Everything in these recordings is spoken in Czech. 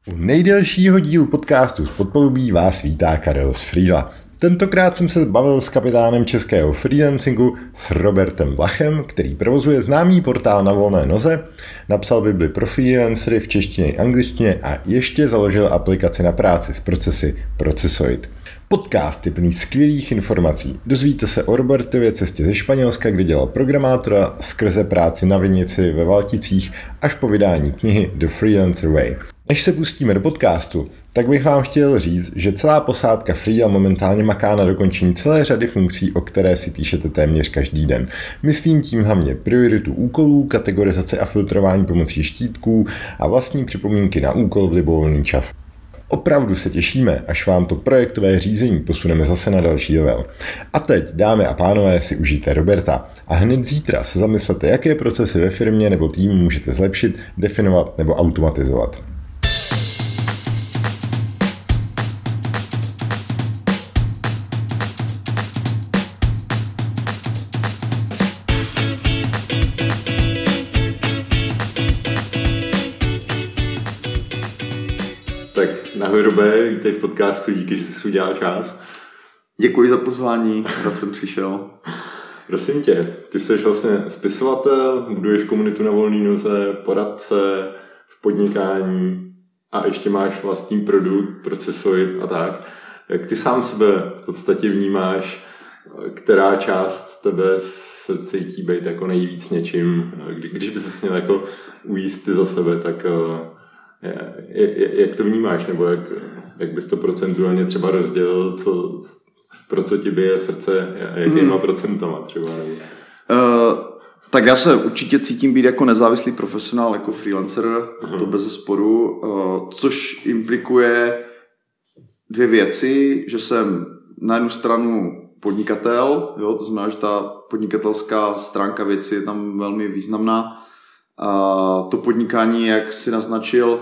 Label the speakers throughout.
Speaker 1: U nejdelšího dílu podcastu z Podpolubí vás vítá Karel z Freela. Tentokrát jsem se bavil s kapitánem českého freelancingu s Robertem Vlachem, který provozuje známý portál Na volné noze, napsal bibli pro freelancery v češtině i angličtině a ještě založil aplikaci na práci s procesy Procesoid. Podcast je plný skvělých informací. Dozvíte se o Robertově cestě ze Španělska, kde dělal programátora, skrze práci na vinici ve Valticích až po vydání knihy The Freelancer Way. Než se pustíme do podcastu, tak bych vám chtěl říct, že celá posádka Freela momentálně maká na dokončení celé řady funkcí, o které si píšete téměř každý den. Myslím tím hlavně prioritu úkolů, kategorizace a filtrování pomocí štítků a vlastní připomínky na úkol v libovolný čas. Opravdu se těšíme, až vám to projektové řízení posuneme zase na další level. A teď, dámy a pánové, si užijte Roberta. A hned zítra se zamyslete, jaké procesy ve firmě nebo týmu můžete zlepšit, definovat nebo automatizovat.
Speaker 2: Ahoj Robe, vítej v podcastu, díky, že jsi udělal čas.
Speaker 3: Děkuji za pozvání, já jsem přišel.
Speaker 2: Prosím tě, ty jsi vlastně spisovatel, buduješ komunitu na volné noze, poradce v podnikání a ještě máš vlastní produkt, Procesoid a tak. Jak ty sám sebe v podstatě vnímáš, která část tebe se cítí být jako nejvíc něčím, když by se měl jako ujíst ty za sebe, tak jak to vnímáš, nebo jak bys to procentuálně třeba rozdělil, pro co ti bije srdce, jakýma procentama třeba?
Speaker 3: Tak já se určitě cítím být jako nezávislý profesionál, jako freelancer, to bezesporu, což implikuje dvě věci, že jsem na jednu stranu podnikatel, jo, to znamená, že ta podnikatelská stránka věci je tam velmi významná. A to podnikání, jak si naznačil,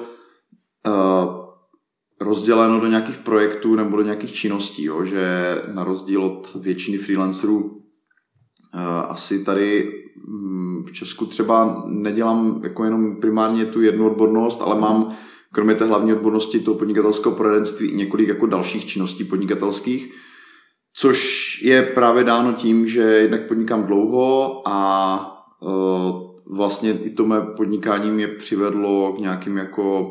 Speaker 3: rozděleno do nějakých projektů nebo do nějakých činností, jo? Že na rozdíl od většiny freelancerů asi tady v Česku třeba nedělám jako jenom primárně tu jednu odbornost, ale mám kromě té hlavní odbornosti toho podnikatelského poradenství i několik jako dalších činností podnikatelských, což je právě dáno tím, že jednak podnikám dlouho a vlastně i to mé podnikání mě přivedlo k nějakým jako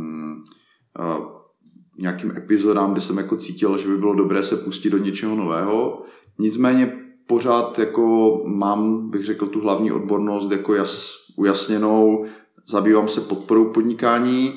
Speaker 3: nějakým epizodám, kde jsem jako cítil, že by bylo dobré se pustit do něčeho nového. Nicméně pořád jako mám, bych řekl, tu hlavní odbornost jako ujasněnou, zabývám se podporou podnikání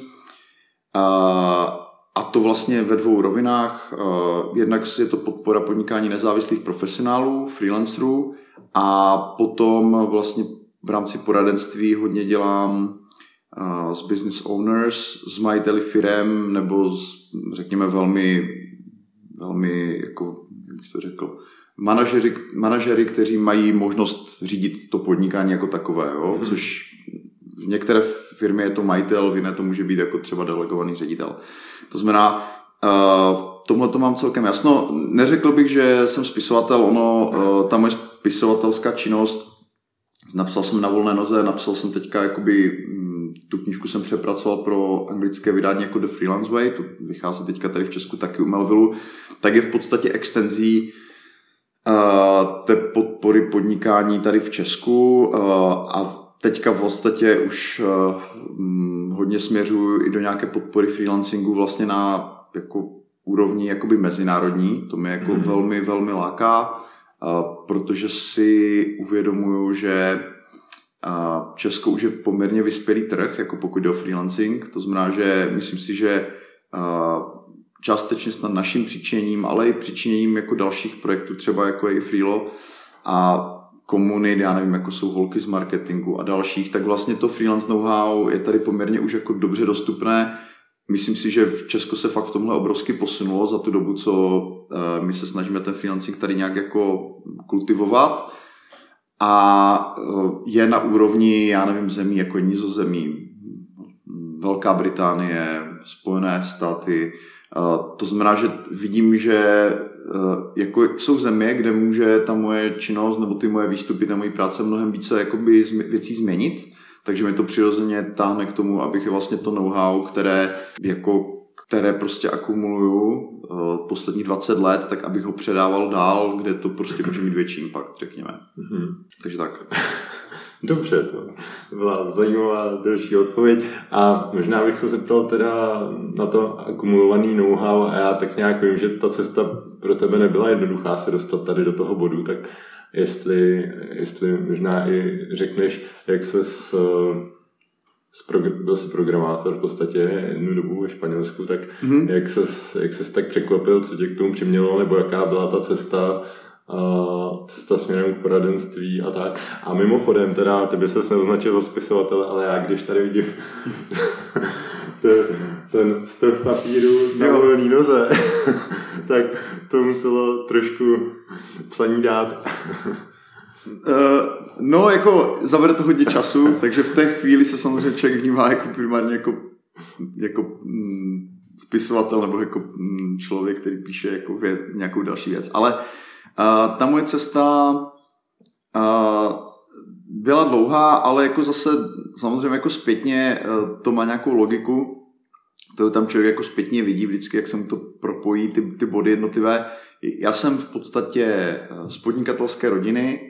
Speaker 3: a to vlastně ve dvou rovinách. Jednak je to podpora podnikání nezávislých profesionálů, freelancerů a potom vlastně v rámci poradenství hodně dělám s business owners, s majiteli firem nebo řekněme velmi jako, jak bych to řekl, manažery, kteří mají možnost řídit to podnikání jako takové, jo? Což v některé firmě je to majitel, v jiné to může být jako třeba delegovaný ředitel. To znamená, v tomhle to mám celkem jasno. Neřekl bych, že jsem spisovatel, ta moje spisovatelská činnost, napsal jsem Na volné noze, napsal jsem teďka jakoby, tu knížku jsem přepracoval pro anglické vydání jako The Freelance Way, to vychází teďka tady v Česku taky u Melvillu, tak je v podstatě extenzí té podpory podnikání tady v Česku a teďka v podstatě už hodně směřuju i do nějaké podpory freelancingu vlastně na jako úrovni jakoby mezinárodní, to mě jako velmi, velmi láká, protože si uvědomuju, že Česko už je poměrně vyspělý trh, jako pokud jde o freelancing. To znamená, že myslím si, že částečně snad naším přičiněním, ale i přičiněním jako dalších projektů, třeba jako je i Freelo a komunit, já nevím, jako jsou holky z marketingu a dalších, tak vlastně to freelance know-how je tady poměrně už jako dobře dostupné. Myslím si, že v Česku se fakt v tomhle obrovsky posunulo za tu dobu, co my se snažíme ten freelancing tady nějak jako kultivovat. A je na úrovni, já nevím, zemí jako Nizozemí, Velká Británie, Spojené státy. To znamená, že vidím, že jako jsou země, kde může ta moje činnost nebo ty moje výstupy, ta moje práce mnohem více jakoby věcí změnit. takže mi to přirozeně táhne k tomu, abych vlastně to know-how, které prostě akumuluju posledních 20 let, tak abych ho předával dál, kde to prostě může mít větší impact, řekněme. Mm-hmm. Takže tak.
Speaker 2: Dobře, to byla zajímavá další odpověď. A možná bych se zeptal teda na to akumulovaný know-how a já tak nějak vím, že ta cesta pro tebe nebyla jednoduchá se dostat tady do toho bodu, tak jestli možná i řekneš, jak byl jsi programátor v podstatě jednu dobu ve Španělsku, tak jak ses tak překlopil, co tě k tomu přimělo, nebo jaká byla ta cesta směrem k poradenství a tak. A mimochodem, teda tebe ses neoznačil za spisovatele, ale já když tady vidím ten stok papíru na volný noze, tak to muselo trošku psaní dát.
Speaker 3: No, jako zabere to hodně času, takže v té chvíli se samozřejmě člověk vnímá jako primárně jako spisovatel nebo jako člověk, který píše jako nějakou další věc. Ale ta moje cesta byla dlouhá, ale jako zase samozřejmě jako zpětně to má nějakou logiku. To tam člověk jako zpětně vidí vždycky, jak se mu to propojí ty body jednotlivé. Já jsem v podstatě z podnikatelské rodiny.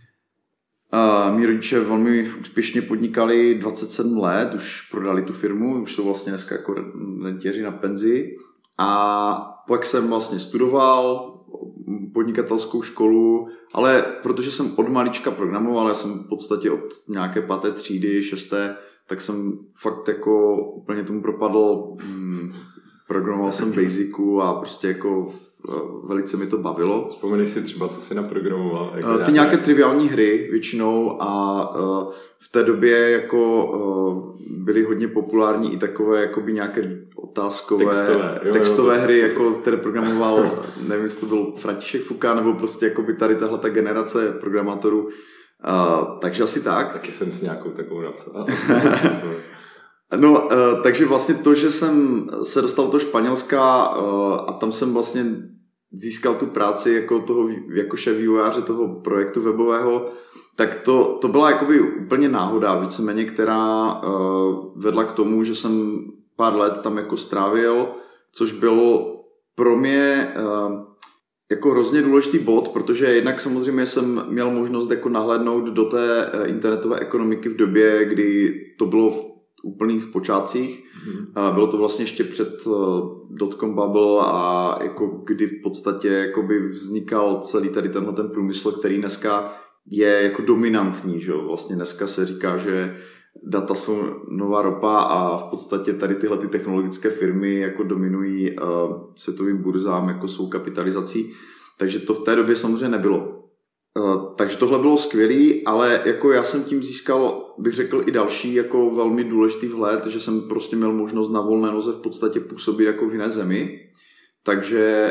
Speaker 3: Mí rodiče velmi úspěšně podnikali 27 let, už prodali tu firmu, už jsou vlastně dneska jako rentiéři na penzi. A pak jsem vlastně studoval podnikatelskou školu, ale protože jsem od malička programoval, já jsem v podstatě od nějaké 5. třídy, 6. tak jsem fakt jako úplně tomu propadl, programoval jsem Basicu a prostě jako velice mi to bavilo.
Speaker 2: Vzpomeneš si třeba, co jsi naprogramoval?
Speaker 3: Ty nějaké triviální hry většinou a v té době jako byly hodně populární i takové jakoby nějaké textové hry, jako, které programoval, nevím, jestli to byl František Fuka, nebo prostě jakoby tady tahle ta generace programátorů. Takže asi tak.
Speaker 2: Taky jsem si nějakou takovou napsal.
Speaker 3: No, takže vlastně to, že jsem se dostal do toho Španělska a tam jsem vlastně získal tu práci jako šéf vývojáře toho projektu webového, tak to byla jakoby úplně náhoda, víceméně, která vedla k tomu, že jsem pár let tam jako strávil, což byl pro mě jako hrozně důležitý bod, protože jednak samozřejmě jsem měl možnost jako nahlédnout do té internetové ekonomiky v době, kdy to bylo v úplných počátcích. Bylo to vlastně ještě před dotcom bubble a jako kdy v podstatě jakoby vznikal celý tady tenhle ten průmysl, který dneska je jako dominantní, že jo? Vlastně dneska se říká, že data jsou nová ropa a v podstatě tady tyhle ty technologické firmy jako dominují světovým burzám jako svou kapitalizací. Takže to v té době samozřejmě nebylo. Takže tohle bylo skvělý, ale jako já jsem tím získal, bych řekl, i další jako velmi důležitý vhled, že jsem prostě měl možnost na volné noze v podstatě působit jako v jiné zemi. Takže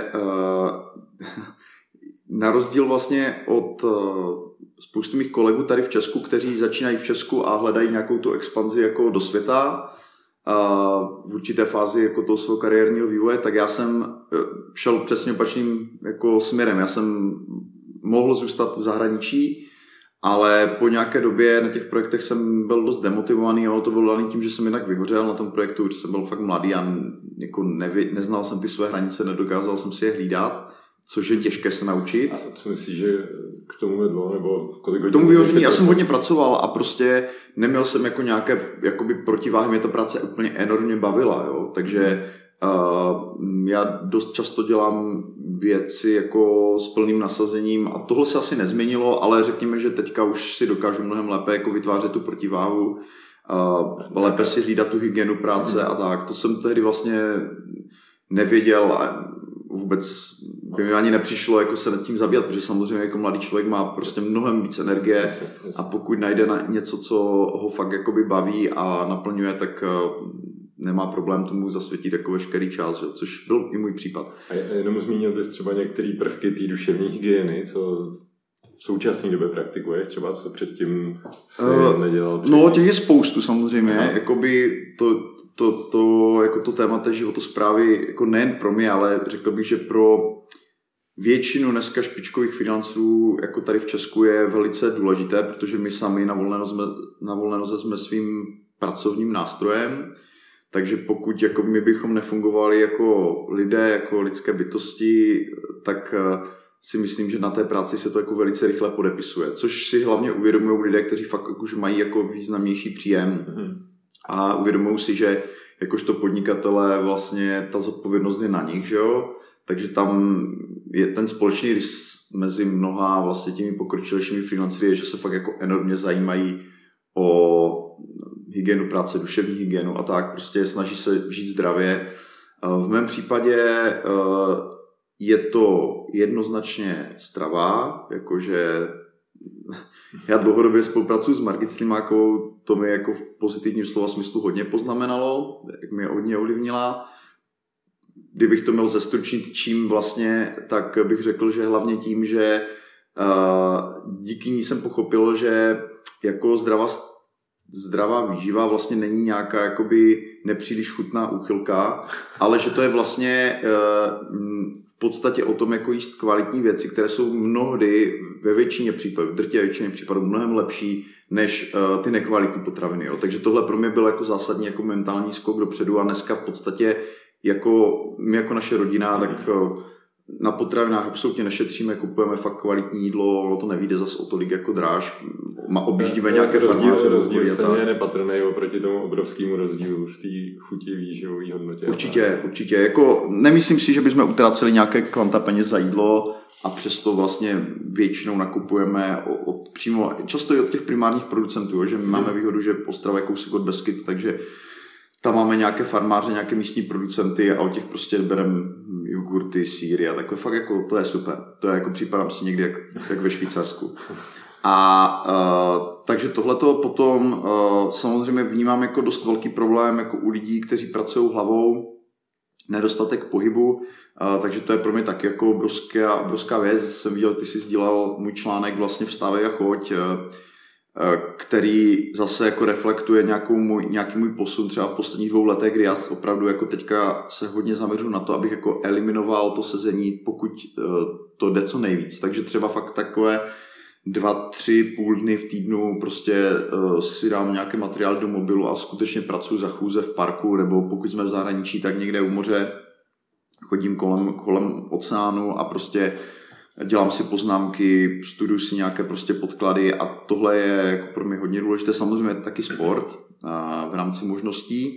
Speaker 3: na rozdíl vlastně od spousty mých kolegů tady v Česku, kteří začínají v Česku a hledají nějakou tu expanzi jako do světa v určité fázi jako toho svého kariérního vývoje, tak já jsem šel přesně opačným jako směrem. Já jsem mohl zůstat v zahraničí, ale po nějaké době na těch projektech jsem byl dost demotivovaný, ale to bylo daný tím, že jsem jinak vyhořel na tom projektu, že jsem byl fakt mladý a jako neznal jsem ty své hranice, nedokázal jsem si je hlídat, což je těžké se naučit.
Speaker 2: A co myslíš, že k tomu vedlo? Nebo kolik
Speaker 3: k tomu vyhoření já jsem hodně pracoval a prostě neměl jsem jako nějaké jakoby protiváhy, mě ta práce úplně enormně bavila, jo? Takže já dost často dělám věci jako s plným nasazením a tohle se asi nezměnilo, ale řekněme, že teďka už si dokážu mnohem lépe jako vytvářet tu protiváhu, lépe si hlídat tu hygienu práce a tak. To jsem tehdy vlastně nevěděl a vůbec by mi ani nepřišlo jako se nad tím zabývat, protože samozřejmě jako mladý člověk má prostě mnohem víc energie a pokud najde na něco, co ho fakt jakoby baví a naplňuje, tak nemá problém tomu zasvětit jako veškerý čas, že? Což byl i můj případ.
Speaker 2: A jenom zmínil bys třeba některé prvky té duševní hygieny, co v současné době praktikuješ, třeba co předtím nedělal?
Speaker 3: No, těch je spoustu samozřejmě, jakoby to téma té životosprávy, jako nejen pro mě, ale řekl bych, že pro většinu dneska špičkových freelancerů jako tady v Česku je velice důležité, protože my sami na volné noze jsme svým pracovním nástrojem, takže pokud jako my bychom nefungovali jako lidé, jako lidské bytosti, tak si myslím, že na té práci se to jako velice rychle podepisuje, což si hlavně uvědomují lidé, kteří fakt už mají jako významnější příjem a uvědomují si, že jakožto podnikatelé vlastně ta zodpovědnost je na nich, že jo? Takže tam je ten společný rys mezi mnoha vlastně těmi pokročilejšími freelancery, že se fakt jako enormně zajímají o hygienu práce, duševní hygienu a tak, prostě snaží se žít zdravě. V mém případě je to jednoznačně strava, jakože já dlouhodobě spolupracuji s Margit Slimákovou, to mi jako v pozitivním slova smyslu hodně poznamenalo, jak mě hodně ovlivnila. Kdybych to měl zestručnit čím vlastně, tak bych řekl, že hlavně tím, že díky ní jsem pochopil, že jako zdravá výživa vlastně není nějaká jakoby nepříliš chutná úchylka, ale že to je vlastně v podstatě o tom jako jíst kvalitní věci, které jsou mnohdy ve většině případů, v drtivé většině případů mnohem lepší než ty nekvalitní potraviny. Jo. Takže tohle pro mě byl jako zásadní jako mentální skok dopředu a dneska v podstatě jako my jako naše rodina, tak na potravinách absolutně nešetříme, kupujeme fakt kvalitní jídlo, ono to nevyjde zase o tolik jako dráž, objíždíme nějaké farmáře.
Speaker 2: Rozdíl je nepatrný oproti tomu obrovskému rozdílu z té chuti výživové hodnotě.
Speaker 3: Určitě. Jako, nemyslím si, že bychom utráceli nějaké kvanta peněz za jídlo a přesto vlastně většinou nakupujeme přímo, často i od těch primárních producentů, že my máme výhodu, že Ostrava je kousek od Beskyt, takže tam máme nějaké farmáře, nějaké místní producenty a od těch prostě bereme jogurty, sýry a takové fakt jako, to je super. To je jako připadám si někdy jak ve Švýcarsku. Takže tohleto potom samozřejmě vnímám jako dost velký problém jako u lidí, kteří pracují hlavou, nedostatek pohybu, takže to je pro mě taky jako obrovská věc. Jsem viděl, ty jsi sdílel můj článek vlastně Vstávej a choď, který zase jako reflektuje nějaký můj posun třeba v posledních 2 letech, kdy já opravdu jako teďka se hodně zaměřuji na to, abych jako eliminoval to sezení, pokud to jde co nejvíc. Takže třeba fakt takové 2-3 půl dny v týdnu prostě si dám nějaký materiál do mobilu a skutečně pracuji za chůze v parku, nebo pokud jsme v zahraničí, tak někde u moře chodím kolem oceánu a prostě dělám si poznámky, studuju si nějaké prostě podklady a tohle je jako pro mě hodně důležité. Samozřejmě taky sport v rámci možností.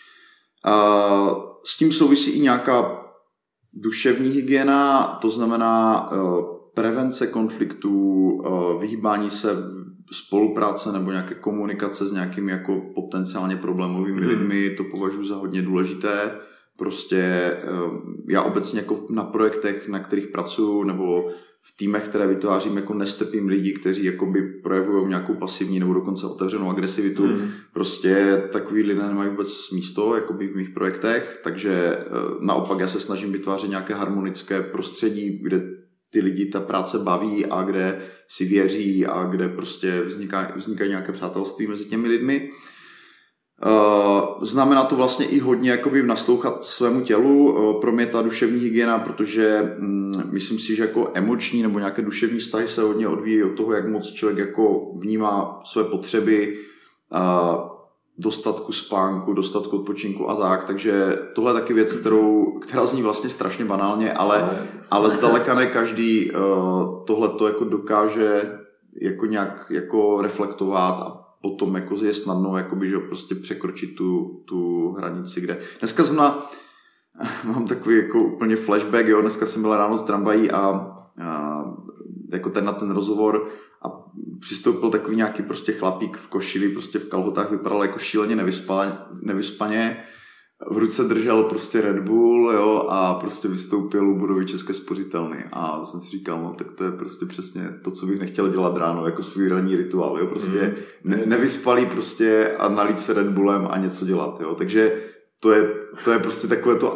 Speaker 3: S tím souvisí i nějaká duševní hygiena, to znamená prevence konfliktů, vyhýbání se spolupráce nebo nějaké komunikace s nějakými jako potenciálně problémovými lidmi, to považuji za hodně důležité. Prostě já obecně jako na projektech, na kterých pracuji, nebo v týmech, které vytvářím, jako nestrpím lidi, kteří jakoby projevují nějakou pasivní nebo dokonce otevřenou agresivitu. Prostě takový lidé nemají vůbec místo jakoby v mých projektech, takže naopak já se snažím vytvářet nějaké harmonické prostředí, kde ty lidi ta práce baví a kde si věří a kde prostě vznikají nějaké přátelství mezi těmi lidmi. Znamená to vlastně i hodně jakoby naslouchat svému tělu. Pro mě ta duševní hygiena, protože myslím si, že jako emoční nebo nějaké duševní vztahy se hodně odvíjí od toho, jak moc člověk jako vnímá své potřeby, dostatku spánku, dostatku odpočinku a tak. Takže tohle je taky věc, která zní vlastně strašně banálně, ale zdaleka ne každý tohleto jako dokáže jako nějak jako reflektovat a potom jako je snadno jakoby, že prostě překročit tu hranici, kde dneska zrovna mám takový jako úplně flashback, jo, dneska jsem byl ráno z tramvají a jako na ten rozhovor a přistoupil takový nějaký prostě chlapík v košili, prostě v kalhotách, vypadal jako šíleně nevyspaně, v ruce držel prostě Red Bull, jo, a prostě vystoupil u budovy České spořitelny a jsem si říkal, no tak to je prostě přesně to, co bych nechtěl dělat ráno, jako svůj ranní rituál, jo, prostě nevyspalý prostě a nalít se Red Bullem a něco dělat, jo, takže to je prostě takové to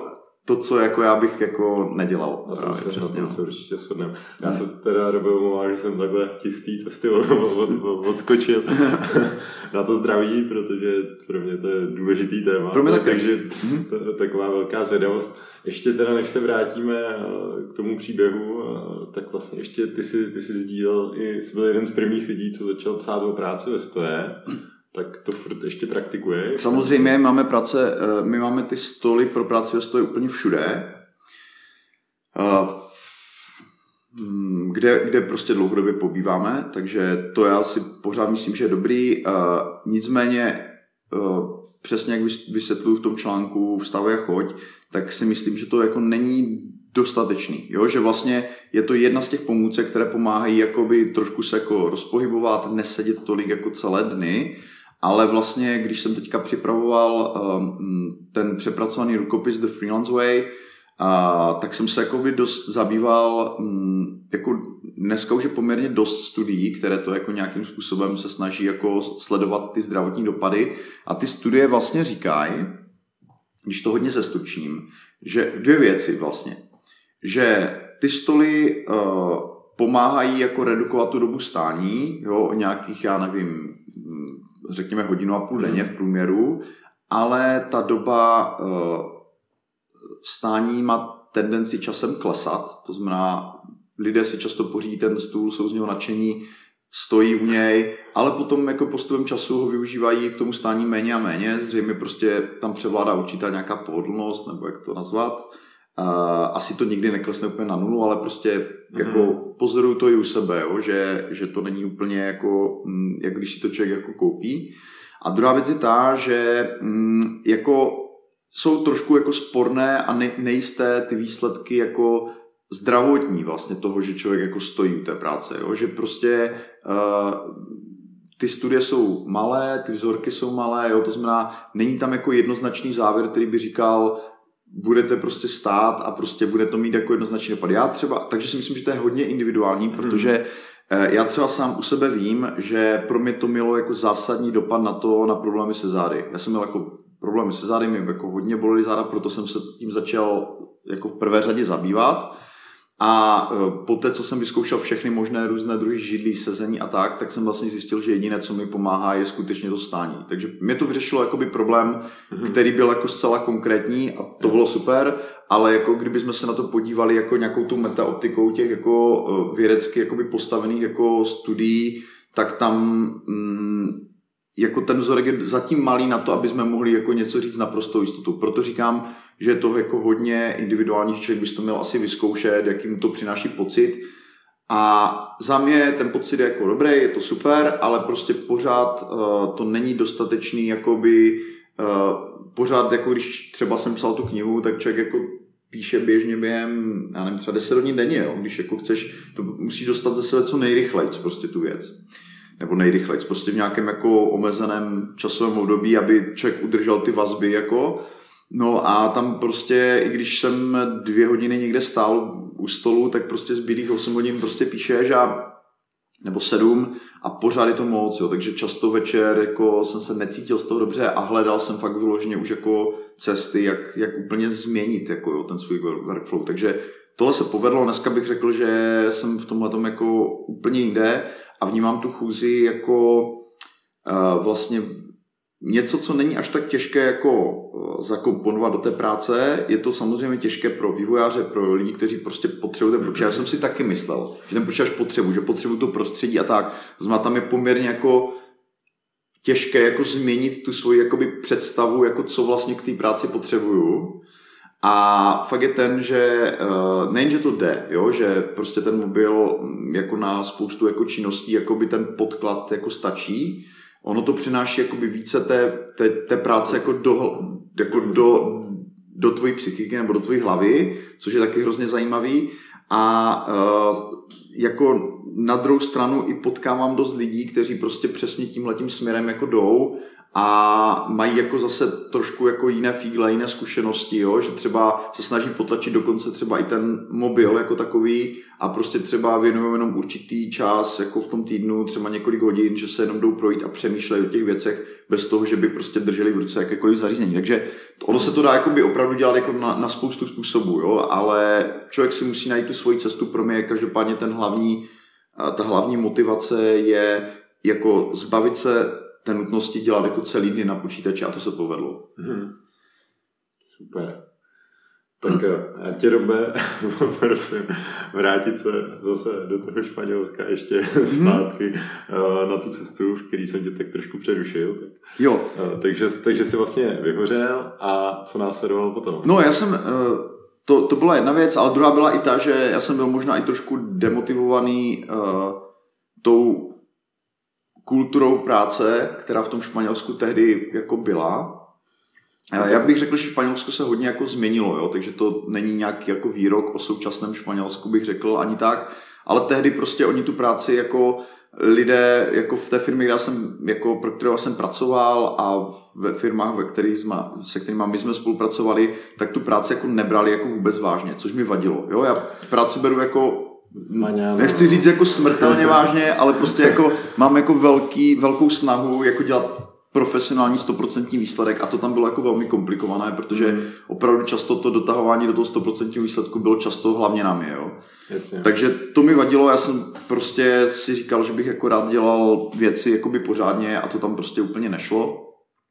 Speaker 3: to, co jako já bych jako nedělal.
Speaker 2: A to se určitě shodneme. Já se teda omlouvám, že jsem takhle čistý cesty odskočil na to zdraví, protože pro mě to je důležitý téma.
Speaker 3: Pro mě taky.
Speaker 2: Takže taková velká zvědavost. Ještě teda, než se vrátíme k tomu příběhu, tak vlastně ještě ty jsi sdílel, jsi byl jeden z prvních lidí, co začal psát o práci ve stoje. Tak to furt ještě praktikuješ?
Speaker 3: Samozřejmě my máme ty stoly pro práci ve stoji úplně všude, kde prostě dlouhodobě pobýváme, takže to já si pořád myslím, že je dobrý. Nicméně přesně jak vysvětluji v tom článku Vstávej a choď, tak si myslím, že to jako není dostatečný, jo? Že vlastně je to jedna z těch pomůcek, které pomáhají jakoby trošku se jako rozpohybovat, nesedět tolik jako celé dny, ale vlastně, když jsem teďka připravoval ten přepracovaný rukopis The Freelance Way, tak jsem se jakoby dost zabýval, jako dneska už je poměrně dost studií, které to jako nějakým způsobem se snaží jako sledovat ty zdravotní dopady a ty studie vlastně říkají, když to hodně zestručním, že dvě věci vlastně, že ty stoly pomáhají jako redukovat tu dobu stání, jo, nějakých, já nevím, řekněme 1,5 hodiny denně v průměru, ale ta doba stání má tendenci časem klesat, to znamená, lidé si často pořídí ten stůl, jsou z něho nadšení, stojí u něj, ale potom jako postupem času ho využívají k tomu stání méně a méně, zřejmě prostě tam převládá určitá nějaká pohodlnost, nebo jak to nazvat. Asi to nikdy neklesne úplně na nulu, ale prostě jako pozoruju to i u sebe, jo, že to není úplně jako když si to člověk jako koupí. A druhá věc je ta, že jako jsou trošku jako sporné a nejisté ty výsledky jako zdravotní vlastně toho, že člověk jako stojí u té práce, jo, že prostě ty studie jsou malé, ty vzorky jsou malé, jo, to znamená, není tam jako jednoznačný závěr, který by říkal, budete prostě stát a prostě bude to mít jako jednoznačný dopad. Takže si myslím, že to je hodně individuální, protože já třeba sám u sebe vím, že pro mě to mělo jako zásadní dopad na problémy se zády. Já jsem měl jako problémy se zády, mě jako hodně bolely záda, proto jsem se tím začal jako v prvé řadě zabývat. A poté, co jsem vyzkoušel všechny možné různé druhy židlí, sezení a tak jsem vlastně zjistil, že jediné, co mi pomáhá, je skutečně to stání. Takže mě to vyřešilo jakoby problém, který byl jako zcela konkrétní a to bylo super, ale jako kdybychom se na to podívali jako nějakou tu metaoptikou těch jako vědecky jakoby postavených jako studií, tak tam jako ten vzorek je zatím malý na to, aby jsme mohli jako něco říct naprostou jistotu. Proto říkám, že je to jako hodně individuální, že člověk by to měl asi vyzkoušet, jaký mu to přináší pocit. A za mě ten pocit je jako dobrý, je to super, ale prostě pořád to není dostatečný, jakoby pořád, jako když třeba jsem psal tu knihu, tak člověk jako píše běžně během, já nevím, třeba 10 hodin denně, jo? Když jako chceš, to musíš dostat ze sebe co nejrychlejc, prostě tu věc. Nebo nejrychlejc, prostě v nějakém jako omezeném časovém období, aby člověk udržel ty vazby jako. No a tam prostě, i když jsem 2 hodiny někde stál u stolu, tak prostě zbylých 8 hodin prostě píšeš nebo 7 a pořád je to moc, jo. Takže často večer jako jsem se necítil z toho dobře a hledal jsem fakt vyloženě už jako cesty, jak úplně změnit jako, jo, ten svůj workflow. Takže tohle se povedlo, dneska bych řekl, že jsem v tomhletom jako úplně jinde a vnímám tu chůzi jako vlastně něco, co není až tak těžké jako zakomponovat do té práce. Je to samozřejmě těžké pro vývojáře, pro lidi, kteří prostě potřebují ten počítač. Já jsem si taky myslel, že ten počítač že potřebují to prostředí a tak. To znamená, tam je poměrně jako těžké jako změnit tu svoji jakoby představu, jako co vlastně k té práci potřebuju. A fakt je ten, že nejen, že to jde, jo, že prostě ten mobil jako na spoustu jako činností jakoby ten podklad jako stačí. Ono to přináší jakoby více té práce jako do tvojí psychiky nebo do tvojí hlavy, což je taky hrozně zajímavý. A jako na druhou stranu i potkávám dost lidí, kteří prostě přesně tímhletím směrem jako jdou a mají jako zase trošku jako jiné fígle, jiné zkušenosti, jo? Že třeba se snaží potlačit dokonce třeba i ten mobil jako takový a prostě třeba věnují jenom určitý čas jako v tom týdnu, třeba několik hodin, že se jenom jdou projít a přemýšlejí o těch věcech bez toho, že by prostě drželi v ruce jakékoliv zařízení. Takže ono se to dá jakoby opravdu dělat jako na spoustu způsobů, jo? Ale člověk si musí najít tu svoji cestu. Pro mě každopádně ta hlavní motivace je jako zbavit se té nutnosti dělat jako celý dny na počítači a to se povedlo.
Speaker 2: Super. Tak já tě, Robe, prosím vrátit se zase do toho Španělska ještě zpátky na tu cestu, v který jsem tě tak trošku přerušil. Tak,
Speaker 3: jo.
Speaker 2: Takže jsi vlastně vyhořel a co následovalo potom?
Speaker 3: No já jsem, to byla jedna věc, ale druhá byla i ta, že já jsem byl možná i trošku demotivovaný tou kulturou práce, která v tom Španělsku tehdy jako byla. Já bych řekl, že Španělsko se hodně jako změnilo, jo? Takže to není nějaký jako výrok o současném Španělsku, bych řekl ani tak, ale tehdy prostě oni tu práci jako lidé jako v té firmě, pro kterou jsem pracoval a ve firmách, se kterými my jsme spolupracovali, tak tu práci jako nebrali jako vůbec vážně, což mi vadilo. Jo? Já práci beru jako nechci říct jako smrtelně vážně, ale prostě jako mám jako velkou snahu jako dělat profesionální 100% výsledek a to tam bylo jako velmi komplikované, protože opravdu často to dotahování do toho 100% výsledku bylo často hlavně na mě, jo.
Speaker 2: Jasně.
Speaker 3: Takže to mi vadilo, já jsem prostě si říkal, že bych jako rád dělal věci jakoby pořádně a to tam prostě úplně nešlo.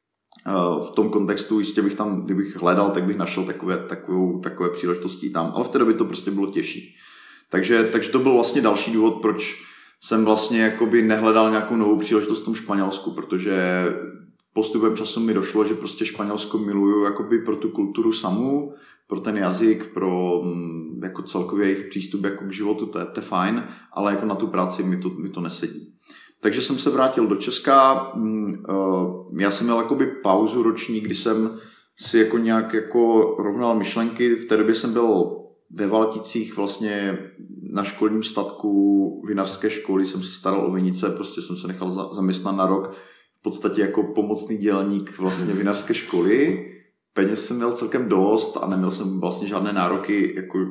Speaker 3: V tom kontextu jistě bych tam, kdybych hledal, tak bych našel takové příležitosti tam, ale v té době to prostě bylo těžší. Takže to byl vlastně další důvod, proč jsem vlastně jakoby nehledal nějakou novou příležitost v tom Španělsku, protože postupem času mi došlo, že prostě Španělsko miluju jakoby pro tu kulturu samu, pro ten jazyk, pro jako celkově jejich přístup jako k životu, to je fajn, ale jako na tu práci mi to nesedí. Takže jsem se vrátil do Česka, já jsem měl jakoby pauzu roční, kdy jsem si jako nějak jako rovnal myšlenky, v té době jsem byl ve Valticích vlastně na školním statku vinařské školy, jsem se staral o vinice, prostě jsem se nechal zaměstnat na rok v podstatě jako pomocný dělník vlastně vinařské školy. Peněz jsem měl celkem dost a neměl jsem vlastně žádné nároky jako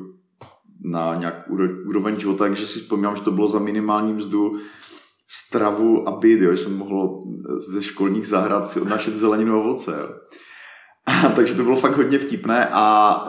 Speaker 3: na nějakou úroveň života, takže si vzpomínám, že to bylo za minimální mzdu, stravu a byt, jo, že jsem mohl ze školních zahrad si odnášet zeleninu a ovoce. Jo. Takže to bylo fakt hodně vtipné a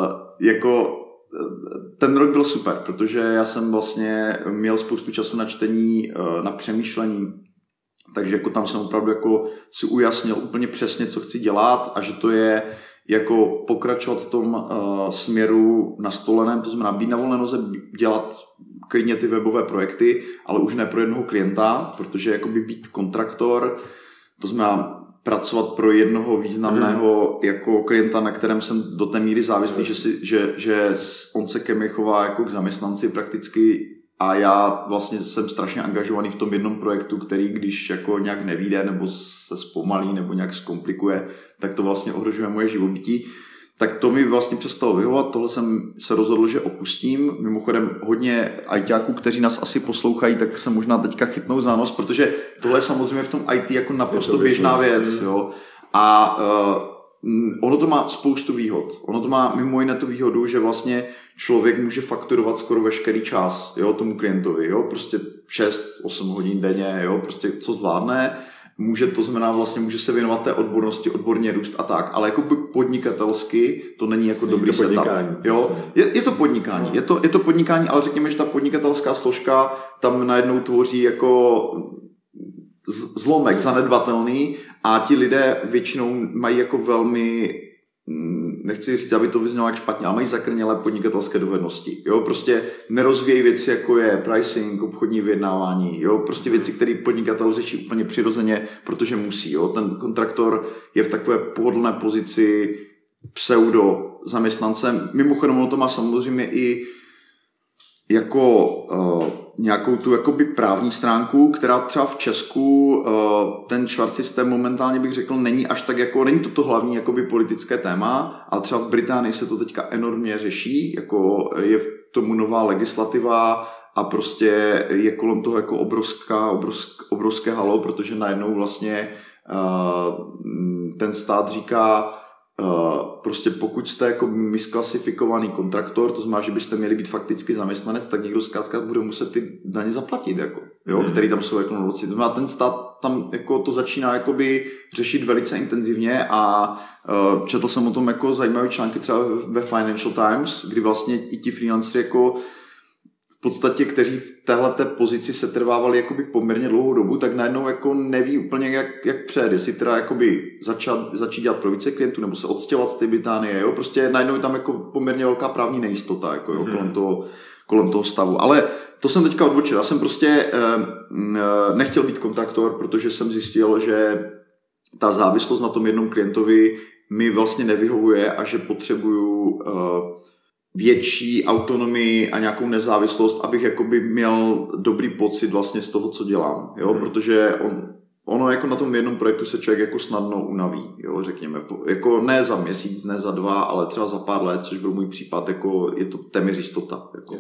Speaker 3: jako ten rok byl super, protože já jsem vlastně měl spoustu času na čtení, na přemýšlení, takže jako tam jsem opravdu jako si ujasnil úplně přesně, co chci dělat a že to je jako pokračovat v tom směru nastoleném, to znamená být na volné noze, dělat klidně ty webové projekty, ale už ne pro jednoho klienta, protože jakoby být kontraktor, to znamená pracovat pro jednoho významného jako klienta, na kterém jsem do té míry závislý, že on se ke mně chová jako k zaměstnanci prakticky a já vlastně jsem strašně angažovaný v tom jednom projektu, který když jako nějak nevyjde nebo se zpomalí nebo nějak zkomplikuje, tak to vlastně ohrožuje moje živobytí. Tak to mi vlastně přestalo vyhovovat, tohle jsem se rozhodl, že opustím. Mimochodem hodně ajťáků, kteří nás asi poslouchají, tak se možná teďka chytnou za nos, protože tohle je samozřejmě v tom IT jako naprosto běžná věc. Jo? A ono to má spoustu výhod. Ono to má mimo jiné tu výhodu, že vlastně člověk může fakturovat skoro veškerý čas, jo, tomu klientovi. Jo? Prostě 6-8 hodin denně, jo? Prostě co zvládne. To znamená vlastně může se věnovat té odbornosti, odborně růst a tak, ale jako podnikatelsky to není jako dobrý setup. Jo? Je to podnikání, je to podnikání, ale řekněme, že ta podnikatelská složka tam najednou tvoří jako zlomek zanedbatelný a ti lidé většinou mají jako velmi, nechci říct, aby to vyznělo jak špatně, ale mají zakrnělé podnikatelské dovednosti. Jo? Prostě nerozvíjejí věci, jako je pricing, obchodní vyjednávání, jo? Prostě věci, které podnikatel řeší úplně přirozeně, protože musí. Jo? Ten kontraktor je v takové pohodlné pozici pseudo zaměstnance. Mimochodem, ono to má samozřejmě i jako nějakou tu jakoby právní stránku, která třeba v Česku ten švarcsystém momentálně bych řekl není až tak jako, není to hlavní jakoby politické téma, ale třeba v Británii se to teďka enormně řeší, jako je v tomu nová legislativa a prostě je kolem toho jako obrovské halo, protože najednou vlastně ten stát říká, prostě pokud jste jako misklasifikovaný kontraktor, to znamená, že byste měli být fakticky zaměstnanec, tak někdo zkrátka bude muset ty daně zaplatit, jako, jo, který tam jsou jako novoci. To znamená, ten stát tam jako to začíná jakoby řešit velice intenzivně a četl jsem o tom jako zajímavé články třeba ve Financial Times, kdy vlastně i ti freelanceri jako v podstatě, kteří v téhleté pozici se trvávali jakoby poměrně dlouhou dobu, tak najednou jako neví úplně jak přejet, jestli teda jakoby začít dělat pro více klientů nebo se odstěhovat z té Británie, jo, prostě najednou je tam jako poměrně velká právní nejistota jako, jo, kolem toho stavu, ale to jsem teďka odbočil, já jsem prostě nechtěl být kontraktor, protože jsem zjistil, že ta závislost na tom jednom klientovi mi vlastně nevyhovuje a že potřebuju větší autonomii a nějakou nezávislost, abych jakoby měl dobrý pocit vlastně z toho, co dělám, jo, protože ono jako na tom jednom projektu se člověk jako snadno unaví, jo, řekněme, jako ne za měsíc, ne za 2, ale třeba za pár let, což byl můj případ, jako je to téměř jistota, jako.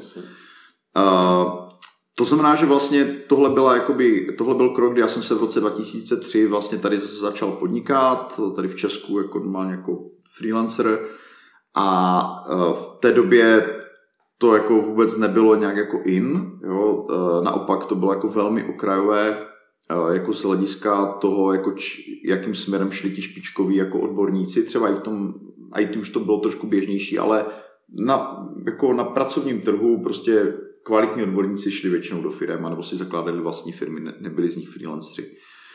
Speaker 3: To znamená, že vlastně tohle byl krok, kdy já jsem se v roce 2003 vlastně tady začal podnikat, tady v Česku jako normálně jako freelancer. A v té době to jako vůbec nebylo nějak jako jo? Naopak to bylo jako velmi okrajové jako z hlediska toho, jako jakým směrem šli ti špičkoví jako odborníci, třeba i v tom IT už to bylo trošku běžnější, ale na pracovním trhu prostě kvalitní odborníci šli většinou do firem, nebo si zakládali vlastní firmy, nebyli z nich freelanceri.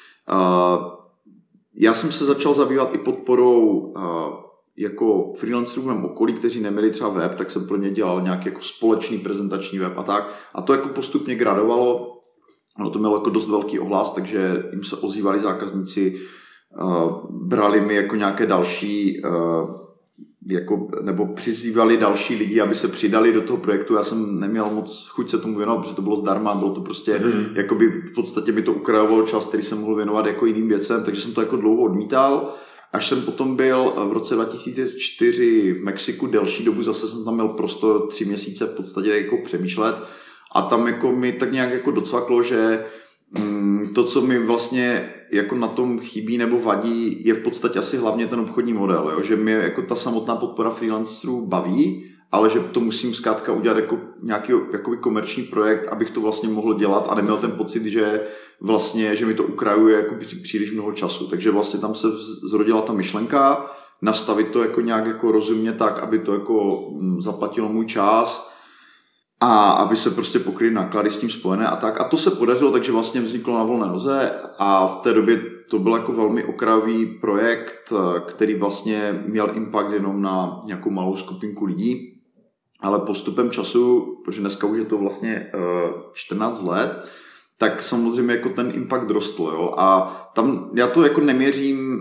Speaker 3: Já jsem se začal zabývat i podporou jako freelancerů v mém okolí, kteří neměli třeba web, tak jsem pro ně dělal nějaký jako společný prezentační web a tak. A to jako postupně gradovalo. Ono to mělo jako dost velký ohlas, takže jim se ozývali zákazníci, brali mi jako nějaké další, jako, nebo přizývali další lidi, aby se přidali do toho projektu. Já jsem neměl moc chuť se tomu věnovat, protože to bylo zdarma, bylo to prostě, jakoby v podstatě mi to ukrajovalo čas, který jsem mohl věnovat jako jiným věcem, takže jsem to jako dlouho odmítal. Až jsem potom byl v roce 2004 v Mexiku delší dobu, zase jsem tam měl prostor 3 měsíce v podstatě jako přemýšlet a tam jako mi tak nějak jako docvaklo, že to, co mi vlastně jako na tom chybí nebo vadí, je v podstatě asi hlavně ten obchodní model, jo? Že mě jako ta samotná podpora freelancerů baví, ale že to musím zkrátka udělat jako nějaký jakoby komerční projekt, abych to vlastně mohl dělat a neměl ten pocit, že vlastně, že mi to ukrajuje jako příliš mnoho času. Takže vlastně tam se zrodila ta myšlenka, nastavit to jako nějak jako rozumně tak, aby to jako zaplatilo můj čas a aby se prostě pokryly náklady s tím spojené a tak. A to se podařilo, takže vlastně vzniklo Na volné noze a v té době to byl jako velmi okrajový projekt, který vlastně měl impact jenom na nějakou malou skupinku lidí. Ale postupem času, protože dneska už je to vlastně 14 let, tak samozřejmě jako ten impact rostl. Jo? A tam já to jako neměřím,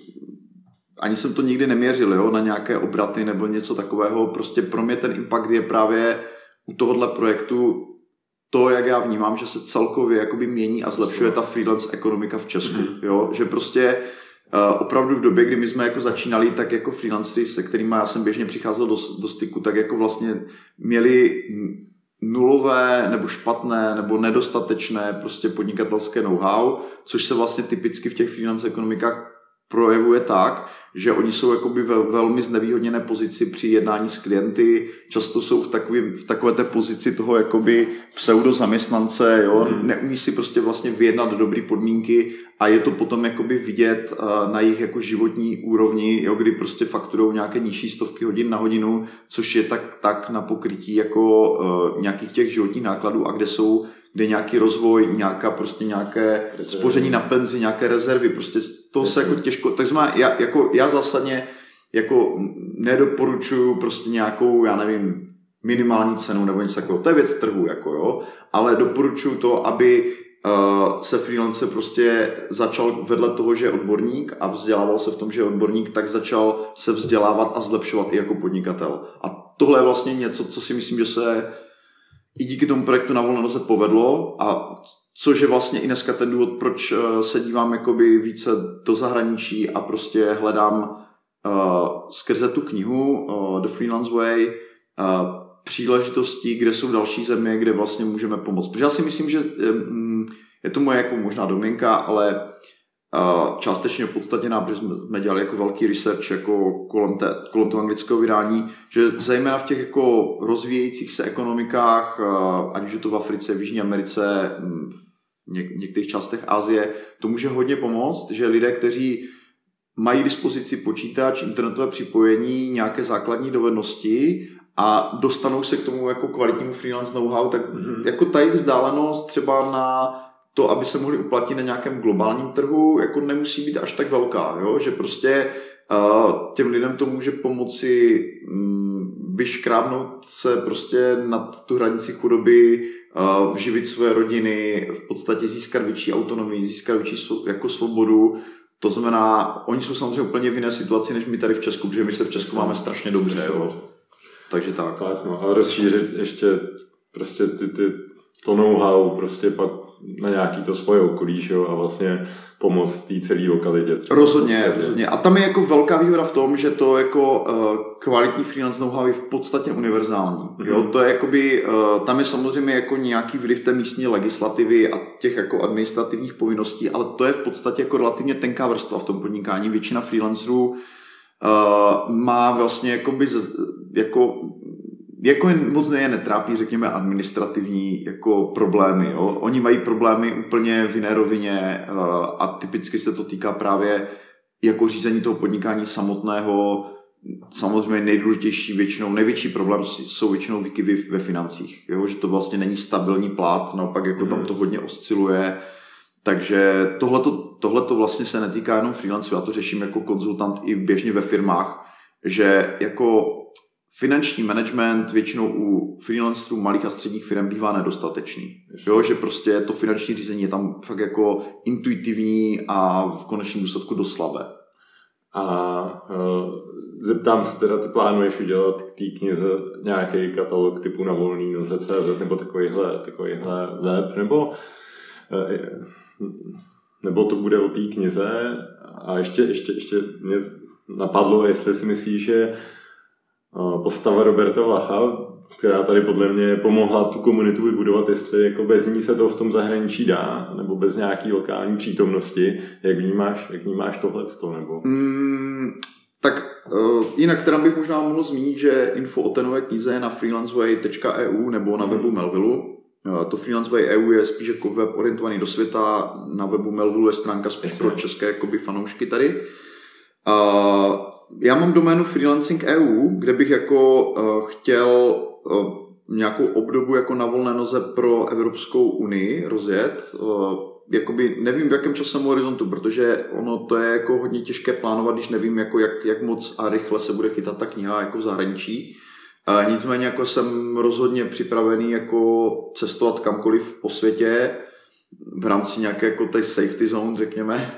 Speaker 3: ani jsem to nikdy neměřil, jo? Na nějaké obraty nebo něco takového. Prostě pro mě ten impact je právě u tohohle projektu to, jak já vnímám, že se celkově jakoby mění a zlepšuje ta freelance ekonomika v Česku. Jo? Že prostě opravdu v době, kdy my jsme jako začínali, tak jako freelanceri, se kterými já jsem běžně přicházel do styku, tak jako vlastně měli nulové nebo špatné nebo nedostatečné prostě podnikatelské know-how, což se vlastně typicky v těch freelance ekonomikách projevuje tak, že oni jsou jakoby ve velmi znevýhodněné pozici při jednání s klienty, často jsou v takové té pozici toho jakoby pseudozaměstnance, jo? Neumí si prostě vlastně vyjednat dobré podmínky a je to potom jakoby vidět na jejich jako životní úrovni, jo? Kdy prostě fakturou nějaké nižší stovky hodin na hodinu, což je tak na pokrytí jako nějakých těch životních nákladů a kde nějaký rozvoj, nějaké spoření na penzi, nějaké rezervy, prostě to se jako těžko, takže já zásadně jako nedoporučuju prostě nějakou, já nevím, minimální cenu nebo něco takového, to je věc trhu, jako jo, ale doporučuju to, aby se freelancer prostě začal vedle toho, že je odborník a vzdělával se v tom, že je odborník, tak začal se vzdělávat a zlepšovat i jako podnikatel. A tohle je vlastně něco, co si myslím, že se i díky tomu projektu Na volné noze povedlo a což je vlastně i dneska ten důvod, proč se dívám jakoby více do zahraničí a prostě hledám skrze tu knihu The Freelance Way příležitosti, kde jsou další země, kde vlastně můžeme pomoct. Protože já si myslím, že je to moje jako možná domněnka, ale částečně opodstatněná, protože jsme dělali jako velký research jako kolem toho anglického vydání, že zejména v těch jako rozvíjejících se ekonomikách, ať už je to v Africe, v Jižní Americe, v některých částech Asie, to může hodně pomoct, že lidé, kteří mají k dispozici počítač, internetové připojení, nějaké základní dovednosti a dostanou se k tomu jako kvalitnímu freelance know-how, tak jako ta jejich vzdálenost třeba na to, aby se mohli uplatnit na nějakém globálním trhu, jako nemusí být až tak velká, jo? Že prostě těm lidem to může pomoci vyškrábnout se prostě nad tu hranici chudoby, vživit své rodiny, v podstatě získat větší autonomii, získat větší jako svobodu. To znamená, oni jsou samozřejmě úplně v jiné situaci, než my tady v Česku, protože my se v Česku máme strašně dobře, jo. Takže tak.
Speaker 2: Tak no, a rozšířit ještě prostě to know-how prostě pak na nějaký to svoje okolí, jo, a vlastně pomoct té celé lokalitě.
Speaker 3: Rozhodně. A tam je jako velká výhoda v tom, že to jako kvalitní freelance know-how je v podstatě univerzální. Jo? To je jakoby, tam je samozřejmě jako nějaký vliv té místní legislativy a těch jako administrativních povinností, ale to je v podstatě jako relativně tenká vrstva v tom podnikání. Většina freelancerů má vlastně jakoby jako moc netrápí, řekněme, administrativní jako problémy. Jo? Oni mají problémy úplně v jiné rovině a typicky se to týká právě jako řízení toho podnikání samotného. Samozřejmě nejdůležitější největší problém jsou většinou výkyvy ve financích. Jo? Že to vlastně není stabilní plat, naopak jako tam to hodně osciluje. Takže tohleto vlastně se netýká jenom freelanců, já to řeším jako konzultant i běžně ve firmách, že jako finanční management většinou u freelancerů malých a středních firm bývá nedostatečný. Jo, že prostě to finanční řízení je tam fakt jako intuitivní a v konečném důsledku dost slabé.
Speaker 2: A zeptám se teda, ty plánuješ udělat k té knize nějaký katalog typu na volný noze.cz nebo takovýhle web, nebo to bude o té knize? A ještě mě napadlo, jestli si myslíš, že postava Roberta Vlacha, která tady podle mě pomohla tu komunitu vybudovat, jestli jako bez ní se to v tom zahraničí dá, nebo bez nějaký lokální přítomnosti. Jak vnímáš tohleto? Nebo?
Speaker 3: Jinak teda bych možná mohl zmínit, že info o té nové knize je na freelanceway.eu nebo na webu Melvillu. To Freelanceway EU je spíš jako web orientovaný do světa, na webu Melvillu je stránka spíš pro české jakoby fanoušky tady. Já mám doménu Freelancing EU, kde bych jako chtěl nějakou obdobu jako na volné noze pro Evropskou unii rozjet. Jakoby nevím v jakém časovém horizontu, protože ono to je jako hodně těžké plánovat, když nevím jako jak moc a rychle se bude chytat ta kniha jako v zahraničí. Nicméně jako jsem rozhodně připravený jako cestovat kamkoliv po světě v rámci nějaké jako té safety zone, řekněme,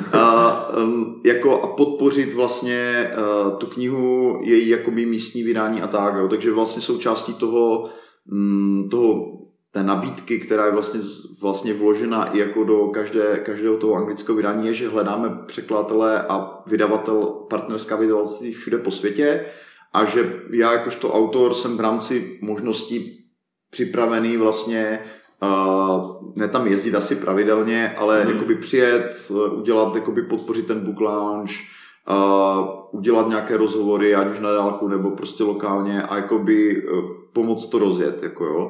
Speaker 3: a podpořit vlastně tu knihu, její jakoby místní vydání a tak, jo. Takže vlastně součástí té nabídky, která je vlastně vložena i jako do každého toho anglického vydání, je, že hledáme překladatele a partnerská vydavatelství všude po světě a že já jakožto autor jsem v rámci možností připravený vlastně ne tam jezdit asi pravidelně, ale jakoby přijet, udělat, jakoby podpořit ten book launch, udělat nějaké rozhovory, ať už na dálku nebo prostě lokálně a jakoby pomoct to rozjet, jako jo.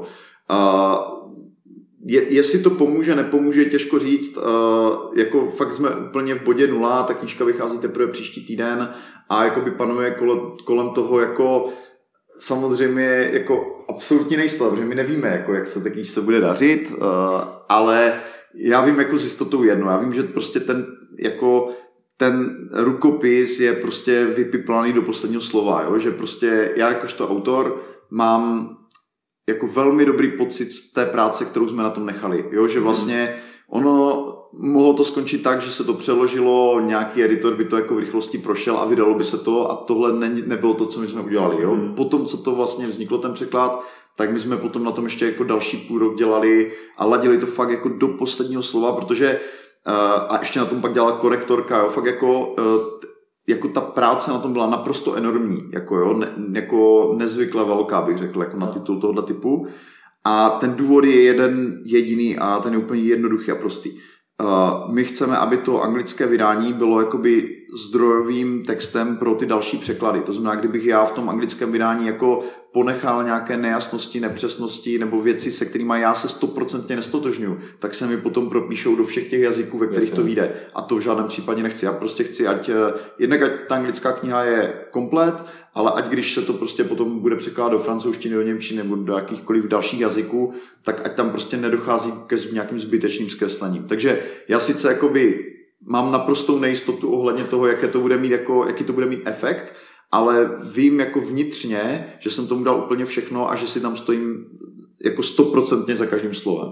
Speaker 3: Jestli to pomůže, nepomůže, těžko říct, jako fakt jsme úplně v bodě 0, ta knížka vychází teprve příští týden a jakoby panuje kolem toho jako samozřejmě jako absolutní nejistota, protože my nevíme, jako jak se té knížce bude dařit, ale já vím jako s jistotou jedno, já vím, že prostě ten rukopis je prostě vypiplaný do posledního slova, jo? Že prostě já jakožto autor mám jako velmi dobrý pocit z té práce, kterou jsme na tom nechali, jo? Že vlastně mohlo to skončit tak, že se to přeložilo, nějaký editor by to jako v rychlosti prošel a vydalo by se to a tohle nebylo to, co my jsme udělali. Jo? Potom, co to vlastně vzniklo ten překlad, tak my jsme potom na tom ještě jako další půl rok dělali a ladili to fakt jako do posledního slova, protože a ještě na tom pak dělala korektorka, jo? Fakt jako ta práce na tom byla naprosto enormní, jako nezvykle velká, bych řekl, jako na titul tohoto typu. A ten důvod je jeden jediný a ten je úplně jednoduchý a prostý. My chceme, aby to anglické vydání bylo jakoby zdrojovým textem pro ty další překlady. To znamená, kdybych já v tom anglickém vydání jako ponechal nějaké nejasnosti, nepřesnosti nebo věci, se kterými já se 100% nestotožňuji, tak se mi potom propíšou do všech těch jazyků, ve kterých to vyjde. A to v žádném případě nechci. Já prostě chci, ať ta anglická kniha je komplet, ale ať když se to prostě potom bude překládat do francouzštiny, do němčiny nebo do jakýchkoliv dalších jazyků, tak ať tam prostě nedochází ke nějakým zbytečným zkreslením. Takže já sice jakoby mám naprostou nejistotu ohledně toho, jaký to bude mít efekt, ale vím jako vnitřně, že jsem tomu dal úplně všechno a že si tam stojím jako 100% za každým slovem.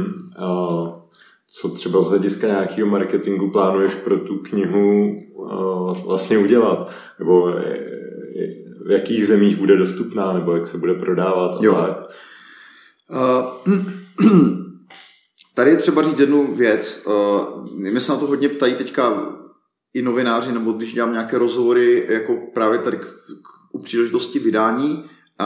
Speaker 2: Co třeba z hlediska nějakého marketingu plánuješ pro tu knihu vlastně udělat? Nebo v jakých zemích bude dostupná, nebo jak se bude prodávat a tak?
Speaker 3: Tady je třeba říct jednu věc. Mě se na to hodně ptají teďka i novináři, nebo když dělám nějaké rozhovory, jako právě tady u příležitosti vydání.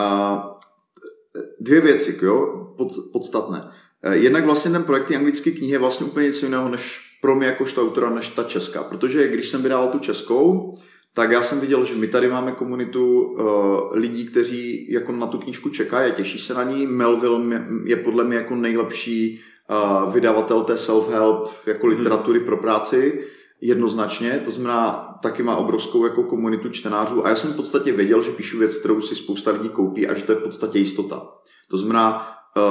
Speaker 3: Dvě věci, podstatné. Jednak vlastně ten projekt anglické knihy je vlastně úplně něco jiného než pro mě jakožto autora, než ta česká. Protože když jsem vydával tu českou, tak já jsem viděl, že my tady máme komunitu lidí, kteří jako na tu knížku čekají a těší se na ní. Melville je podle mě jako nejlepší vydavatel té self-help jako literatury pro práci, jednoznačně, to znamená, taky má obrovskou jako komunitu čtenářů a já jsem v podstatě věděl, že píšu věc, kterou si spousta lidí koupí a že to je v podstatě jistota. To znamená,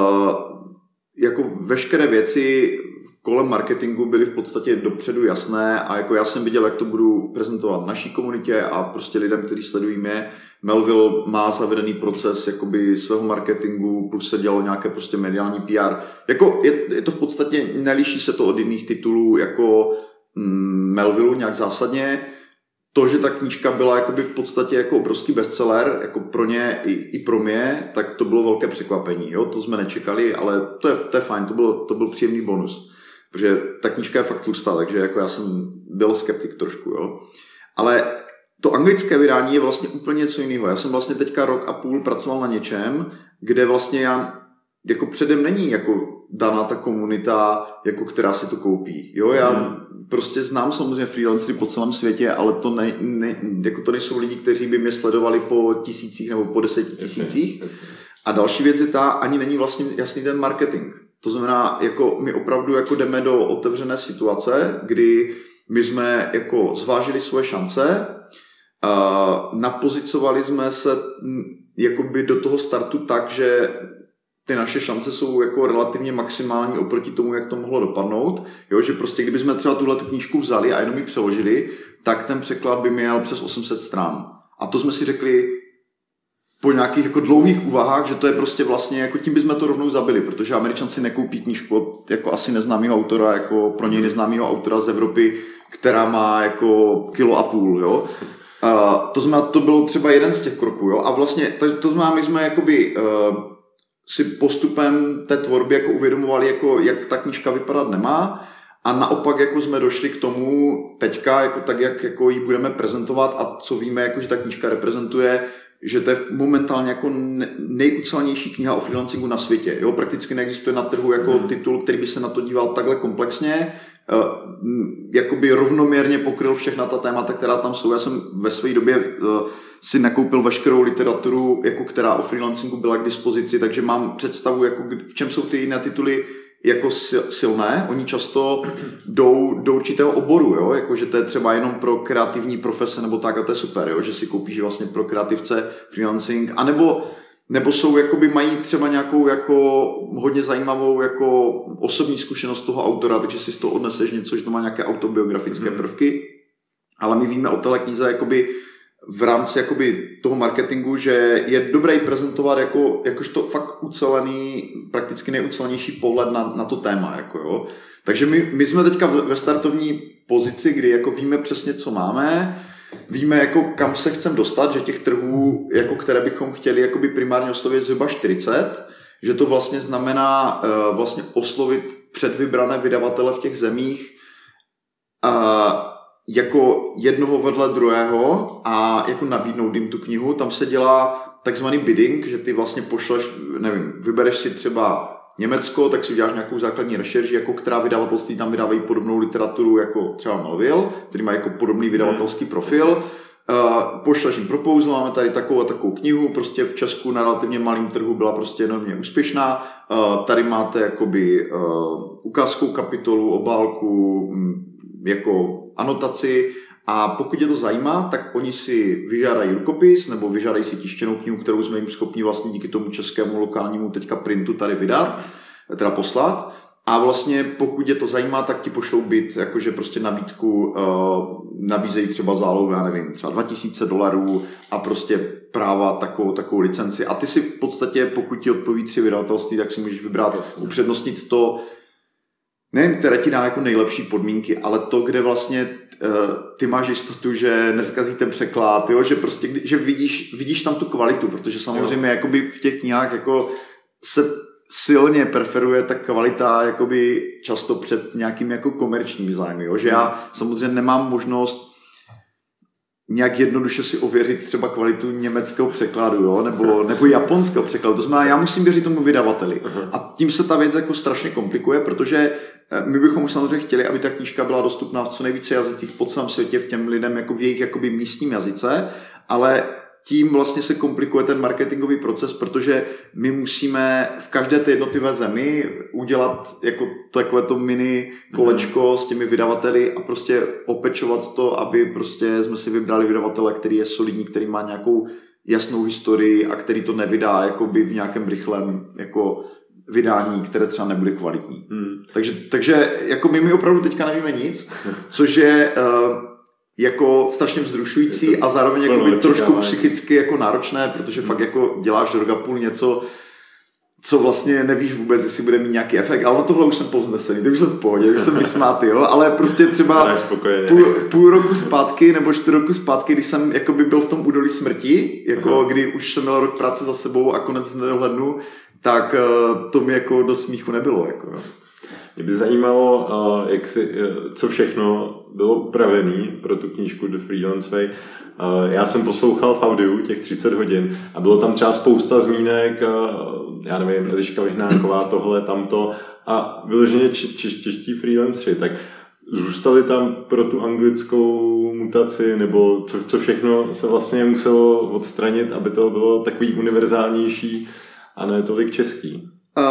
Speaker 3: jako veškeré věci kolem marketingu byly v podstatě dopředu jasné a jako já jsem viděl, jak to budu prezentovat naší komunitě a prostě lidem, kteří sledují mě. Melville má zavedený proces jakoby svého marketingu, plus se dělalo nějaké prostě mediální PR. Jako je to v podstatě, neliší se to od jiných titulů jako Melville nějak zásadně. To, že ta knížka byla jakoby v podstatě jako obrovský bestseller, jako pro ně i pro mě, tak to bylo velké překvapení. Jo? To jsme nečekali, ale to je fajn, to byl příjemný bonus. Protože ta knížka je fakt tlustá, takže jako já jsem byl skeptik trošku. Jo? Ale to anglické vydání je vlastně úplně něco jiného. Já jsem vlastně teďka 1,5 roku pracoval na něčem, kde vlastně jako předem není jako daná ta komunita, jako která si to koupí. Jo, já prostě znám samozřejmě freelancery po celém světě, ale to jako to nejsou lidi, kteří by mě sledovali po tisících nebo po 10 000. A další věc je ani není vlastně jasný ten marketing. To znamená, jako my opravdu jako jdeme do otevřené situace, kdy my jsme jako zvážili svoje šance, napozicovali jsme se jakoby do toho startu tak, že ty naše šance jsou jako relativně maximální oproti tomu, jak to mohlo dopadnout. Jo, že prostě kdybychom třeba tuhletu knížku vzali a jenom ji přeložili, tak ten překlad by měl přes 800 stran. A to jsme si řekli po nějakých jako dlouhých úvahách, že to je prostě vlastně, jako tím bychom to rovnou zabili, protože Američanci nekoupí knížku od jako asi neznámého autora, jako pro něj neznámého autora z Evropy, která má jako 1,5 kg, jo. To znamená, to byl třeba jeden z těch kroků, jo. A vlastně, to znamená, my jsme jakoby si postupem té tvorby jako uvědomovali, jako jak ta knížka vypadat nemá a naopak jako jsme došli k tomu teďka, jako tak, jak jako ji budeme prezentovat a co víme, jako, že ta knížka reprezentuje, že to je momentálně jako nejucelenější kniha o freelancingu na světě. Jo? Prakticky neexistuje na trhu jako titul, který by se na to díval takhle komplexně, jakoby rovnoměrně pokryl všechna ta témata, která tam jsou. Já jsem ve své době si nakoupil veškerou literaturu, jako která o freelancingu byla k dispozici, takže mám představu, jako v čem jsou ty jiné tituly jako silné. Oni často jdou do určitého oboru, jo? Jako, že to je třeba jenom pro kreativní profese nebo tak a to je super, jo? Že si koupíš vlastně pro kreativce freelancing, nebo jsou, jakoby mají třeba nějakou jako hodně zajímavou jako osobní zkušenost toho autora, takže si z toho odneseš něco, že to má nějaké autobiografické prvky, ale my víme o téhle knize jakoby v rámci jakoby toho marketingu, že je dobré prezentovat jakožto fakt ucelený, prakticky nejucelenější pohled na to téma. Jako jo. Takže my jsme teďka ve startovní pozici, kdy jako víme přesně, co máme, víme, jako kam se chceme dostat, že těch trhů, jako které bychom chtěli jakoby primárně oslovit zhruba 40, že to vlastně znamená vlastně oslovit předvybrané vydavatele v těch zemích jako jednoho vedle druhého a jako nabídnout jim tu knihu. Tam se dělá takzvaný bidding, že ty vlastně pošleš, nevím, vybereš si třeba Německo, tak si uděláš nějakou základní rešerži, jako která vydavatelství tam vydávají podobnou literaturu jako třeba Melville, který má jako podobný vydavatelský profil. Pošleš jim proposal, máme tady takovou a takovou knihu, prostě v Česku na relativně malém trhu byla prostě enormně úspěšná. Tady máte jakoby ukázkovou kapitolu, obálku, jako anotaci. A pokud je to zajímá, tak oni si vyžádají rukopis nebo vyžádají si tištěnou knihu, kterou jsme jim schopni vlastně díky tomu českému lokálnímu teďka printu tady vydat, teda poslat. A vlastně pokud je to zajímá, tak ti pošlou byt, jakože prostě nabídku, nabízejí třeba zálohu, já nevím, třeba $2000 a prostě práva takovou licenci. A ty si v podstatě, pokud ti odpoví 3 vydavatelství, tak si můžeš vybrat, upřednostnit to, nejen které ti dá jako nejlepší podmínky, ale to, kde vlastně ty máš jistotu, že neskazí ten překlad, jo? Že prostě že vidíš tam tu kvalitu, protože samozřejmě jakoby v těch knihách jako se silně preferuje ta kvalita jakoby často před nějakými jako komerčními zájmy, jo? Že já samozřejmě nemám možnost nějak jednoduše si ověřit třeba kvalitu německého překladu, jo? Nebo japonského překladu. To znamená, já musím věřit tomu vydavateli. A tím se ta věc jako strašně komplikuje, protože my bychom už samozřejmě chtěli, aby ta knížka byla dostupná v co nejvíce jazycích po celém světě, v těm lidem jako v jejich jakoby místním jazyce, ale tím vlastně se komplikuje ten marketingový proces, protože my musíme v každé té jednotlivé zemi udělat jako takové to mini kolečko s těmi vydavateli a prostě opečovat to, aby prostě jsme si vybrali vydavatele, který je solidní, který má nějakou jasnou historii a který to nevydá jakoby v nějakém rychlém jako vydání, které třeba nebude kvalitní. Takže jako my opravdu teďka nevíme nic, což je jako strašně vzrušující a zároveň jako trošku psychicky jako náročné, protože fakt jako děláš rok a půl něco, co vlastně nevíš vůbec, jestli bude mít nějaký efekt, ale na tohle už jsem povznesený, teď už jsem v pohodě, už jsem vysmátý, jo, ale prostě třeba půl roku zpátky nebo 4 roku zpátky, když jsem jakoby byl v tom údolí smrti, jako kdy už jsem měl rok práce za sebou a konec z nedohlednu, tak to mi jako do smíchu nebylo, jako jo.
Speaker 2: Mě by zajímalo, co všechno bylo upravené pro tu knížku The Freelance Way. Já jsem poslouchal v audiu těch 30 hodin a bylo tam třeba spousta zmínek, já nevím, Eliška Vyhnáková, tohle, tamto a vyloženě čeští freelanceri. Tak zůstali tam pro tu anglickou mutaci, nebo co všechno se vlastně muselo odstranit, aby to bylo takový univerzálnější a ne tolik český?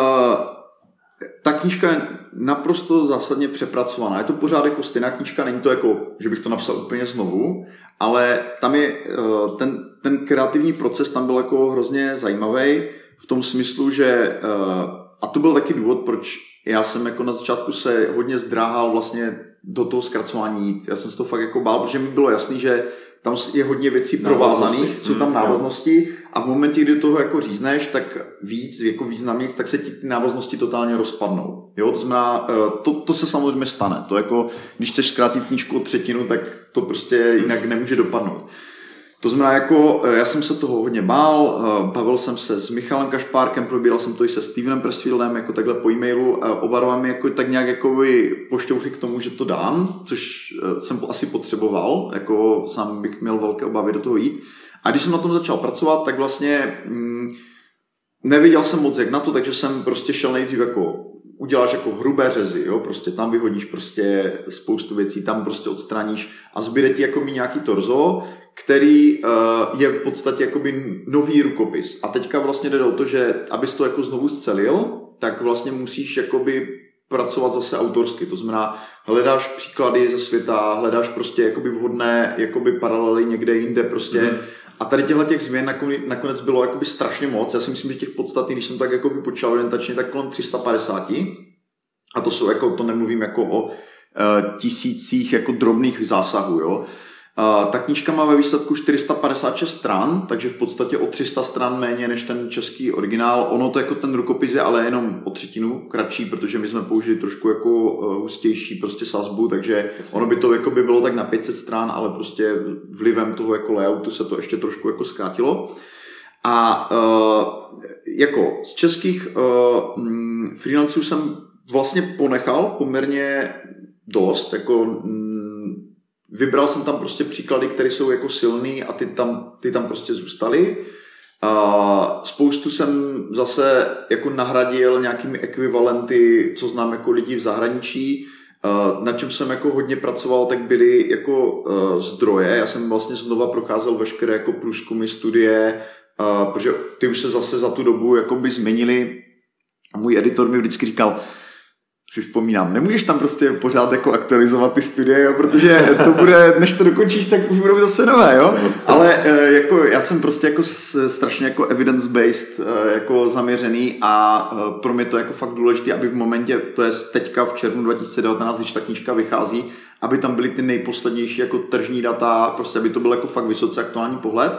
Speaker 3: Ta knížka je naprosto zásadně přepracovaná. Je to pořád jako stejná knížka, není to jako, že bych to napsal úplně znovu, ale tam je ten kreativní proces tam byl jako hrozně zajímavý v tom smyslu, že a to byl taky důvod, proč já jsem jako na začátku se hodně zdráhal vlastně do toho zkracování jít. Já jsem se to fakt jako bál, protože mi bylo jasný, že tam je hodně věcí provázaných, jsou tam návaznosti a v momentě, kdy toho jako řízneš, tak víc, jako významnějc, tak se ti ty návaznosti totálně rozpadnou. Jo, to znamená, to se samozřejmě stane. To jako, když chceš zkrátit knížku o 1/3, tak to prostě jinak nemůže dopadnout. To znamená, jako, já jsem se toho hodně bál, bavil jsem se s Michalem Kašpárkem, probíral jsem to i se Stevenem Pressfieldem, jako takhle po e-mailu, oba dva mi jako tak nějak jakoby pošťouchli k tomu, že to dám, což jsem asi potřeboval, jako sám bych měl velké obavy do toho jít. A když jsem na tom začal pracovat, tak vlastně nevěděl jsem moc jak na to, takže jsem prostě šel nejdřív jako uděláš jako hrubé řezy, jo, prostě tam vyhodíš prostě spoustu věcí, tam prostě odstraníš a zbyde ti jako mi nějaký torzo, který je v podstatě jakoby nový rukopis. A teďka vlastně jde o to, že abys to jako znovu scelil, tak vlastně musíš jakoby pracovat zase autorsky. To znamená, hledáš příklady ze světa, hledáš prostě jakoby vhodné jakoby paralely někde jinde prostě. A tady těch změn nakonec bylo jakoby strašně moc. Já si myslím, že těch podstatných, když jsem tak jakoby počal orientačně, tak kolem 350. A to jsou jako, to nemluvím jako o tisících jako drobných zásahů, jo. Ta knížka má ve výsledku 456 stran, takže v podstatě o 300 stran méně než ten český originál. Ono to jako ten rukopis je ale jenom o 1/3 kratší, protože my jsme použili trošku jako hustější prostě sazbu, takže ono by to jako by bylo tak na 500 stran, ale prostě vlivem toho jako layoutu se to ještě trošku jako zkrátilo. A jako z českých freelanců jsem vlastně ponechal poměrně dost, jako vybral jsem tam prostě příklady, které jsou jako silný a ty tam prostě zůstaly. Spoustu jsem zase jako nahradil nějakými ekvivalenty, co znám jako lidi v zahraničí. Na čem jsem jako hodně pracoval, tak byly jako zdroje. Já jsem vlastně znova procházel veškeré jako průzkumy, studie, protože ty už se zase za tu dobu jakoby změnily. A můj editor mi vždycky říkal, si vzpomínám, nemůžeš tam prostě pořád jako aktualizovat ty studie, jo, protože to bude, než to dokončíš, tak už budou zase nové, jo. Ale jako já jsem prostě jako strašně jako evidence-based jako zaměřený a pro mě to je jako fakt důležité, aby v momentě, to je teďka v červnu 2019, když ta knížka vychází, aby tam byly ty nejposlednější jako tržní data, prostě aby to byl jako fakt vysoce aktuální pohled.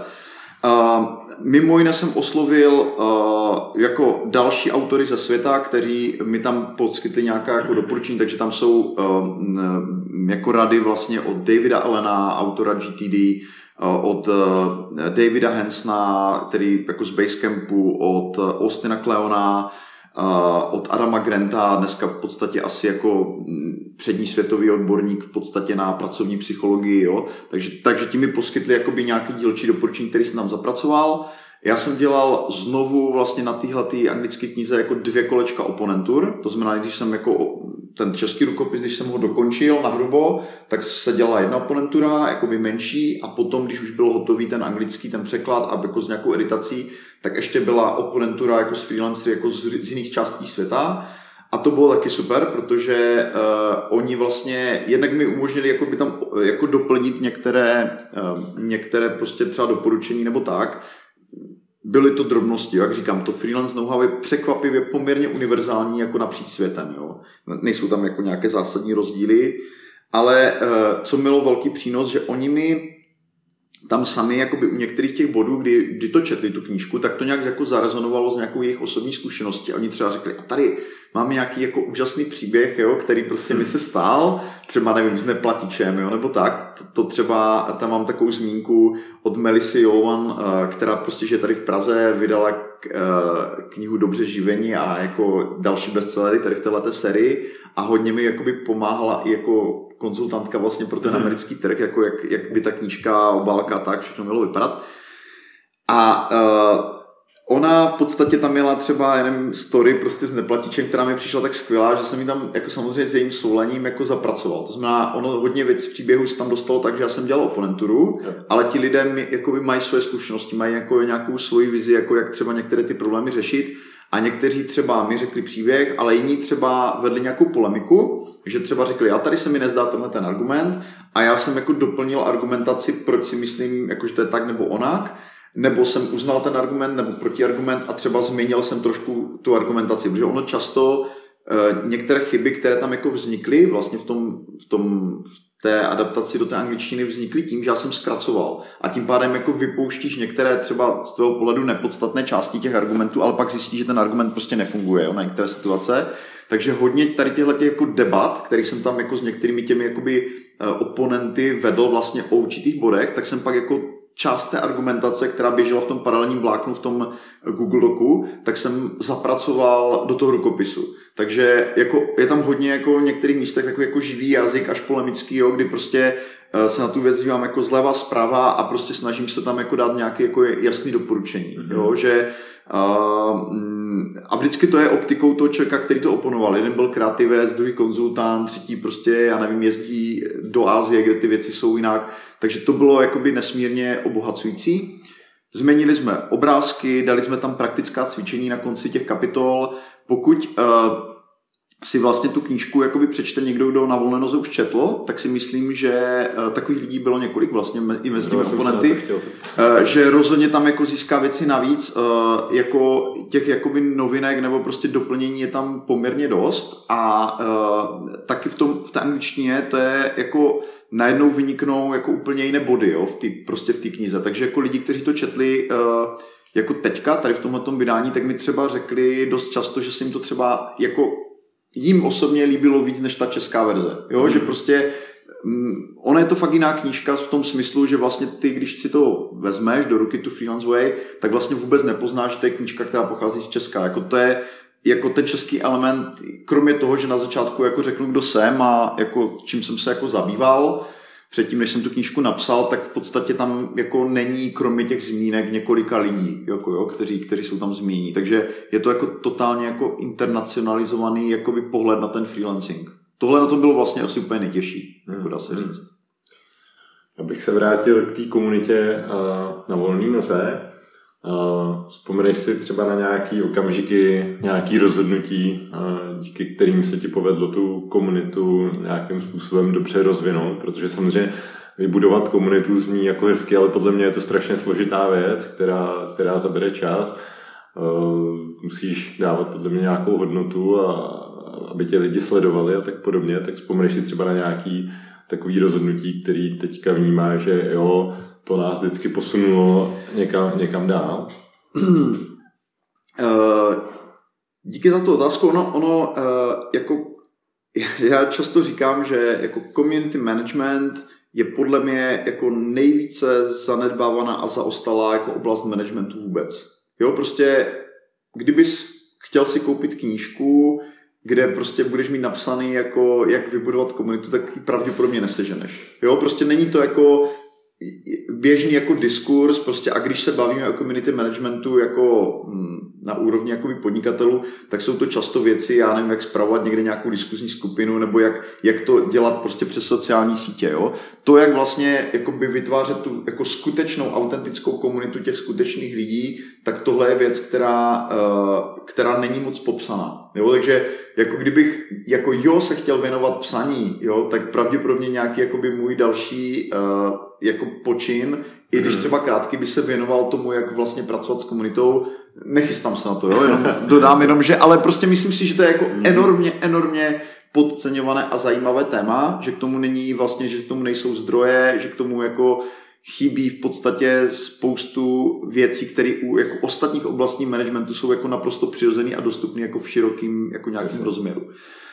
Speaker 3: Mimo jiné jsem oslovil jako další autory ze světa, kteří mi tam poskytli nějaká jako doporučení, takže tam jsou jako rady vlastně od Davida Allena, autora GTD, od Davida Hansona, který jako z Basecampu, od Austina Kleona, od Adama Granta, dneska v podstatě asi jako přední světový odborník v podstatě na pracovní psychologii, jo? Takže ti mi poskytli jakoby nějaký dílčí doporučení, který jsem tam zapracoval. Já jsem dělal znovu vlastně na téhletý anglické knize jako 2 kolečka oponentur, to znamená, když jsem jako ten český rukopis, když jsem ho dokončil na hrubo, tak se dělala jedna oponentura, jakoby menší, a potom, když už byl hotový ten anglický, ten překlad a jako s nějakou editací, tak ještě byla oponentura jako s freelancery jako z jiných částí světa. A to bylo taky super, protože oni vlastně jednak mi umožnili jakoby tam jako doplnit některé prostě třeba doporučení nebo tak. Byly to drobnosti, jak říkám, to freelance know-how je překvapivě poměrně univerzální jako napříč světem. Jo. Nejsou tam jako nějaké zásadní rozdíly, ale co mělo velký přínos, že oni mi tam sami jakoby u některých těch bodů, kdy to četli tu knížku, tak to nějak jako zarezonovalo s nějakou jejich osobní zkušeností. Oni třeba řekli, a tady máme nějaký jako úžasný příběh, jo, který prostě mi se stál, třeba nevím, s neplatičem, jo, nebo tak. To třeba, tam mám takovou zmínku od Melisy Jovan, která prostě žije tady v Praze, vydala knihu Dobře živení a jako další bestsellery tady v téhleté sérii a hodně mi jakoby pomáhala i jako konzultantka vlastně pro ten americký trh, jako jak by ta knížka, obálka a tak všechno mělo vypadat. A ona v podstatě tam měla třeba jenom story prostě s neplatičem, která mi přišla tak skvělá, že jsem ji tam jako samozřejmě s jejím soulením jako zapracoval. To znamená, ono hodně věc v příběhu se tam dostalo tak, že já jsem dělal oponenturu, ale ti lidé jakoby mají své zkušenosti, mají jako nějakou svoji vizi, jako jak třeba některé ty problémy řešit. A někteří třeba mi řekli příběh, ale jiní třeba vedli nějakou polemiku, že třeba řekli, já tady se mi nezdá ten argument a já jsem jako doplnil argumentaci, proč si myslím, jako, že to je tak nebo onak, nebo jsem uznal ten argument nebo protiargument a třeba změnil jsem trošku tu argumentaci, protože ono často některé chyby, které tam jako vznikly vlastně v té adaptaci do té angličtiny vznikly tím, že já jsem zkracoval a tím pádem jako vypouštíš některé třeba z tvého pohledu nepodstatné části těch argumentů, ale pak zjistíš, že ten argument prostě nefunguje, jo, na některé situace. Takže hodně tady těchto jako debat, který jsem tam jako s některými těmi jakoby oponenty vedl vlastně o určitých bodech, tak jsem pak jako část té argumentace, která běžela v tom paralelním vláknu v tom Google Docu, tak jsem zapracoval do toho rukopisu. Takže jako je tam hodně jako v některých místech takový jako živý jazyk až polemický, jo, kdy prostě se na tu věc dívám jako zleva, zprava a prostě snažím se tam jako dát nějaké jako jasné doporučení, jo, že a vždycky to je optikou toho člověka, který to oponoval. Jeden byl kreativec, druhý konzultant, třetí prostě, já nevím, jezdí do Asie, kde ty věci jsou jinak. Takže to bylo jakoby nesmírně obohacující. Změnili jsme obrázky, dali jsme tam praktická cvičení na konci těch kapitol. Pokud si vlastně tu knížku jakoby přečte někdo, kdo na volné noze už četl, tak si myslím, že takových lidí bylo několik vlastně i mezi těmi oponenty, že rozhodně tam jako získá věci navíc, jako těch jakoby novinek nebo prostě doplnění je tam poměrně dost a taky v té angličtině to je jako najednou vyniknou jako úplně jiné body, jo, prostě v té knize, takže jako lidi, kteří to četli jako teďka, tady v tomhletom vydání, tak mi třeba řekli dost často, že se jim to třeba jako jim osobně líbilo víc než ta česká verze. Jo? Že prostě ona je to fakt jiná knížka v tom smyslu, že vlastně ty, když si to vezmeš do ruky, tu Freelance Way, tak vlastně vůbec nepoznáš, že to je knížka, která pochází z Česka. Jako to je jako ten český element, kromě toho, že na začátku jako řeknu, kdo jsem a jako čím jsem se jako zabýval, předtím, než jsem tu knížku napsal, tak v podstatě tam jako není kromě těch zmínek několika lidí, kteří jsou tam zmíněni. Takže je to jako totálně jako internacionalizovaný jakoby pohled na ten freelancing. Tohle na tom bylo vlastně asi úplně nejtěžší, jako dá se říct.
Speaker 2: Abych se vrátil k té komunitě na volné noze. Vzpomeneš si třeba na nějaký okamžiky, nějaký rozhodnutí, díky kterým se ti povedlo tu komunitu nějakým způsobem dobře rozvinout, protože samozřejmě vybudovat komunitu zní jako hezky, ale podle mě je to strašně složitá věc, která zabere čas. Musíš dávat podle mě nějakou hodnotu, aby tě lidi sledovali a tak podobně, tak vzpomeneš si třeba na nějaký takový rozhodnutí, který teďka vnímá, že jo, to nás vždycky posunulo někam dál.
Speaker 3: Díky za tu otázku. Ono jako já často říkám, že jako community management je podle mě jako nejvíce zanedbávaná a zaostalá jako oblast managementu vůbec. Jo, prostě kdybys chtěl si koupit knížku, kde prostě budeš mít napsaný jako jak vybudovat komunitu, tak ji pravděpodobně neseženeš. Jo, prostě není to jako běžný jako diskurs, prostě a když se bavíme o community managementu jako na úrovni jakoby podnikatelů, tak jsou to často věci, já nevím, jak spravovat někde nějakou diskuzní skupinu, nebo jak to dělat prostě přes sociální sítě, jo. To, jak vlastně jakoby vytvářet tu jako skutečnou, autentickou komunitu těch skutečných lidí, tak tohle je věc, která není moc popsaná, jo. Takže jako kdybych jako se chtěl věnovat psaní, jo, tak pravděpodobně nějaký jakoby můj další jako počin, i když třeba krátký by se věnoval tomu, jak vlastně pracovat s komunitou, nechystám se na to, jo, jenom dodám jenom, že, ale prostě myslím si, že to je jako enormně podceňované a zajímavé téma, že k tomu není vlastně, že k tomu nejsou zdroje, že k tomu jako chybí v podstatě spoustu věcí, které u jako ostatních oblastí managementu jsou jako naprosto přirozený a dostupný jako v širokým jako nějakým rozměru.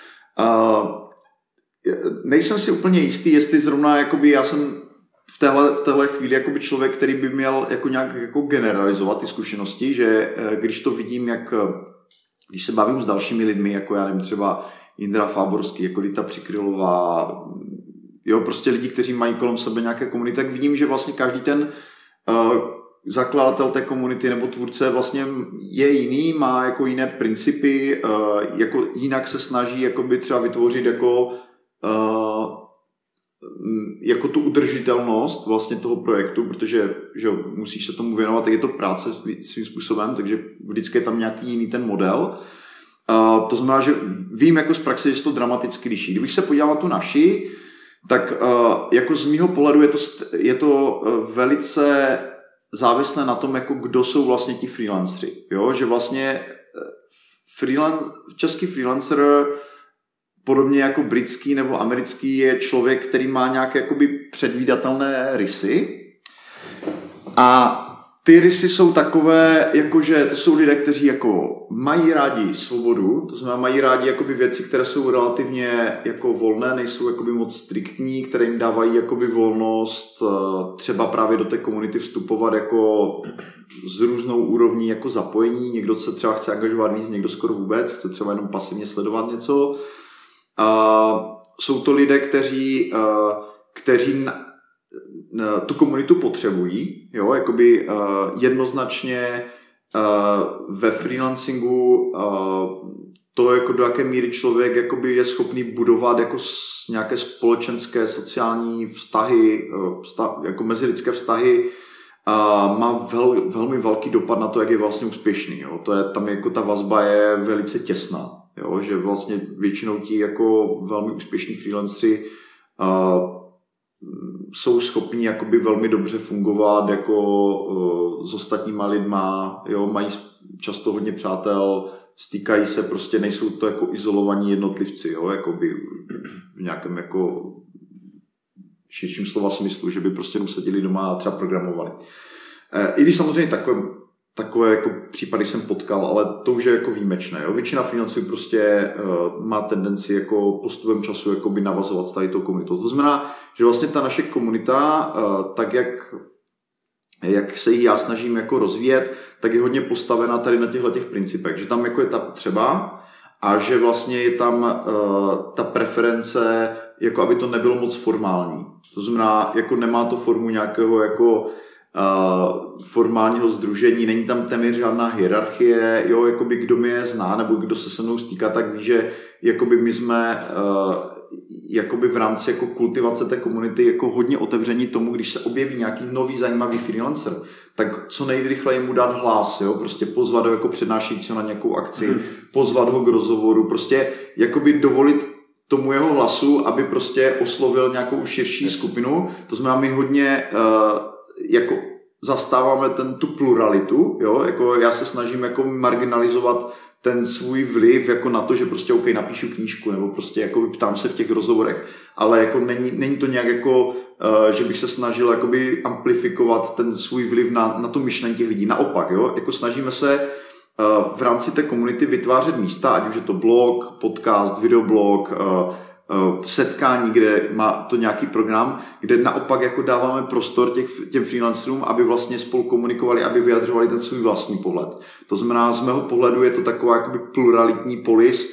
Speaker 3: Nejsem si úplně jistý, jestli zrovna jakoby já jsem v téhle chvíli jakoby člověk, který by měl jako nějak jako generalizovat ty zkušenosti, že když to vidím, když se bavím s dalšími lidmi, jako já nevím, třeba Indra Fáborský, jako Dita Přikrylová, jo, prostě lidi, kteří mají kolem sebe nějaké komunity, tak vidím, že vlastně každý ten zakladatel té komunity nebo tvůrce vlastně je jiný, má jako jiné principy, jako jinak se snaží jakoby třeba vytvořit jako tu udržitelnost vlastně toho projektu, protože že musíš se tomu věnovat, tak je to práce svým způsobem, takže vždycky je tam nějaký jiný ten model. To znamená, že vím jako z praxe, že se to dramaticky liší. Kdybych se podíval na tu naši, tak jako z mýho pohledu je to velice závislé na tom, jako kdo jsou vlastně ti freelanceri. Jo? Že vlastně český freelancer podobně jako britský nebo americký je člověk, který má nějaké jakoby předvídatelné rysy. A ty rysy jsou takové, jakože to jsou lidé, kteří jako mají rádi svobodu, to znamená mají rádi jakoby věci, které jsou relativně jako volné, nejsou jakoby moc striktní, které jim dávají jakoby volnost třeba právě do té komunity vstupovat jako z různou úrovní jako zapojení. Někdo se třeba chce angažovat víc, někdo skoro vůbec, chce třeba jenom pasivně sledovat něco. Jsou to lidé, kteří tu komunitu potřebují, jo, jakoby jednoznačně ve freelancingu to, jako do jaké míry člověk jakoby je schopný budovat jako nějaké společenské, sociální vztahy, jako mezilidské vztahy, má velmi velký dopad na to, jak je vlastně úspěšný. Jo. Tam jako ta vazba je velice těsná, jo, že vlastně většinou ti jako velmi úspěšní freelanceri jsou schopni jakoby velmi dobře fungovat jako s ostatníma lidma, jo, mají často hodně přátel, stýkají se, prostě nejsou to jako izolovaní jednotlivci, jo, jakoby v nějakém jako širším slova smyslu, že by prostě seděli doma a třeba programovali. I když samozřejmě takové jako případy jsem potkal, ale to už je jako výjimečné. Jo? Většina freelanců prostě má tendenci jako postupem času jakoby navazovat s tady tou komunitou. To znamená, že vlastně ta naše komunita, tak jak se jí já snažím jako rozvíjet, tak je hodně postavená tady na těchto principech. Že tam jako je ta potřeba a že vlastně je tam ta preference, jako aby to nebylo moc formální. To znamená, jako nemá to formu nějakého jako formálního sdružení, není tam téměř žádná hierarchie, jo, jakoby kdo mě zná nebo kdo se mnou stýká, tak ví, že jakoby my jsme jakoby v rámci jako kultivace té komunity jako hodně otevření tomu, když se objeví nějaký nový zajímavý freelancer, tak co nejrychleji mu dát hlas, jo, prostě pozvat ho jako přednášejícího na nějakou akci, pozvat ho k rozhovoru, prostě jakoby dovolit tomu jeho hlasu, aby prostě oslovil nějakou širší skupinu. To znamená, my hodně jako zastáváme tu pluralitu, jo, jako já se snažím jako marginalizovat ten svůj vliv jako na to, že prostě OK, napíšu knížku nebo prostě jako ptám se v těch rozhovorech, ale jako není to nějak jako, že bych se snažil jakoby amplifikovat ten svůj vliv na to myšlení těch lidí. Naopak, jo, jako snažíme se v rámci té komunity vytvářet místa, ať už je to blog, podcast, videoblog, setkání, kde má to nějaký program, kde naopak jako dáváme prostor těm freelancerům, aby vlastně spolu komunikovali, aby vyjadřovali ten svůj vlastní pohled. To znamená, z mého pohledu je to taková jakoby pluralitní polis,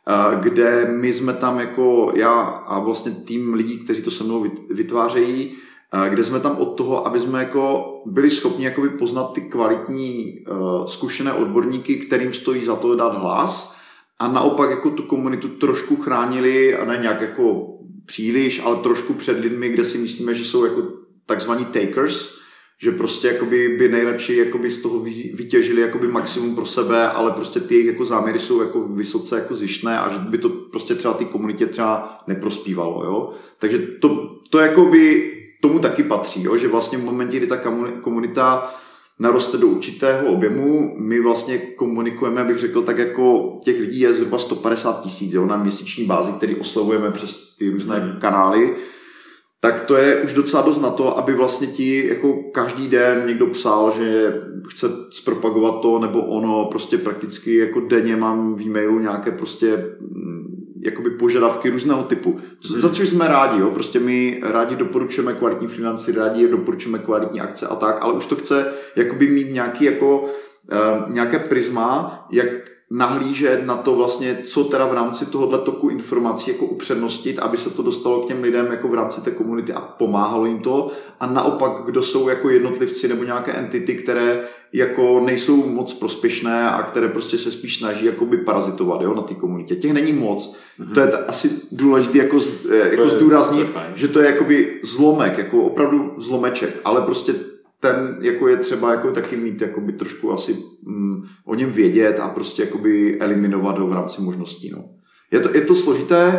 Speaker 3: kde my jsme tam jako já a vlastně tým lidí, kteří to se mnou vytvářejí, kde jsme tam od toho, aby jsme jako byli schopni jakoby poznat ty kvalitní zkušené odborníky, kterým stojí za to dát hlas, a naopak jako tu komunitu trošku chránili, a ne nějak jako příliš, ale trošku před lidmi, kde si myslíme, že jsou jako takzvaní takers, že prostě jakoby by nejradši jakoby z toho vytěžili jakoby maximum pro sebe, ale prostě ty jejich jako záměry jsou jako vysoce jako zištné a že by to prostě třeba té komunitě třeba neprospívalo, jo. Takže to jakoby tomu taky patří, jo? Že vlastně v momentě, kdy ta komunita naroste do určitého objemu, my vlastně komunikujeme, abych řekl, tak jako těch lidí je zhruba 150 000, jo, na měsíční bázi, který oslovujeme přes ty různé kanály, tak to je už docela dost na to, aby vlastně ti jako každý den někdo psal, že chce zpropagovat to nebo ono, prostě prakticky jako denně mám v e-mailu nějaké prostě jakoby požadavky různého typu. Za což jsme rádi, jo? Prostě my rádi doporučujeme kvalitní financi, rádi doporučujeme kvalitní akce a tak, ale už to chce jakoby mít nějaký jako nějaké prisma, jak nahlížet na to vlastně, co teda v rámci tohohle toku informací jako upřednostit, aby se to dostalo k těm lidem jako v rámci té komunity a pomáhalo jim to, a naopak, kdo jsou jako jednotlivci nebo nějaké entity, které jako nejsou moc prospěšné a které prostě se spíš snaží jakoby parazitovat, jo, na té komunitě. Těch není moc. To je asi důležité jako zdůraznit, že to je jakoby zlomek, jako opravdu zlomeček, ale prostě ten jako je třeba jako taky mít jakoby trošku asi o něm vědět a prostě jakoby eliminovat ho v rámci možností. No. Je to složité.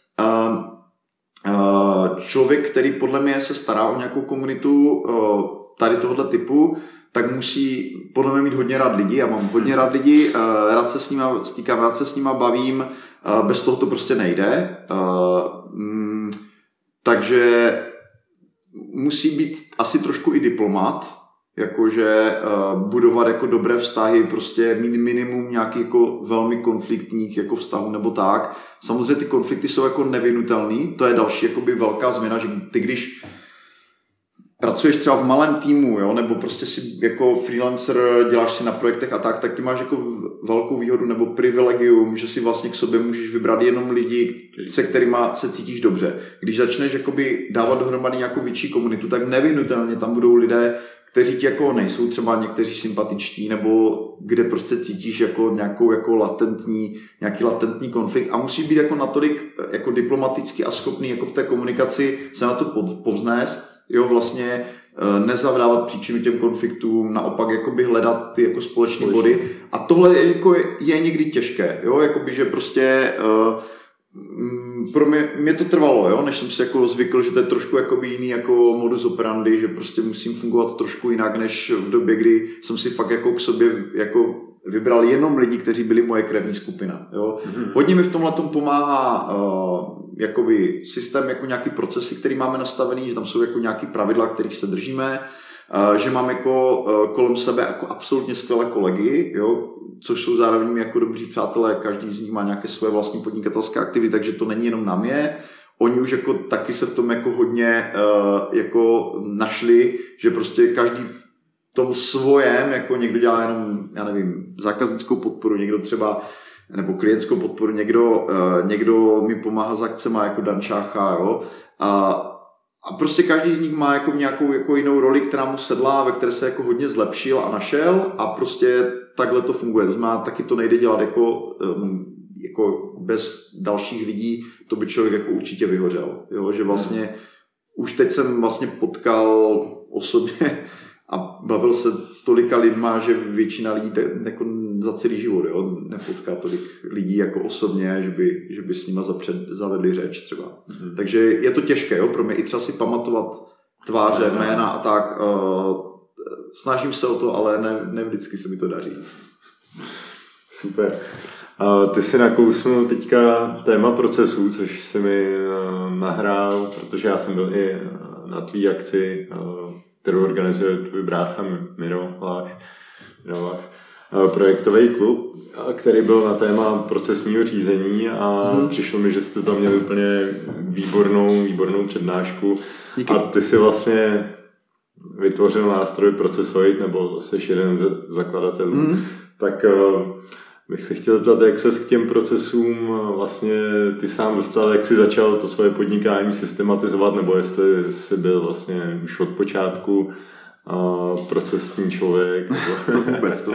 Speaker 3: Člověk, který podle mě se stará o nějakou komunitu tady tohoto typu, tak musí podle mě mít hodně rád lidi. Já mám hodně rád lidi, rád se s nima stýkám, rád se s nima bavím, bez toho to prostě nejde. Takže musí být asi trošku i diplomat, jakože budovat jako dobré vztahy, prostě mít minimum nějakých jako velmi konfliktních jako vztahů nebo tak. Samozřejmě ty konflikty jsou jako nevyhnutelný, to je další jakoby velká změna, že ty když pracuješ třeba v malém týmu, jo, nebo prostě si jako freelancer děláš si na projektech a tak ty máš jako velkou výhodu nebo privilegium, že si vlastně k sobě můžeš vybrat jenom lidi, se kterými se cítíš dobře. Když začneš jakoby dávat dohromady nějakou větší komunitu, tak nevyhnutelně tam budou lidé, kteří ti jako nejsou třeba někteří sympatičtí, nebo kde prostě cítíš jako nějakou jako nějaký latentní konflikt, a musíš být jako natolik jako diplomatický a schopný jako v té komunikaci se na to povznést, jo, vlastně nezavdávat příčinu těm konfliktům, naopak jakoby hledat ty jako společné body, a tohle je někdy těžké, jo, jakoby, že prostě pro mě to trvalo, jo, než jsem si jako zvykl, že to je trošku jakoby jiný jako modus operandi, že prostě musím fungovat trošku jinak, než v době, kdy jsem si fakt jako k sobě jako vybral jenom lidi, kteří byli moje krevní skupina, jo. Hodně mi v tomhletom pomáhá jakoby systém, jako nějaký procesy, který máme nastavený, že tam jsou jako nějaký pravidla, kterých se držíme, že mám jako kolem sebe jako absolutně skvělé kolegy, jo, což jsou zároveň jako dobří přátelé, každý z nich má nějaké své vlastní podnikatelské aktivity, takže to není jenom na mě. Oni už jako taky se v tom jako hodně jako našli, že prostě každý v tom svojem, jako někdo dělá jenom, já nevím, zákaznickou podporu, někdo třeba nebo klientskou podporu, někdo mi pomáhá s akcema jako Dan Šácha, jo, A prostě každý z nich má jako nějakou jako jinou roli, která mu sedla, ve které se jako hodně zlepšil a našel a prostě takhle to funguje. To znamená, taky to nejde dělat jako bez dalších lidí, to by člověk jako určitě vyhořel. Jo? Že vlastně už teď jsem vlastně potkal osobně a bavil se s tolika lidma, že většina lidí jako za celý život nepotká tolik lidí jako osobně, že by s nima zavedli řeč třeba. Takže je to těžké, jo, pro mě i třeba si pamatovat tváře, jména a tak. Snažím se o to, ale ne vždycky se mi to daří.
Speaker 2: Super. Ty si nakousnul teďka téma procesů, což si mi nahrál, protože já jsem byl i na tvý akci, kterou organizuje tvůj brácha Miro Lách, projektový klub, který byl na téma procesního řízení a přišlo mi, že jste tam měli úplně výbornou přednášku. Díky. A ty si vlastně vytvořil nástroj Procesoid, nebo jsi jeden ze zakladatelů. Tak bych se chtěl zeptat, jak ses k těm procesům vlastně ty sám dostal, jak jsi začal to svoje podnikání systematizovat, nebo jestli jsi byl vlastně už od počátku procesní člověk.
Speaker 3: To vůbec.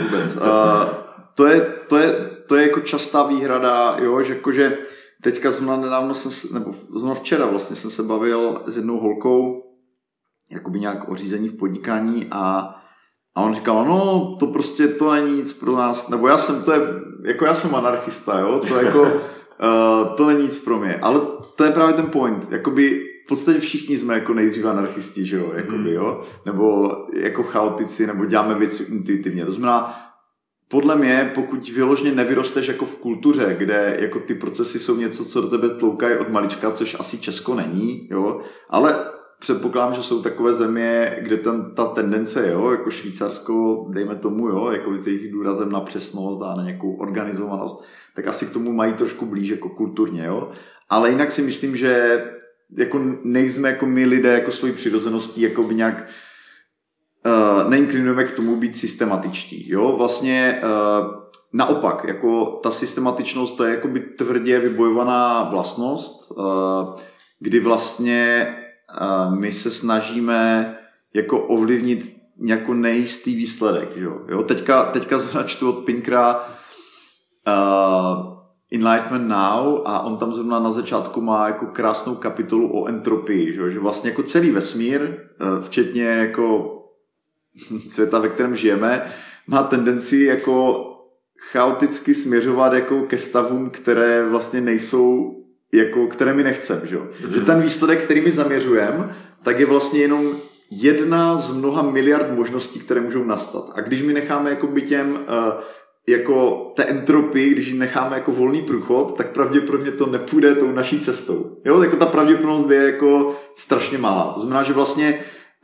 Speaker 3: To je jako častá výhrada, jo, že jakože teďka zrovna včera vlastně jsem se bavil s jednou holkou, jakoby nějak o řízení v podnikání a on říkal, no to prostě to není nic pro nás, nebo já jsem anarchista, jo, to jako to není nic pro mě, ale to je právě ten point, jakoby v podstatě všichni jsme jako nejdřív anarchisti, že jo, jakoby, jo, nebo jako chaotici, nebo děláme věci intuitivně, to znamená, podle mě, pokud vyloženě nevyrosteš jako v kultuře, kde jako ty procesy jsou něco, co do tebe tloukají od malička, což asi Česko není, jo, ale předpokládám, že jsou takové země, kde ta tendence, jo, jako Švýcarsko, dejme tomu, jo, jako s jejich důrazem na přesnost a na nějakou organizovanost, tak asi k tomu mají trošku blíž jako kulturně, jo. Ale jinak si myslím, že jako nejsme jako my lidé jako svojí přirozeností jako by nějak neinklinujeme k tomu být systematičtí, jo. Vlastně naopak, jako ta systematičnost, to je jako by tvrdě vybojovaná vlastnost, kdy vlastně my se snažíme jako ovlivnit nějakou nejistý výsledek. Jo? Teďka začtu od Pinkera Enlightenment Now a on tam zrovna na začátku má jako krásnou kapitolu o entropii, že vlastně jako celý vesmír, včetně jako světa, ve kterém žijeme, má tendenci jako chaoticky směřovat jako ke stavům, které vlastně nejsou jako, které my nechceme, že? Že ten výsledek, který my zaměřujeme, tak je vlastně jenom jedna z mnoha miliard možností, které můžou nastat. A když my necháme jako by těm jako té entropii, když ji necháme jako volný průchod, tak pravděpodobně to nepůjde tou naší cestou. Jo, jako ta pravděpodobnost je jako strašně malá. To znamená, že vlastně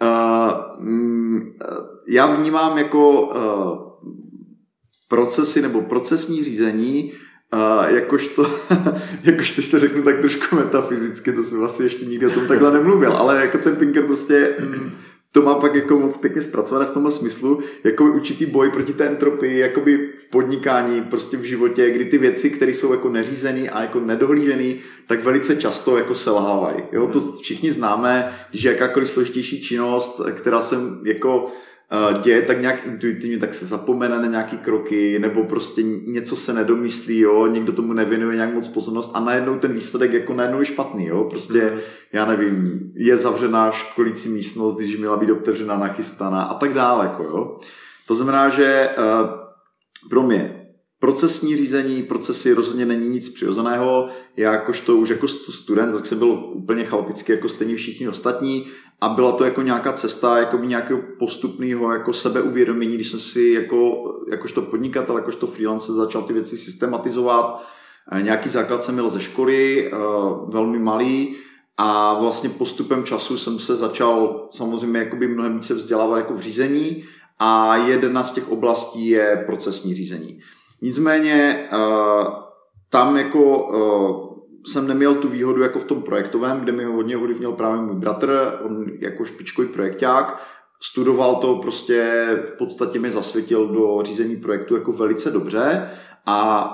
Speaker 3: já vnímám jako procesy nebo procesní řízení jakožto teď to řeknu tak trošku metafyzicky, to jsem vlastně ještě nikdy o tom takhle nemluvil, ale jako ten Pinker prostě to má pak jako moc pěkně zpracované v tomhle smyslu, jako určitý boj proti té entropii, jakoby v podnikání, prostě v životě, kdy ty věci, které jsou jako neřízený a jako nedohlížený, tak velice často jako selhávají. Jo, to všichni známe, že jakákoliv složitější činnost, která se jako děje tak nějak intuitivně, tak se zapomene na nějaký kroky, nebo prostě něco se nedomyslí, jo, někdo tomu nevěnuje nějak moc pozornost a najednou ten výsledek jako najednou je špatný, jo, prostě, já nevím, je zavřená školící místnost, když měla být otevřená, nachystaná a tak dále, jako jo. To znamená, že pro mě procesní řízení, procesy rozhodně není nic přirozeného, já jakožto už jako student, tak jsem byl úplně chaotický jako stejně všichni ostatní, a byla to jako nějaká cesta jako nějakého postupného jako sebeuvědomění, když jsem si jakožto podnikatel, jakožto freelancer začal ty věci systematizovat. Nějaký základ jsem měl ze školy, velmi malý, a vlastně postupem času jsem se začal samozřejmě jakoby mnohem více vzdělávat jako v řízení a jedna z těch oblastí je procesní řízení. Nicméně tam jako jsem neměl tu výhodu jako v tom projektovém, kde mi hodně ovlivnil právě můj bratr, on jako špičkový projekták, studoval to, prostě v podstatě mi zasvětil do řízení projektu jako velice dobře a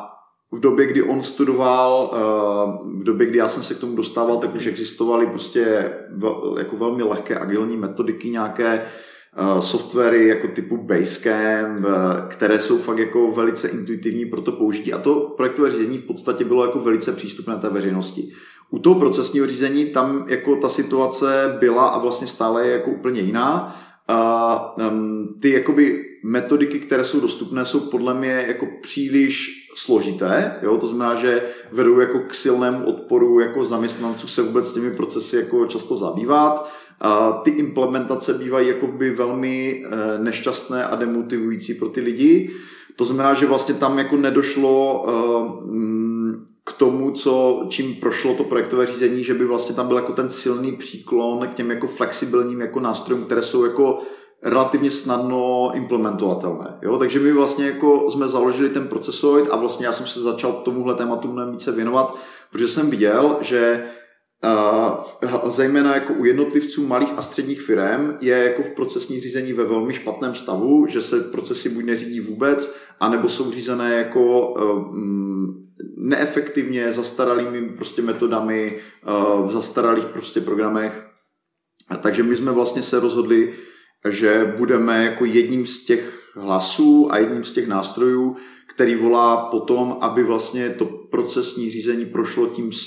Speaker 3: v době, kdy on studoval, v době, kdy já jsem se k tomu dostával, tak už existovaly prostě jako velmi lehké agilní metodiky, nějaké softwary jako typu Basecamp, které jsou fakt jako velice intuitivní pro to použití. A to projektové řízení v podstatě bylo jako velice přístupné té veřejnosti. U toho procesního řízení tam jako ta situace byla a vlastně stále je jako úplně jiná. Ty jakoby metodiky, které jsou dostupné, jsou podle mě jako příliš složité, jo? To znamená, že vedou jako k silnému odporu jako zaměstnanců se vůbec těmi procesy jako často zabývat. Ty implementace bývají jakoby velmi nešťastné a demotivující pro ty lidi. To znamená, že vlastně tam jako nedošlo k tomu, čím prošlo to projektové řízení, že by vlastně tam byl jako ten silný příklon k těm jako flexibilním jako nástrojům, které jsou jako relativně snadno implementovatelné. Jo? Takže my vlastně jako jsme založili ten Procesoid a vlastně já jsem se začal tomuhle tématu mnohem více věnovat, protože jsem viděl, že zejména jako u jednotlivců malých a středních firem je jako v procesní řízení ve velmi špatném stavu, že se procesy buď neřídí vůbec, anebo jsou řízené jako neefektivně, zastaralými prostě metodami, v zastaralých prostě programech. Takže my jsme vlastně se rozhodli, že budeme jako jedním z těch hlasů a jedním z těch nástrojů, který volá potom, aby vlastně to procesní řízení prošlo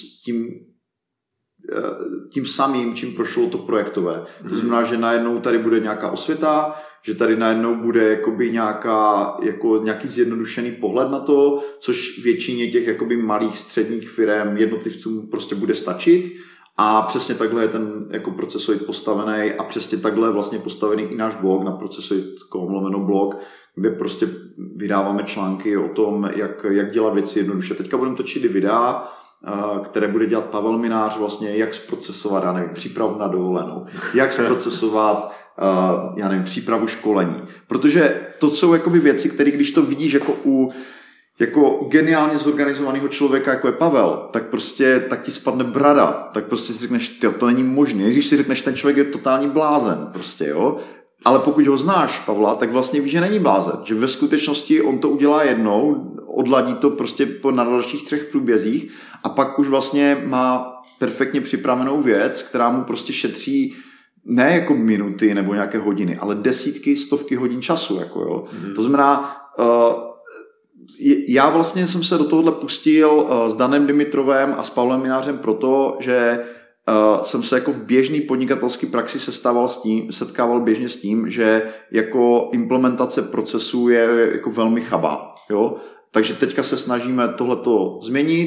Speaker 3: tím samým, čím prošlo to projektové. To znamená, že najednou tady bude nějaká osvěta, že tady najednou bude jakoby nějaký zjednodušený pohled na to, což většině těch jakoby malých středních firem jednotlivcům prostě bude stačit. A přesně takhle je ten jako Procesoid postavený a přesně takhle je vlastně postavený i náš blog na procesoid.com/blog, kde prostě vydáváme články o tom, jak dělat věci jednoduše. Teďka budeme točit i videa, které bude dělat Pavel Minář, vlastně jak zprocesovat, já nevím, přípravu na dovolenou, jak zprocesovat, já nevím, přípravu školení. Protože to jsou jakoby věci, které když to vidíš jako u jako geniálně zorganizovaného člověka, jako je Pavel, tak ti spadne brada, tak prostě si řekneš, to není možné. Když si řekneš, ten člověk je totální blázen, prostě, jo. Ale pokud ho znáš, Pavla, tak vlastně víš, že není blázen, že ve skutečnosti on to udělá jednou, odladí to prostě na dalších 3 průbězích a pak už vlastně má perfektně připravenou věc, která mu prostě šetří ne jako minuty nebo nějaké hodiny, ale desítky, stovky hodin času, jako jo. To znamená, já vlastně jsem se do tohohle pustil s Danem Dimitrovem a s Pavlem Minářem proto, že jsem se jako v běžný podnikatelský praxi setkával běžně s tím, že jako implementace procesů je jako velmi chabá. Jo? Takže teďka se snažíme tohleto změnit.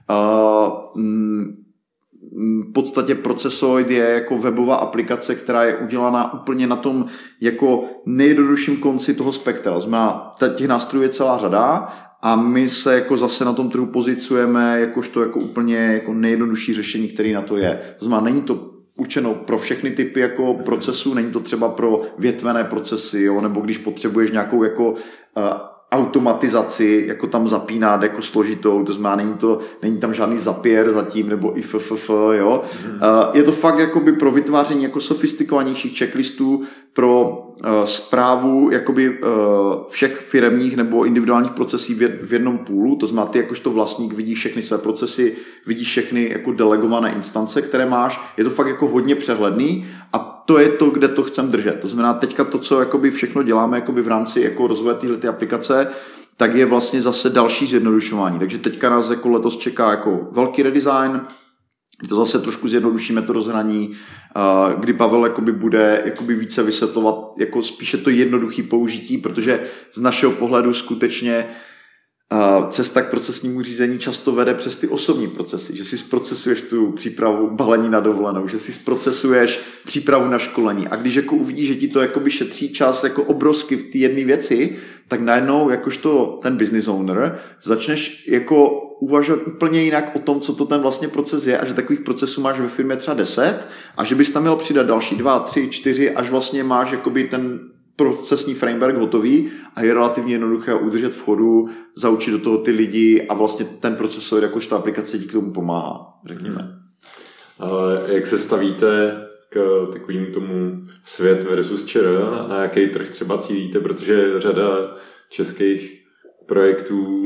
Speaker 3: V podstatě Procesoid je jako webová aplikace, která je udělaná úplně na tom jako nejjednodušším konci toho spektra. Znamená, těch nástrojů je celá řada a my se jako zase na tom trhu pozicujeme jakožto jako úplně jako nejjednodušší řešení, který na to je. To znamená, není to určeno pro všechny typy jako procesů, není to třeba pro větvené procesy, jo, nebo když potřebuješ nějakou jako automatizaci, jako tam zapínat jako složitou, to znamená, není tam žádný zapěr zatím, nebo IFFF, jo. Je to fakt jakoby pro vytváření jako sofistikovanějších checklistů, pro správu jakoby všech firemních nebo individuálních procesů v jednom půlu, to znamená, ty jakožto vlastník vidíš všechny své procesy, vidíš všechny jako delegované instance, které máš, je to fakt jako hodně přehledný a to je to, kde to chcem držet. To znamená, teďka to, co jakoby všechno děláme jakoby v rámci jako rozvoje této aplikace, tak je vlastně zase další zjednodušování. Takže teďka nás jako letos čeká jako velký redesign, to zase trošku zjednodušíme to rozhraní, kdy Pavel jakoby bude jakoby více vysvětlovat jako spíše to jednoduché použití, protože z našeho pohledu skutečně cesta k procesnímu řízení často vede přes ty osobní procesy, že si zprocesuješ tu přípravu balení na dovolenou, že si zprocesuješ přípravu na školení a když jako uvidíš, že ti to jakoby šetří čas jako obrovsky v té jedné věci, tak najednou jakožto ten business owner začneš jako uvažovat úplně jinak o tom, co to ten vlastně proces je a že takových procesů máš ve firmě třeba 10 a že bys tam měl přidat další 2, 3, 4, až vlastně máš jakoby ten procesní framework hotový a je relativně jednoduché udržet v chodu, zaučit do toho ty lidi a vlastně ten procesor jakož ta aplikace ti k tomu pomáhá, řekněme.
Speaker 2: Jak se stavíte k takovým tomu svět versus ČR, na jaký trh třeba cílíte, protože řada českých projektů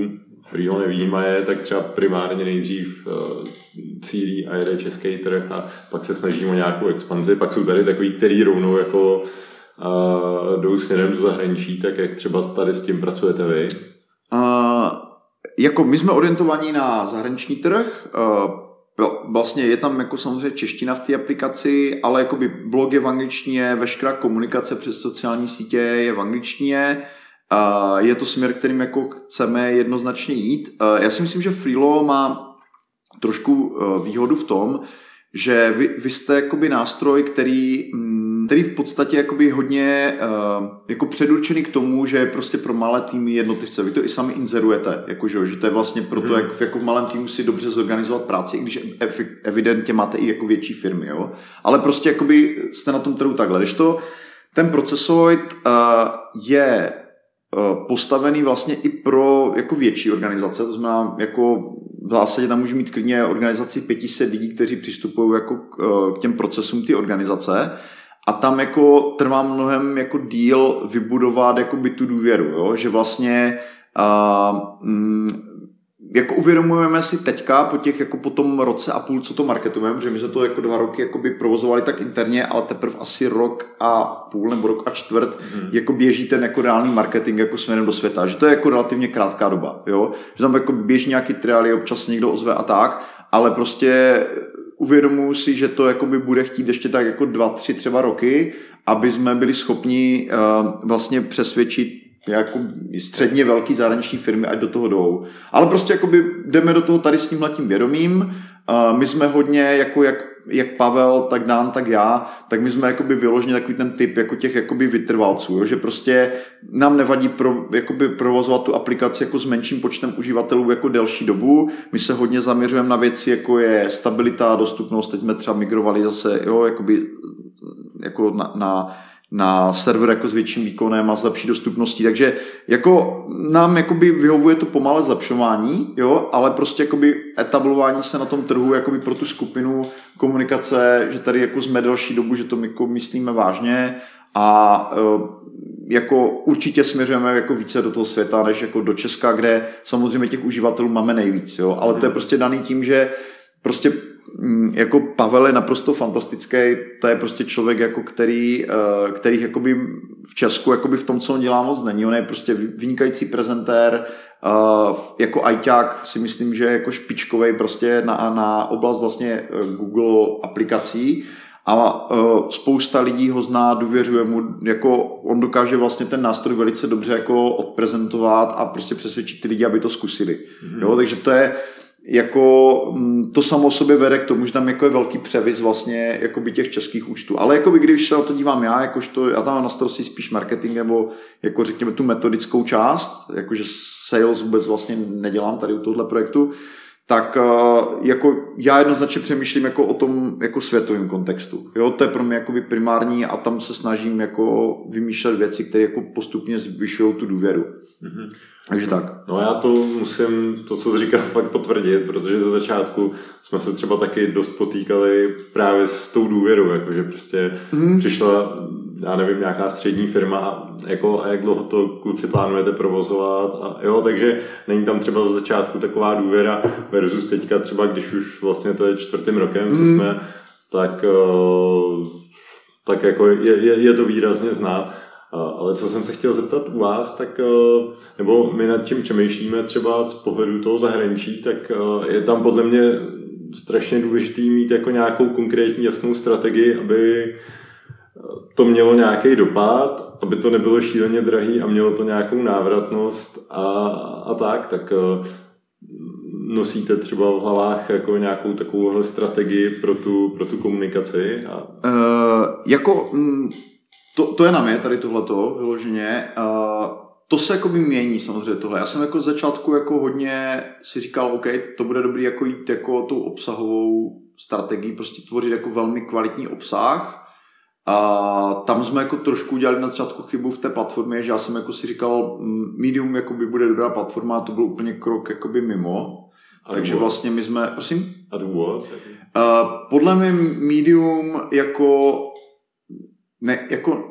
Speaker 2: Freelo nevýjíma je, tak třeba primárně nejdřív cílí a jede český trh a pak se snažíme o nějakou expanzi. Pak jsou tady takový, který rovnou jako jdou směrem do zahraničí, tak jak třeba tady s tím pracujete vy?
Speaker 3: Jako my jsme orientovaní na zahraniční trh, vlastně je tam jako samozřejmě čeština v té aplikaci, ale jakoby blog je v angličtině, veškerá komunikace přes sociální sítě je v angličtině, je to směr, kterým jako chceme jednoznačně jít. Já si myslím, že Freelo má trošku výhodu v tom, že vy jste jakoby nástroj, který v podstatě jakoby hodně jako předurčený k tomu, že je prostě pro malé týmy jednotlivce. Vy to i sami inzerujete, jakože, že to je vlastně proto, jak jako v malém týmu si dobře zorganizovat práci, i když evidentně máte i jako větší firmy, jo. Ale prostě jakoby jste na tom trhu takhle. Když to ten Procesoid je postavený vlastně i pro jako větší organizace, to znamená jako v zásadě tam může mít klidně organizaci 500 lidí, kteří přistupují jako k těm procesům ty organizace a tam jako trvá mnohem jako díl vybudovat jako by tu důvěru, jo? Že vlastně jako uvědomujeme si teďka po tom roce a půl, co to marketujeme, že my jsme to jako 2 roky jakoby provozovali tak interně, ale teprve asi rok a půl nebo rok a čtvrt jako běží ten jako reálný marketing jako směrem do světa, že to je jako relativně krátká doba, jo? Že tam jako běží nějaký triály, občas někdo ozve a tak, ale prostě uvědomuji si, že to jakoby bude chtít ještě tak jako 2, 3 třeba roky, aby jsme byli schopni vlastně přesvědčit jako středně velký zahraniční firmy, ať do toho jdou. Ale prostě jakoby jdeme do toho tady s tímhletím vědomím. My jsme hodně, jako jak Pavel, tak Dan, tak já, tak my jsme jakoby vyloženě takový ten typ jako těch jakoby vytrvalců, jo? Že prostě nám nevadí jakoby provozovat tu aplikaci jako s menším počtem uživatelů jako delší dobu. My se hodně zaměřujeme na věci, jako je stabilita, dostupnost. Teď jsme třeba migrovali zase, jo, jakoby jako na server jako s větším výkonem a s lepší dostupností, takže jako nám jakoby vyhovuje to pomalé zlepšování, jo, ale prostě jakoby etablování se na tom trhu jakoby pro tu skupinu komunikace, že tady jako jsme delší dobu, že to jako myslíme vážně a jako určitě směřujeme jako více do toho světa, než jako do Česka, kde samozřejmě těch uživatelů máme nejvíc, jo, ale to je prostě daný tím, že prostě jako Pavel je naprosto fantastický, to je prostě člověk, jako který jakoby v Česku jakoby v tom, co on dělá, moc není. On je prostě vynikající prezentér, jako ajťák si myslím, že je jako špičkovej prostě na oblast vlastně Google aplikací a spousta lidí ho zná, důvěřuje mu, jako on dokáže vlastně ten nástroj velice dobře jako odprezentovat a prostě přesvědčit ty lidi, aby to zkusili. Jo, takže to je jako to samo sobě vede k tomu, že tam jako je velký převis vlastně jakoby těch českých účtů. Ale jakoby, když se na to dívám já tam mám na starosti spíš marketing nebo jako řekněme tu metodickou část, jakože sales vůbec vlastně nedělám tady u tohoto projektu, tak jako já jednoznačně přemýšlím jako o tom jako světovém kontextu. Jo, to je pro mě jakoby primární a tam se snažím jako vymýšlet věci, které jako postupně zvyšují tu důvěru. Takže tak.
Speaker 2: No já to musím, to, co jsi říkal, fakt potvrdit, protože ze začátku jsme se třeba taky dost potýkali právě s tou důvěrou, jakože prostě přišla, já nevím, nějaká střední firma jako, a jak dlouho to kluci plánujete provozovat a jo, takže není tam třeba za začátku taková důvěra versus teďka třeba, když už vlastně to je 4. rokem, co jsme, tak jako je to výrazně znát. Ale co jsem se chtěl zeptat u vás, tak, nebo my nad čím přemýšlíme třeba z pohledu toho zahraničí, tak je tam podle mě strašně důležitý mít jako nějakou konkrétní jasnou strategii, aby to mělo nějaký dopad, aby to nebylo šíleně drahý a mělo to nějakou návratnost a tak nosíte třeba v hlavách jako nějakou takovouhle strategii pro tu komunikaci?
Speaker 3: To je na mě tady tohleto vyloženě. To se jako by mění samozřejmě tohle. Já jsem jako z začátku jako hodně si říkal, OK, to bude dobrý jako jít jako tou obsahovou strategii, prostě tvořit jako velmi kvalitní obsah. A tam jsme jako trošku udělali na začátku chybu v té platformě, že já jsem jako si říkal, Medium jako by bude dobrá platforma a to byl úplně krok jako by mimo. Takže vlastně my jsme, prosím?
Speaker 2: A důvod?
Speaker 3: Podle mě Medium jako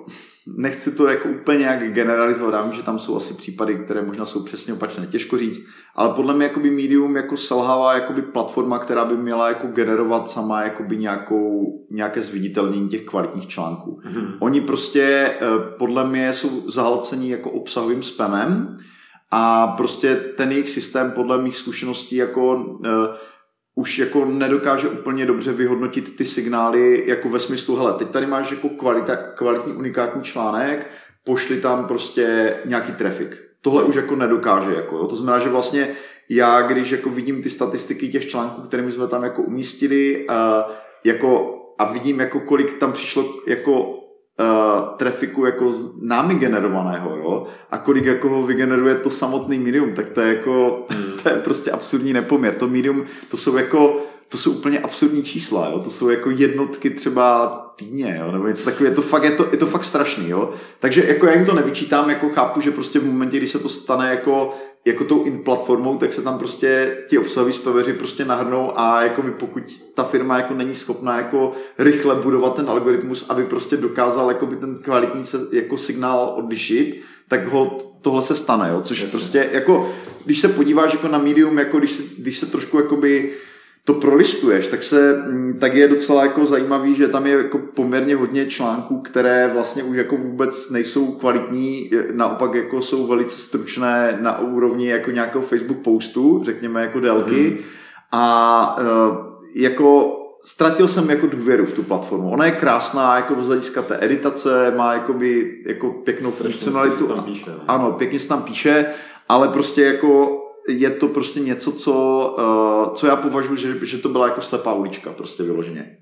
Speaker 3: nechci to jako úplně nějak generalizovat, dám, že tam jsou asi případy, které možná jsou přesně opačné, těžko říct, ale podle mě jakoby Medium jako selhává jakoby platforma, která by měla jako generovat sama jakoby nějaké zviditelnění těch kvalitních článků. Oni prostě podle mě jsou zahlcení jako obsahovým spamem a prostě ten jejich systém podle mých zkušeností jako už jako nedokáže úplně dobře vyhodnotit ty signály jako ve smyslu, hele, teď tady máš jako kvalitní unikátní článek, pošli tam prostě nějaký traffic. Tohle už jako nedokáže, jako, jo. To znamená, že vlastně já, když jako vidím ty statistiky těch článků, kterými jsme tam jako umístili a vidím, jako kolik tam přišlo jako trafiku jako námi generovaného, jo, a kolik jako ho vygeneruje to samotný Medium, tak to je jako to je prostě absurdní nepoměr. To Medium, to jsou úplně absurdní čísla, jo, to jsou jako jednotky třeba týdně, jo, nebo něco takové, je to fakt strašný, jo. Takže jako já jim to nevyčítám, jako chápu, že prostě v momentě, kdy se to stane jako tou in-platformou, tak se tam prostě ti obsahoví spameři prostě nahrnou a jakoby pokud ta firma jako není schopná jako rychle budovat ten algoritmus, aby prostě dokázal jakoby ten kvalitní jako signál odlišit, tak tohle se stane, jo, což prostě jako, když se podíváš jako na Medium, jako když se trošku jakoby to prolistuješ, tak je docela jako zajímavý, že tam je jako poměrně hodně článků, které vlastně už jako vůbec nejsou kvalitní, naopak jako jsou velice stručné na úrovni jako nějakého Facebook postu, řekněme jako délky a jako ztratil jsem jako důvěru v tu platformu. Ona je krásná jako z hlediska té editace, má jakoby jako pěknou funkcionalitu. Ano, pěkně se tam píše, ale prostě jako je to prostě něco, co já považuji, že to byla jako slepá ulička, prostě vyloženě.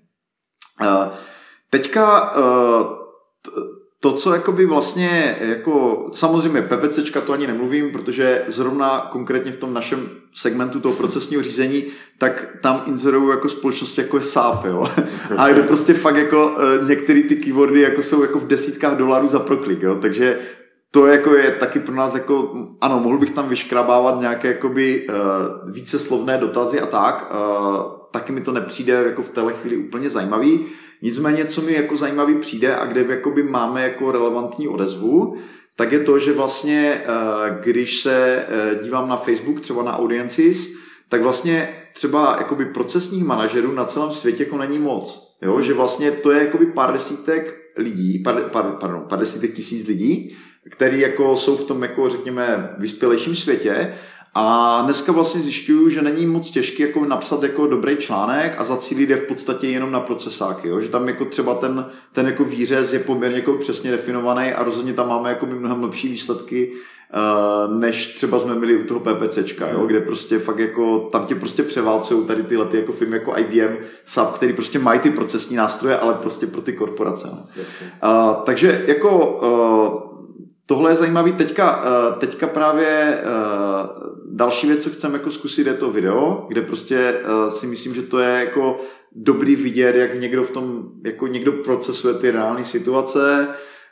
Speaker 3: Teďka to, co jakoby vlastně, jako samozřejmě PPCčka to ani nemluvím, protože zrovna konkrétně v tom našem segmentu toho procesního řízení, tak tam inzerují jako společnosti jako je SAP, jo. A kde prostě fakt jako některé ty keywordy jako jsou jako v desítkách dolarů za proklik, jo. Takže to jako je taky pro nás jako, ano, mohl bych tam vyškrabávat nějaké jakoby víceslovné dotazy a tak, taky mi to nepřijde jako v téhle chvíli úplně zajímavý. Nicméně, co mi jako zajímavý přijde a kde jakoby máme jako relevantní odezvu, tak je to, že vlastně, když se dívám na Facebook, třeba na Audiences, tak vlastně třeba jakoby procesních manažerů na celém světě jako není moc. Jo? Že vlastně to je jakoby pár desítek tisíc lidí, který jako jsou v tom jako řekněme vyspělejším světě a dneska vlastně zjišťuju, že není moc těžké jako napsat jako dobrý článek a zacílit je v podstatě jenom na procesáky, jo? Že tam jako třeba ten jako výřez je poměrně jako přesně definovaný a rozhodně tam máme jako mnohem lepší výsledky, než třeba jsme měli u toho PPCčka, jo? Kde prostě fakt jako tam tě prostě převálcují tady tyhle ty jako firmy jako IBM, SAP, který prostě mají ty procesní nástroje, ale prostě pro ty korporace. No? Takže jako tohle je zajímavý. Teďka právě další věc, co chceme jako zkusit, je to video, kde prostě si myslím, že to je jako dobrý vidět, jak někdo v tom, jako někdo procesuje ty reální situace.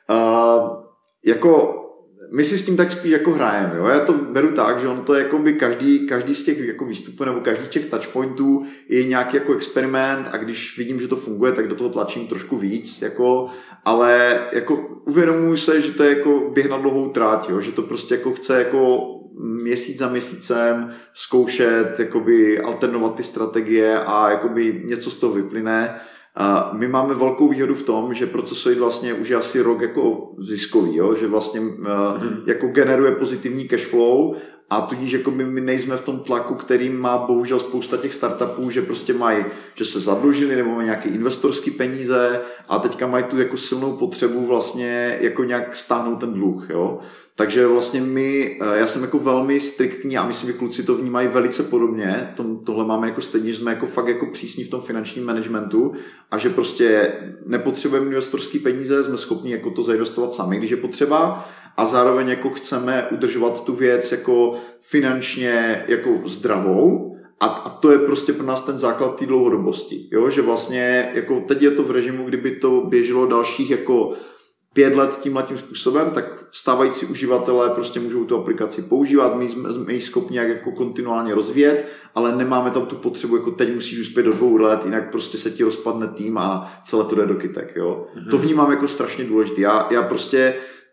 Speaker 3: Jako my si s tím tak spíš jako hrajeme, jo? Já to beru tak, že on to je jako by každý z těch jako výstupů nebo každý těch touchpointů je nějaký jako experiment a když vidím, že to funguje, tak do toho tlačím trošku víc, jako, ale jako uvědomuji se, že to je jako běh na dlouhou tráť, jo? Že to prostě jako chce jako měsíc za měsícem zkoušet, jakoby alternovat ty strategie a jakoby něco z toho vyplyne. My máme velkou výhodu v tom, že Procesoid vlastně už je asi rok jako ziskový, jo? Že vlastně jako generuje pozitivní cashflow a tudíž jako my nejsme v tom tlaku, který má bohužel spousta těch startupů, že prostě mají, že se zadlužili nebo mají nějaké investorské peníze a teďka mají tu jako silnou potřebu vlastně jako nějak stáhnout ten dluh, jo. Takže vlastně já jsem jako velmi striktní a myslím, že kluci to vnímají velice podobně. Tohle máme jako stejně, že jsme jako fakt jako přísní v tom finančním managementu a že prostě nepotřebujeme investorské peníze, jsme schopni jako to zainvestovat sami, když je potřeba a zároveň jako chceme udržovat tu věc jako finančně jako zdravou a to je prostě pro nás ten základ té dlouhodobosti, jo? Že vlastně jako teď je to v režimu, kdyby to běželo dalších jako 5 let tímhletím způsobem, tak stávající uživatelé prostě můžou tu aplikaci používat, my jsme ji schopni nějak jako kontinuálně rozvíjet, ale nemáme tam tu potřebu, jako teď musíš uspět do 2 let, jinak prostě se ti rozpadne tým a celé to jde do kytek, jo. To vnímám jako strašně důležité. Já prostě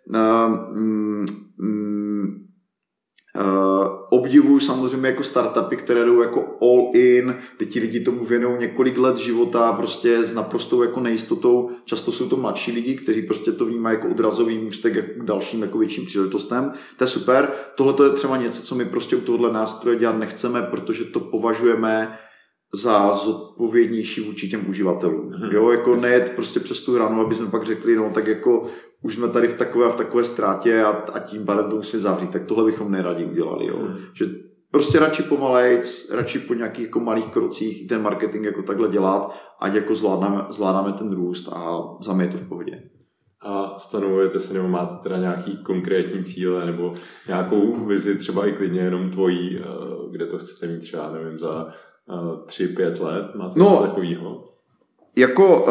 Speaker 3: obdivuju samozřejmě jako startupy, které jdou jako all in, kde ti lidi tomu věnují několik let života prostě s naprostou jako nejistotou. Často jsou to mladší lidi, kteří prostě to vnímají jako odrazový můstek jako k dalším jako větším příležitostem. To je super. Tohle je třeba něco, co my prostě u tohohle nástroje dělat nechceme, protože to považujeme za zodpovědnější vůči těm uživatelům. Jo, jako nejet prostě přes tu hranu, aby jsme pak řekli, no tak jako už jsme tady v takové ztrátě a tím pádem to musí zavřít, tak tohle bychom neradi udělali, jo. Že prostě radši pomalejc, radši po nějakých jako malých krocích i ten marketing jako takhle dělat, ať jako zvládáme ten růst a za mě je to v pohodě.
Speaker 2: A stanovujete si, nebo máte teda nějaký konkrétní cíle, nebo nějakou vizi, třeba i klidně jenom tvojí, kde to chcete mít třeba, nevím, za 3-5 let? Máte něco takového?
Speaker 3: Jako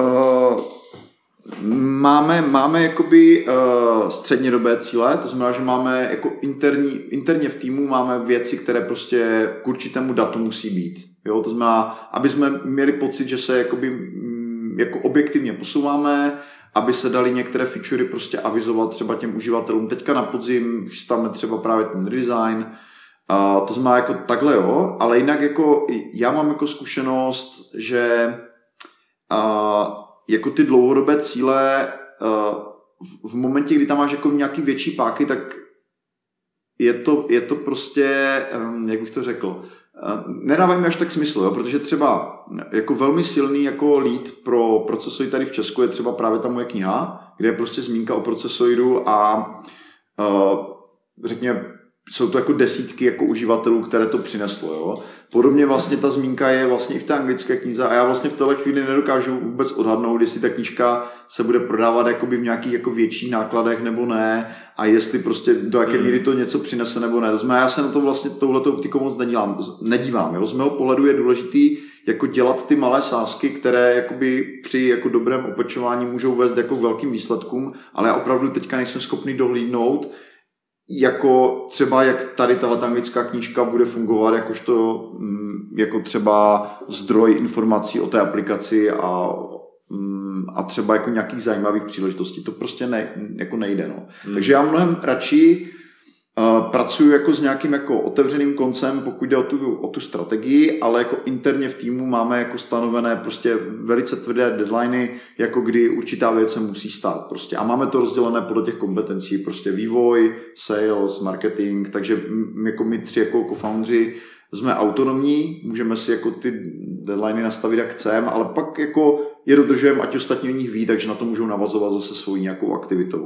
Speaker 3: máme jakoby střednědobé cíle, to znamená, že máme jako interně v týmu máme věci, které prostě k určitému datu musí být. Jo? To znamená, aby jsme měli pocit, že se jakoby, jako objektivně posouváme, aby se dali některé featurey prostě avizovat třeba těm uživatelům. Teďka na podzim chystáme třeba právě ten redesign, to znamená jako takhle, jo, ale jinak jako já mám jako zkušenost, že jako ty dlouhodobé cíle v momentě, kdy tam máš jako nějaký větší páky, tak je to prostě, jak bych to řekl, nedávají mi až tak smysl, jo, protože třeba jako velmi silný jako lead pro procesory tady v Česku je třeba právě ta moje kniha, kde je prostě zmínka o procesoru a řekněme, jsou to jako desítky jako uživatelů, které to přineslo. Jo. Podobně vlastně ta zmínka je vlastně i v té anglické knize a já vlastně v téhle chvíli nedokážu vůbec odhadnout, jestli ta knížka se bude prodávat jakoby v nějakých jako větších nákladech nebo ne a jestli prostě do jaké míry to něco přinese nebo ne. To znamená, já se na to vlastně touhletou optikou moc nedívám. Jo. Z mého pohledu je důležitý jako dělat ty malé sázky, které jakoby při jako dobrém opečování můžou vést jako k velkým výsledkům, ale já opravdu teďka nejsem schopný dohlídnout, jako třeba jak tady tahle anglická knížka bude fungovat jakožto jako třeba zdroj informací o té aplikaci a třeba jako nějakých zajímavých příležitostí. To prostě jako nejde. No. Takže já mnohem radši pracuji jako s nějakým jako otevřeným koncem, pokud jde o tu strategii, ale jako interně v týmu máme jako stanovené prostě velice tvrdé deadliny, jako kdy určitá věc se musí stát prostě. A máme to rozdělené podle těch kompetencí, prostě vývoj, sales, marketing, takže jako my 3 jako co-foundři jsme autonomní, můžeme si jako ty deadliny nastavit jak chceme, ale pak jako je dodržujeme, ať ostatní o nich ví, takže na to můžou navazovat zase svojí nějakou aktivitou.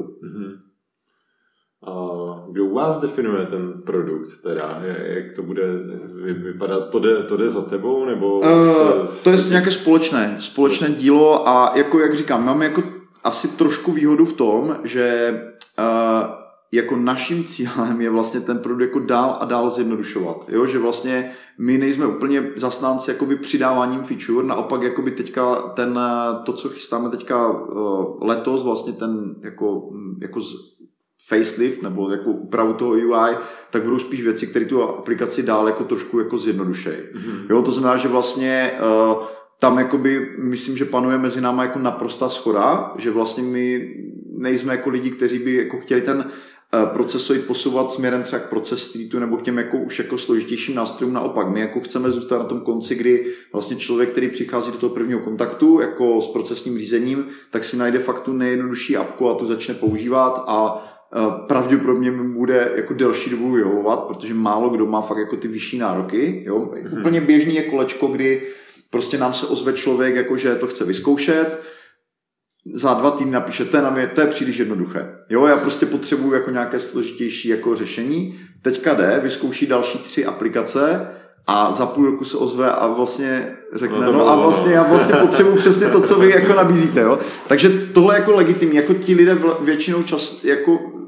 Speaker 2: Kdo u vás definuje ten produkt teda? Jak to bude vypadat? To jde za tebou? Nebo
Speaker 3: to je nějaké společné dílo a jako jak říkám, máme jako asi trošku výhodu v tom, že jako naším cílem je vlastně ten produkt jako dál a dál zjednodušovat. Jo? Že vlastně my nejsme úplně zastánci jakoby přidáváním feature, naopak jakoby teďka to, co chystáme teďka letos, vlastně ten jako facelift nebo jako úpravu toho UI, tak budou spíš věci, které tu aplikaci dál jako trošku jako zjednodušejí. Jo, to znamená, že vlastně tam jakoby, myslím, že panuje mezi náma jako naprostá shoda, že vlastně my nejsme jako lidi, kteří by jako chtěli ten procesoid posouvat směrem třeba k Process Streetu nebo k těm jako už jako složitějším nástrojům. Naopak, my jako chceme zůstat na tom konci, kdy vlastně člověk, který přichází do toho prvního kontaktu jako s procesním řízením, tak si najde fakt tu nejjednodušší apku a tu začne používat a pravděpodobně bude jako delší dobu vyhovovat, protože málo kdo má fakt jako ty vyšší nároky. Jo? Úplně běžný je kolečko, kdy prostě nám se ozve člověk, jako že to chce vyzkoušet, za 2 týdny napíše, to je příliš jednoduché. Jo, já prostě potřebuju jako nějaké složitější jako řešení. Teďka jde, vyzkouší další 3 aplikace a za půl roku se ozve a vlastně řekne, já vlastně potřebuju přesně to, co vy jako nabízíte. Jo? Takže tohle je jako legitimní. Jako ti lidé většinou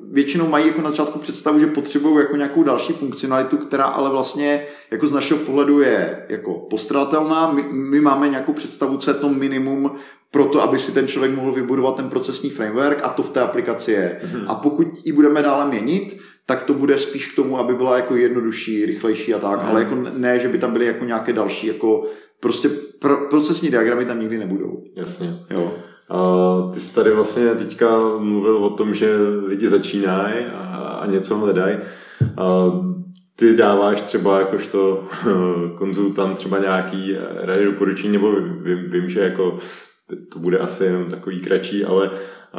Speaker 3: většinou mají jako na začátku představu, že potřebují jako nějakou další funkcionalitu, která ale vlastně jako z našeho pohledu je jako postradatelná. My máme nějakou představu, co je to minimum pro to, aby si ten člověk mohl vybudovat ten procesní framework a to v té aplikaci je. A pokud ji budeme dále měnit, tak to bude spíš k tomu, aby byla jako jednodušší, rychlejší a tak, ale jako ne, že by tam byly jako nějaké další, jako prostě procesní diagramy tam nikdy nebudou.
Speaker 2: Jasně.
Speaker 3: Jo.
Speaker 2: Ty jsi tady vlastně teďka mluvil o tom, že lidi začínají a něco hledají. Ty dáváš třeba jakožto konzultant třeba nějaký rady, doporučení, nebo vím, že jako to bude asi jenom takový kratší, ale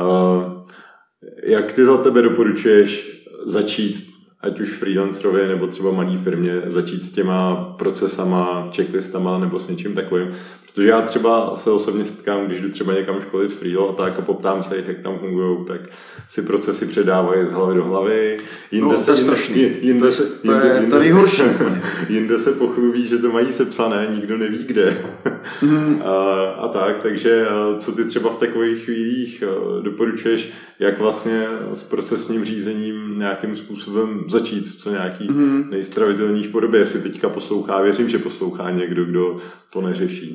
Speaker 2: jak ty za tebe doporučuješ začít, ať už freelancerově nebo třeba malý firmě, začít s těma procesama, checklistama nebo s něčím takovým? Protože já třeba se osobně setkám, když jdu třeba někam školit freelo a tak a poptám se, jak tam fungujou, tak si procesy předávají z hlavy do hlavy.
Speaker 3: To je nejhorší.
Speaker 2: Jinde se pochlubí, že to mají sepsané, nikdo neví kde. A tak, takže co ty třeba v takových chvílích doporučuješ, jak vlastně s procesním řízením nějakým způsobem začít, co nějaký nejstravitelnější podobě, jestli teďka poslouchá, věřím, že poslouchá někdo, kdo to neřeší.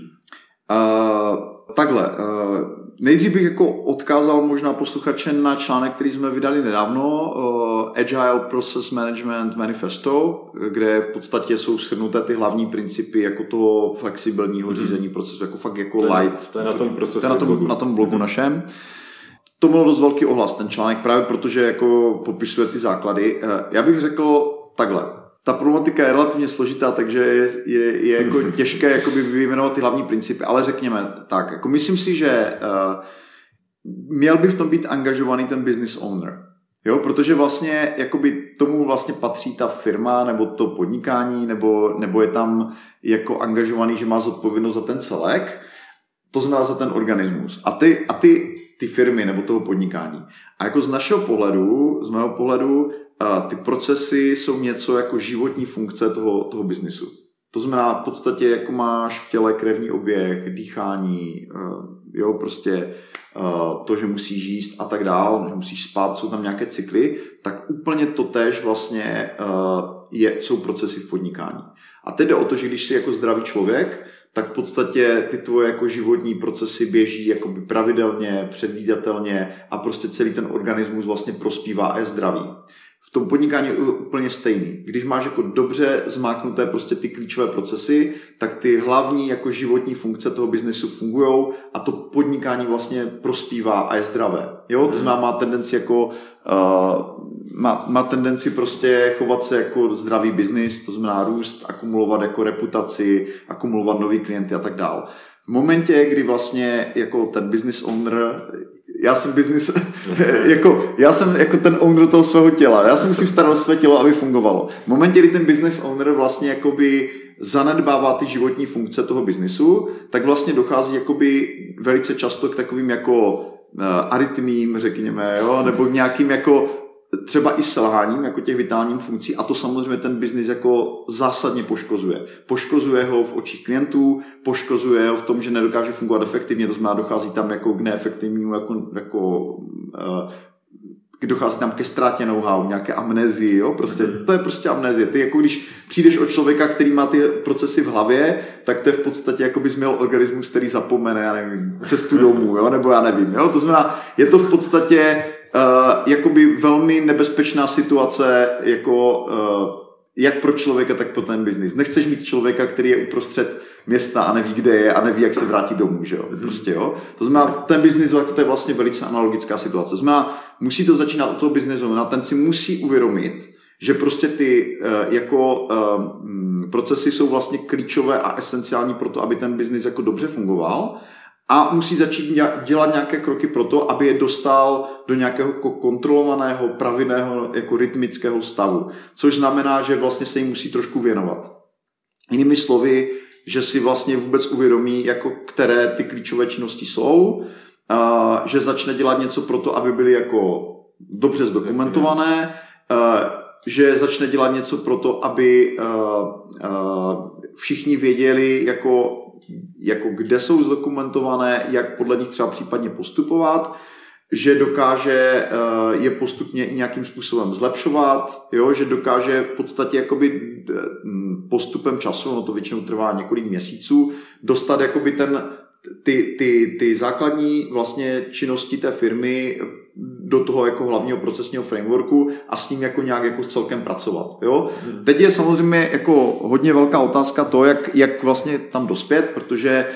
Speaker 3: Nejdřív bych jako odkázal možná posluchače na článek, který jsme vydali nedávno, Agile Process Management Manifesto, kde v podstatě jsou shrnuté ty hlavní principy jako toho flexibilního řízení procesu, jako fakt jako light.
Speaker 2: To je na tom procesu.
Speaker 3: To je na tom blogu našem. To byl dost velký ohlas, ten článek, právě protože jako popisuje ty základy. Já bych řekl takhle. Ta problematika je relativně složitá, takže je jako těžké jakoby vyjmenovat ty hlavní principy, ale řekněme tak, jako myslím si, že měl by v tom být angažovaný ten business owner. Jo, protože vlastně jakoby tomu vlastně patří ta firma nebo to podnikání, nebo je tam jako angažovaný, že má zodpovědnost za ten celek, to znamená za ten organismus. A ty firmy nebo toho podnikání. A jako z našeho pohledu, z mého pohledu, ty procesy jsou něco jako životní funkce toho biznisu. To znamená v podstatě, jako máš v těle krevní oběh, dýchání, jo, prostě to, že musíš jíst a tak dál, že musíš spát, jsou tam nějaké cykly, tak úplně totéž vlastně jsou procesy v podnikání. A teď jde o to, že když jsi jako zdravý člověk, tak v podstatě ty tvoje jako životní procesy běží jakoby pravidelně, předvídatelně a prostě celý ten organismus vlastně prospívá a je zdravý. V tom podnikání je úplně stejný. Když máš jako dobře zmáknuté prostě ty klíčové procesy, tak ty hlavní jako životní funkce toho biznesu fungujou a to podnikání vlastně prospívá a je zdravé. Jo, to znamená, má tendenci jako má tendenci prostě chovat se jako zdravý biznis, to znamená růst, akumulovat jako reputaci, akumulovat nový klienty a tak dál. V momentě, kdy vlastně jako ten business owner, já jsem jako ten owner toho svého těla, já se musím starat o své tělo, aby fungovalo. V momentě, kdy ten business owner vlastně jakoby zanedbává ty životní funkce toho biznisu, tak vlastně dochází jakoby velice často k takovým jako arytmím, řekněme, jo, nebo nějakým jako třeba i selháním jako těch vitálních funkcí a to samozřejmě ten biznis jako zásadně poškozuje. Poškozuje ho v očích klientů, ho v tom, že nedokáže fungovat efektivně, to znamená dochází tam jako k neefektivnímu dochází tam ke ztrátě know-how, nějaké amnézii, jo, prostě, to je prostě amnézie. Ty jako když přijdeš od člověka, který má ty procesy v hlavě, tak to je v podstatě jako bys měl organismus, který zapomene, já nevím, cestu domů, jo, nebo já nevím, jo, to znamená, je to v podstatě jakoby velmi nebezpečná situace, jako jak pro člověka, tak pro ten biznis. Nechceš mít člověka, který je uprostřed města a neví, kde je a neví, jak se vrátit domů, že jo? Prostě, jo? To znamená, ten biznis to je vlastně velice analogická situace. To znamená, musí to začínat od toho biznesu, ten si musí uvědomit, že prostě ty procesy jsou vlastně klíčové a esenciální pro to, aby ten biznis jako dobře fungoval. A musí začít dělat nějaké kroky pro to, aby je dostal do nějakého kontrolovaného, pravidelného, jako rytmického stavu. Což znamená, že vlastně se jim musí trošku věnovat. Jinými slovy, že si vlastně vůbec uvědomí, jako které ty klíčové činnosti jsou, že začne dělat něco pro to, aby byly jako dobře zdokumentované, že začne dělat něco pro to, aby všichni věděli, jako kde jsou zdokumentované, jak podle nich třeba případně postupovat, že dokáže je postupně i nějakým způsobem zlepšovat, jo, že dokáže v podstatě jakoby postupem času, no to většinou trvá několik měsíců, dostat jakoby ty základní vlastně činnosti té firmy do toho jako hlavního procesního frameworku a s tím jako nějak jako celkem pracovat. Jo? Teď je samozřejmě jako hodně velká otázka to, jak vlastně tam dospět, protože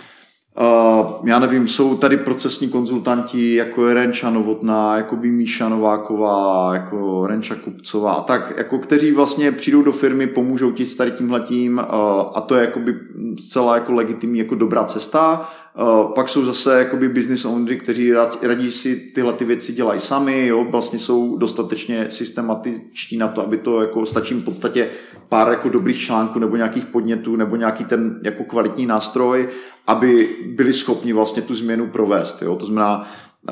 Speaker 3: já nevím, jsou tady procesní konzultanti, jako je Renča Novotná, jako by Míša Nováková, jako Renča Kupcová, tak jako kteří vlastně přijdou do firmy, pomůžou ti s tady tímhletím a to je jakoby zcela jako legitimní, jako dobrá cesta. Pak jsou zase jakoby business ownery, kteří radí si tyhle ty věci dělají sami, jo, vlastně jsou dostatečně systematičtí na to, aby to jako stačí v podstatě pár jako dobrých článků nebo nějakých podnětů nebo nějaký ten jako kvalitní nástroj, aby byli schopni vlastně tu změnu provést, jo, to znamená,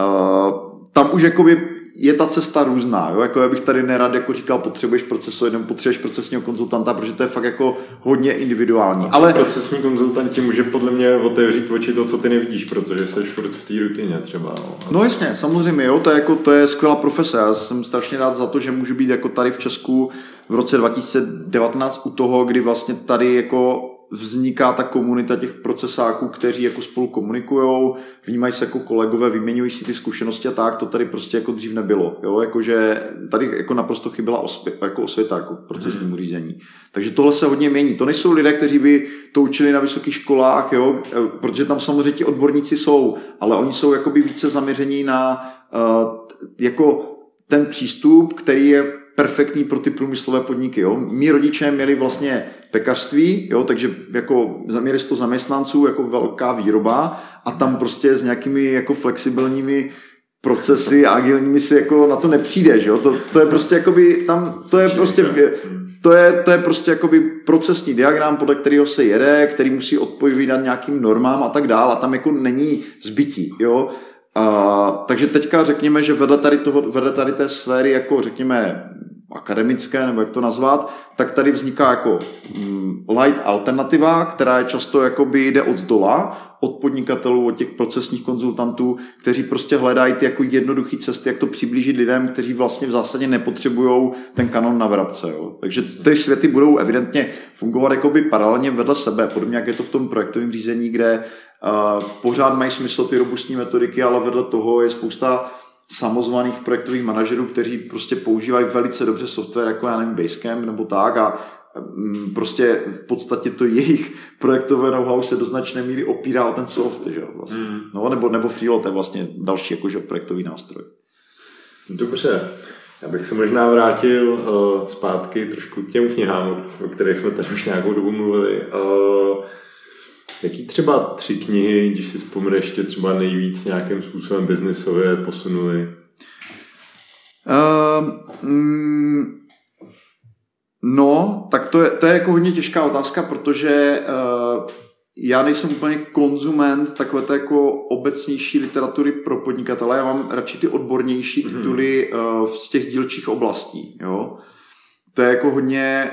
Speaker 3: tam už jakoby je ta cesta různá, jo? Jako já bych tady nerad jako říkal, potřebuješ procesního konzultanta, protože to je fakt jako hodně individuální. Ale
Speaker 2: procesní konzultanti může podle mě otevřít oči to, co ty nevidíš, protože jsi furt v té rutině třeba.
Speaker 3: No jasně, samozřejmě, jo, to je skvělá profese. Já jsem strašně rád za to, že můžu být jako tady v Česku v roce 2019 u toho, kdy vlastně tady jako vzniká ta komunita těch procesáků, kteří jako spolu komunikujou, vnímají se jako kolegové, vyměňují si ty zkušenosti a tak, to tady prostě jako dřív nebylo, jo, jakože tady jako naprosto chyběla osvěta jako procesnímu řízení. Takže tohle se hodně mění. To nejsou lidé, kteří by to učili na vysokých školách, jo, protože tam samozřejmě ti odborníci jsou, ale oni jsou jakoby více zaměření na jako ten přístup, který je perfektní pro ty průmyslové podniky. Jo. Mí rodiče měli vlastně pekařství, jo, takže jako měli 100 zaměstnanců, jako velká výroba a tam prostě s nějakými jako flexibilními procesy a agilními si jako na to nepřijdeš. Jo. To je prostě jakoby tam, to je prostě jakoby procesní diagram, podle kterého se jede, který musí odpovídat nějakým normám a tak dál a tam jako není zbytí. Jo. Takže teďka řekněme, že vedle tady té sféry jako řekněme akademické, nebo jak to nazvat, tak tady vzniká jako light alternativa, která je často jakoby jde od zdola, od podnikatelů, od těch procesních konzultantů, kteří prostě hledají ty jako jednoduché cesty, jak to přiblížit lidem, kteří vlastně v zásadě nepotřebují ten kanon na vrabce. Jo. Takže ty světy budou evidentně fungovat jakoby paralelně vedle sebe, podobně jak je to v tom projektovém řízení, kde pořád mají smysl ty robustní metodiky, ale vedle toho je spousta samozvaných projektových manažerů, kteří prostě používají velice dobře software, jako já nevím, Basecamp nebo tak a prostě v podstatě to jejich projektové know-how se do značné míry opírá o ten soft, že vlastně. No, nebo Freelo, to je vlastně další jakože projektový nástroj.
Speaker 2: Dobře. Já bych se možná vrátil zpátky trošku k těm knihám, o kterých jsme tady už nějakou dobu mluvili. Jaký třeba 3 knihy, když si vzpomeneš, tě třeba nejvíc nějakým způsobem biznisově posunuli?
Speaker 3: No, tak to je jako hodně těžká otázka, protože já nejsem úplně konzument takové té jako obecnější literatury pro podnikatele, já mám radši ty odbornější tituly z těch dílčích oblastí. Jo? To je jako hodně...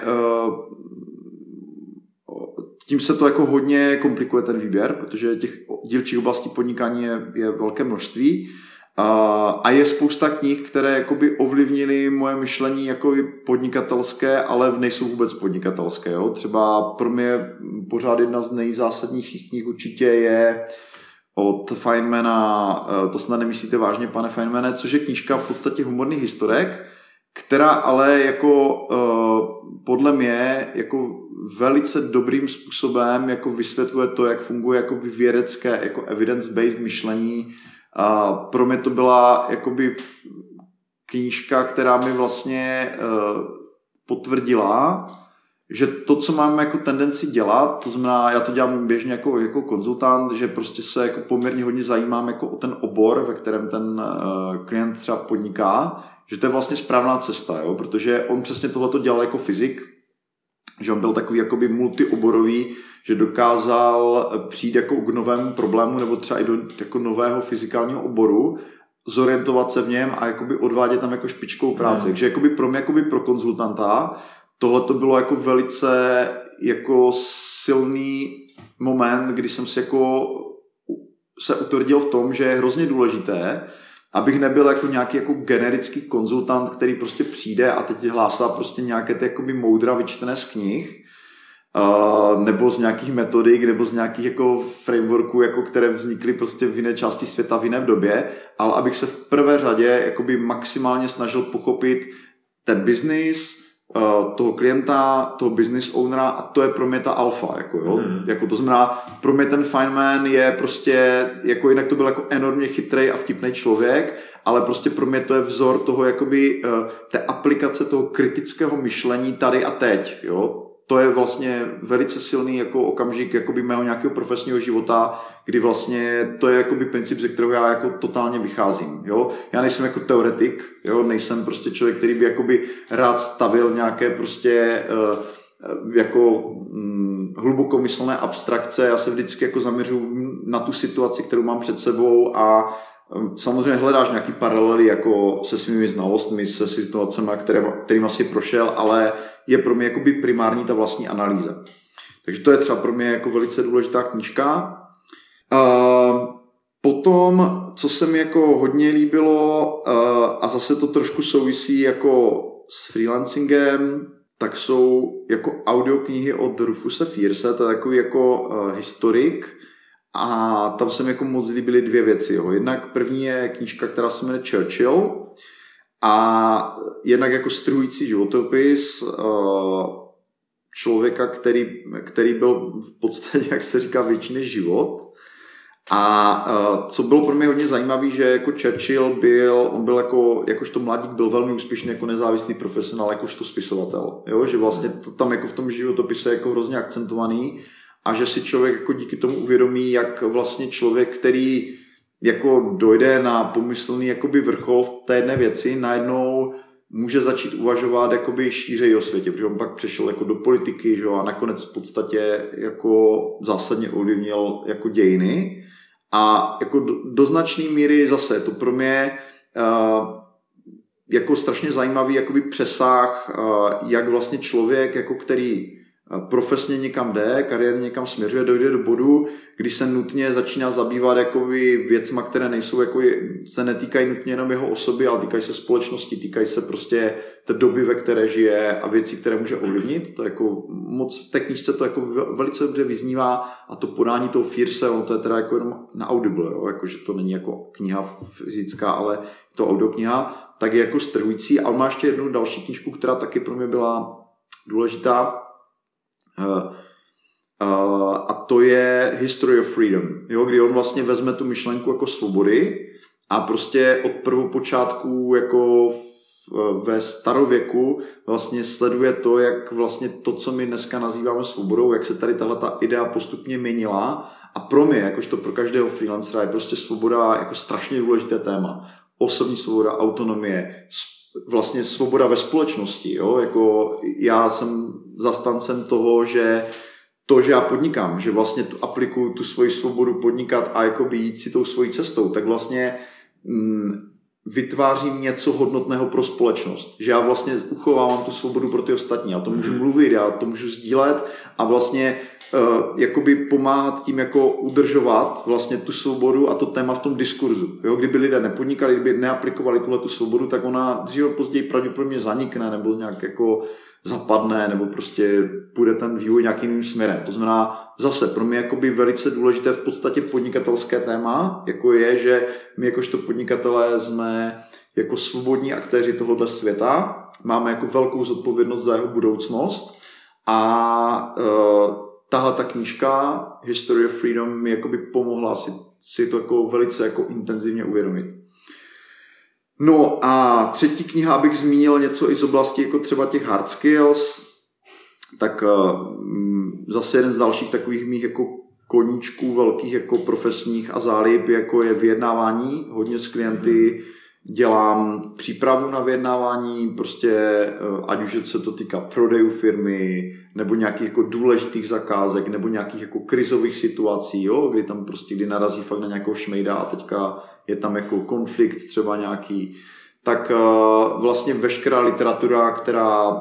Speaker 3: Tím se to jako hodně komplikuje ten výběr, protože těch dílčích oblastí podnikání je velké množství a je spousta knih, které jakoby ovlivnily moje myšlení jako podnikatelské, ale nejsou vůbec podnikatelské. Jo? Třeba pro mě pořád jedna z nejzásadnějších knih určitě je od Feynmana, to snad nemyslíte vážně, pane Feynmane, což je knížka v podstatě humorných historek, která ale jako podle mě jako velice dobrým způsobem jako vysvětluje to, jak funguje jakoby vědecké jako evidence-based myšlení. A pro mě to byla jakoby knížka, která mi vlastně potvrdila, že to, co mám jako tendenci dělat, to znamená, já to dělám běžně jako konzultant, že prostě se jako poměrně hodně zajímám jako o ten obor, ve kterém ten klient třeba podniká, že to je vlastně správná cesta, jo? Protože on přesně tohleto dělal jako fyzik, že on byl takový jakoby multioborový, že dokázal přijít jako k novému problému nebo třeba i do jako nového fyzikálního oboru, zorientovat se v něm a jakoby odvádět tam jako špičkou práci. Takže jakoby pro mě, jakoby pro konzultanta, tohle to bylo jako velice jako silný moment, kdy jsem si jako se utvrdil v tom, že je hrozně důležité Abych nebyl jako nějaký jako generický konzultant, který prostě přijde a teď hlásá prostě nějaké ty jakoby moudra vyčtené z knih, nebo z nějakých metodik, nebo z nějakých jako frameworků, jako které vznikly prostě v jiné části světa v jiné době, ale abych se v prvé řadě jakoby maximálně snažil pochopit ten biznis, toho klienta, toho business ownera, a to je pro mě ta alfa, jako jo. Jako to znamená, pro mě ten Feynman je prostě, jako jinak to byl jako enormně chytrý a vtipný člověk, ale prostě pro mě to je vzor toho jakoby té aplikace toho kritického myšlení tady a teď, jo. To je vlastně velice silný jako okamžik jakoby mého nějakého profesního života, kdy vlastně to je jakoby princip, ze kterého já jako totálně vycházím. Jo? Já nejsem jako teoretik, jo? Nejsem prostě člověk, který by jakoby rád stavil nějaké prostě jako hlubokomyslné abstrakce. Já se vždycky jako zaměřuju na tu situaci, kterou mám před sebou, a samozřejmě hledáš nějaký paralely jako se svými znalostmi, se situacemi, kterým asi prošel, ale je pro mě jakoby primární ta vlastní analýza. Takže to je třeba pro mě jako velice důležitá knížka. Potom, co se mi jako hodně líbilo, a zase to trošku souvisí jako s freelancingem, tak jsou jako audioknihy od Rufuse Fierce, to je takový jako historik, a tam se mi jako moc líbily dvě věci. Jo. Jednak první je knížka, která se jmenuje Churchill, a jednak jako strhující životopis člověka, který byl v podstatě, jak se říká, věčný život. A co bylo pro mě hodně zajímavé, že jako Churchill byl jakožto mladík byl velmi úspěšný jako nezávislý profesionál, jakožto spisovatel. Jo? Že vlastně to tam jako v tom životopise je jako hrozně akcentovaný, a že si člověk jako díky tomu uvědomí, jak vlastně člověk, který jako dojde na pomyslný jakoby vrchol v té jedné věci, najednou může začít uvažovat jakoby šířeji o světě, protože on pak přešel jako do politiky, že? A nakonec v podstatě jako zásadně ovlivnil jako dějiny, a jako do značné míry zase to pro mě jako strašně zajímavý jakoby přesah, jak vlastně člověk, jako který profesně někam jde, kariérně někam směřuje, dojde do bodu, kdy se nutně začíná zabývat jakoby věcma, které nejsou, jako se netýkají nutně jenom jeho osoby, ale týkají se společnosti, týkají se prostě té doby, ve které žije, a věcí, které může ovlivnit. To jako moc v té knížce to jako velice dobře vyznívá, a to podání toho Fierce, on to je teda jako jenom na Audible, jo? Jako, že to není jako kniha fyzická, ale to audiokniha, tak je jako strhující. A on má ještě jednu další knížku, která taky pro mě byla důležitá, a to je History of Freedom, jo, kdy on vlastně vezme tu myšlenku jako svobody a prostě od prvopočátku jako ve starověku vlastně sleduje to, jak vlastně to, co my dneska nazýváme svobodou, jak se tady tahleta idea postupně měnila, a pro mě, jakožto pro každého freelancera, je prostě svoboda jako strašně důležité téma. Osobní svoboda, autonomie, vlastně svoboda ve společnosti. Jo? Jako já jsem zastancem toho, že já podnikám, že vlastně aplikuju tu svoji svobodu podnikat a jakoby jít si tou svojí cestou, tak vlastně vytvářím něco hodnotného pro společnost. Že já vlastně uchovávám tu svobodu pro ty ostatní. Já to můžu mluvit, já to můžu sdílet a vlastně jakoby pomáhat tím jako udržovat vlastně tu svobodu a to téma v tom diskurzu. Jo? Kdyby lidé nepodnikali, kdyby neaplikovali tu svobodu, tak ona dříve později pravděpodobně zanikne nebo nějak jako zapadne, nebo prostě půjde ten vývoj nějakým jiným směrem. To znamená zase pro mě jakoby velice důležité v podstatě podnikatelské téma, jako je, že my jakožto podnikatelé jsme jako svobodní aktéři tohohle světa, máme jako velkou zodpovědnost za jeho budoucnost, a tahle ta knížka History of Freedom mi jakoby pomohla si to jako velice jako intenzivně uvědomit. No a třetí kniha, abych zmínil něco i z oblasti jako třeba těch hard skills, tak zase jeden z dalších takových mých jako koníčků velkých jako profesních a zálib, jako je vyjednávání. Hodně s klienty dělám přípravu na vyjednávání, prostě ať už se to týká prodejů firmy, nebo nějakých jako důležitých zakázek, nebo nějakých jako krizových situací, jo, kdy tam prostě kdy narazí fakt na nějakou šmejda a teďka je tam jako konflikt třeba nějaký, tak vlastně veškerá literatura, která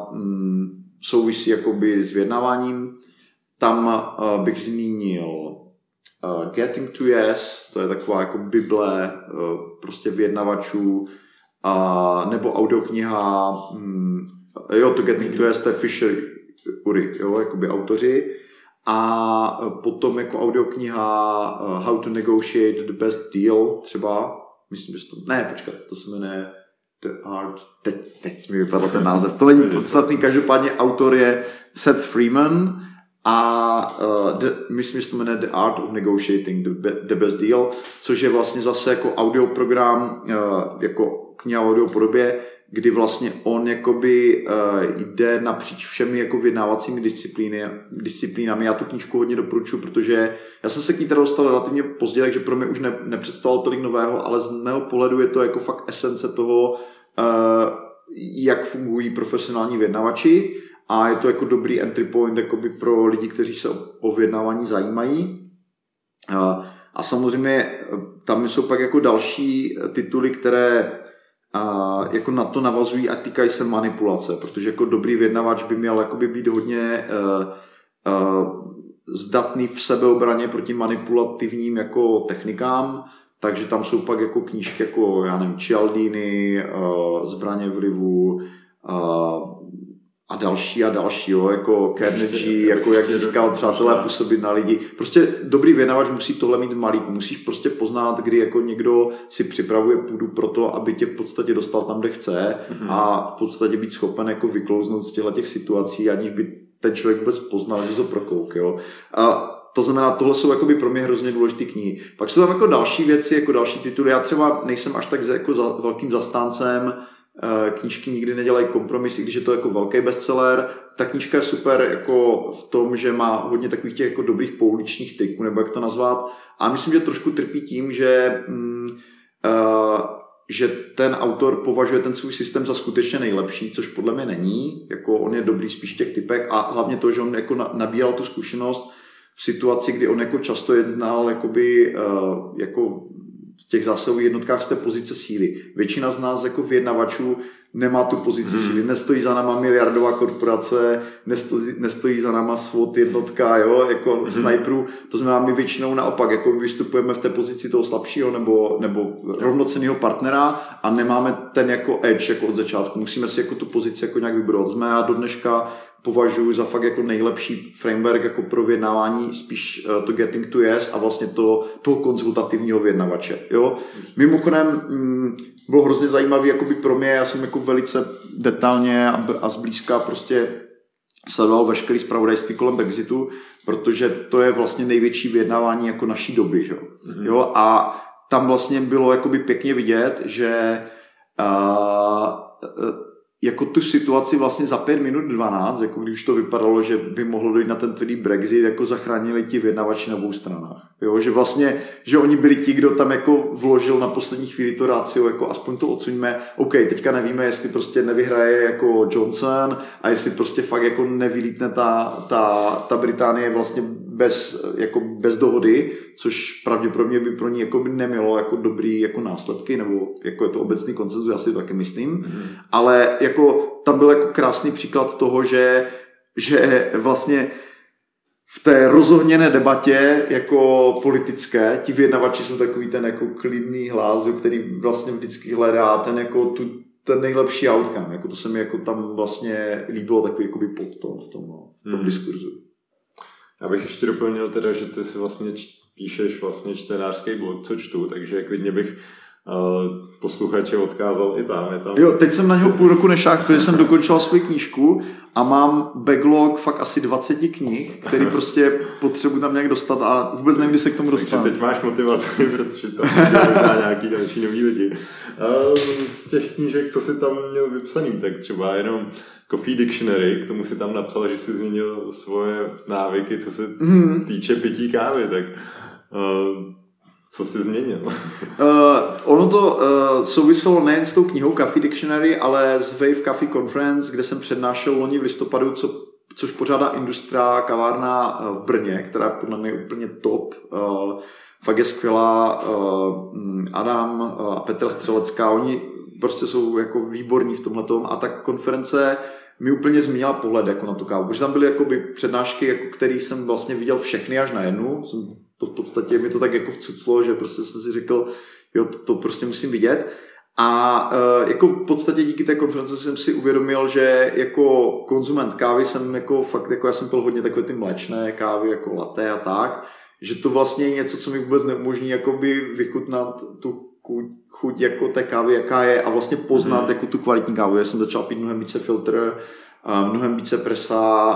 Speaker 3: souvisí jakoby s vyjednáváním, tam bych zmínil Getting to Yes, to je taková jako bible prostě vyjednavačů, nebo audiokniha, to Getting to Yes, to je Fisher Ury, jo, jakoby autoři. A potom jako audiokniha How to Negotiate the Best Deal třeba, myslím, že to se jmenuje The Art, teď mi vypadl ten název, to není podstatný, každopádně autor je Seth Freeman a myslím, že to jmenuje The Art of Negotiating the Best Deal, což je vlastně zase jako audioprogram, jako kniha v audiopodobě, kdy vlastně on jakoby jde napříč všemi jako vyjednávacími disciplínami. Já tu knížku hodně doporučuji, protože já jsem se k ní teda dostal relativně pozdě, takže pro mě už nepředstavil tolik nového, ale z mého pohledu je to jako fakt esence toho, jak fungují profesionální vyjednavači a je to jako dobrý entry point jakoby pro lidi, kteří se o vyjednávání zajímají. A samozřejmě tam jsou pak jako další tituly, které jako na to navazují a týkají se manipulace, protože jako dobrý vyjednavač by měl jakoby být hodně zdatný v sebeobraně proti manipulativním jako technikám, takže tam jsou pak jako knížky jako, já nevím, Cialdini, Zbraně vlivu a další, jo, jako Carnegie, jako jak získat přátelé působit na lidi. Prostě dobrý vyjednavač musí tohle mít v malíku. Musíš prostě poznat, kdy jako někdo si připravuje půdu pro to, aby tě v podstatě dostal tam, kde chce a v podstatě být schopen jako vyklouznout z těchto situací, aniž by ten člověk vůbec poznal, že to prokouk, jo. A to znamená, tohle jsou jakoby pro mě hrozně důležité knihy. Pak jsou tam jako další věci, jako další tituly. Já třeba nejsem až tak jako velkým zastáncem knížky Nikdy nedělají kompromis, i když je to jako velký bestseller. Ta knížka je super jako v tom, že má hodně takových těch jako dobrých pouličních triků, nebo jak to nazvat. A myslím, že trošku trpí tím, že ten autor považuje ten svůj systém za skutečně nejlepší, což podle mě není. Jako on je dobrý spíš v těch typech a hlavně to, že on jako nabíral tu zkušenost v situaci, kdy on jako často jednal jakoby, jako v těch zásahových jednotkách z té pozice síly. Většina z nás jako vyjednavačů nemá tu pozici síly. Nestojí za náma miliardová korporace, nestojí za náma SWAT jednotka, jo, jako sniperů. To znamená, my většinou naopak jako vystupujeme v té pozici toho slabšího nebo rovnocenného partnera a nemáme ten jako edge jako od začátku. Musíme si jako tu pozici jako nějak vybudovat. Já do dneška považuji za fakt jako nejlepší framework jako pro vyjednávání spíš to Getting to Yes a vlastně toho konzultativního vyjednavače. Jo? Mimochodem bylo hrozně zajímavý jakoby pro mě, já jsem jako velice detailně a zblízka prostě sledoval veškerý zpravodajství kolem Brexitu, protože to je vlastně největší vyjednávání jako naší doby. Že? Jo? A tam vlastně bylo jakoby pěkně vidět, že jako tu situaci vlastně za 5 minut 12, jako když to vypadalo, že by mohlo dojít na ten tvrdý Brexit, jako zachránili ti vyjednavači na obou stranách. Jo, že vlastně, že oni byli ti, kdo tam jako vložil na poslední chvíli to rácio, jako aspoň to odsuňme. OK, teďka nevíme, jestli prostě nevyhraje jako Johnson a jestli prostě fakt jako nevylítne ta Británie vlastně bez dohody, což pravděpodobně by pro ní jako by nemělo jako dobrý jako následky, nebo jako je to obecný konsenzus, já si to taky myslím. Ale jako tam byl jako krásný příklad toho, že vlastně v té rozohněné debatě jako politické, ti vyjednavači jsou takový ten jako klidný hlas, který vlastně vždycky hledá ten nejlepší outcome. Jako to se mi jako tam vlastně líbilo takový jakoby podtón v tom diskurzu.
Speaker 2: Já bych ještě doplnil teda, že ty si vlastně píšeš vlastně čtenářský blog, co čtu, takže klidně bych posluchače odkázal i tam. Je tam.
Speaker 3: Jo, teď jsem na něho půl roku nešáhl, protože jsem dokončil svou knížku a mám backlog fakt asi 20 knih, který prostě potřebuji tam nějak dostat a vůbec nevím, kdy se k tomu dostanu.
Speaker 2: Takže teď máš motivaci, protože tam možná nějaký další nový lidi. Z těch knížek, co jsi tam měl vypsaný, tak třeba jenom Coffee Dictionary, k tomu si tam napsal, že jsi změnil svoje návyky, co se týče pití kávy, tak co jsi změnil?
Speaker 3: Ono to souviselo nejen s tou knihou Coffee Dictionary, ale s Wave Coffee Conference, kde jsem přednášel loni v listopadu, což pořádá Industria kavárna v Brně, která podle mě je úplně top. Fakt je skvělá. Adam a Petra Střelecká, oni prostě jsou jako výborní v tomhletom a ta konference mi úplně změnila pohled jako na tu kávu, protože tam byly jakoby přednášky, jako, který jsem vlastně viděl všechny až na jednu, to v podstatě mi to tak jako vcuclo, že prostě jsem si řekl, jo, to prostě musím vidět. A jako v podstatě díky té konferenci jsem si uvědomil, že jako konzument kávy jsem jako fakt, jako já jsem pil hodně takové ty mléčné kávy, jako latte a tak, že to vlastně je něco, co mi vůbec neumožní jakoby vychutnat tu chuť jako té kávy, jaká je a vlastně poznat jako tu kvalitní kávu. Já jsem začal pít mnohem více filtr, mnohem více presa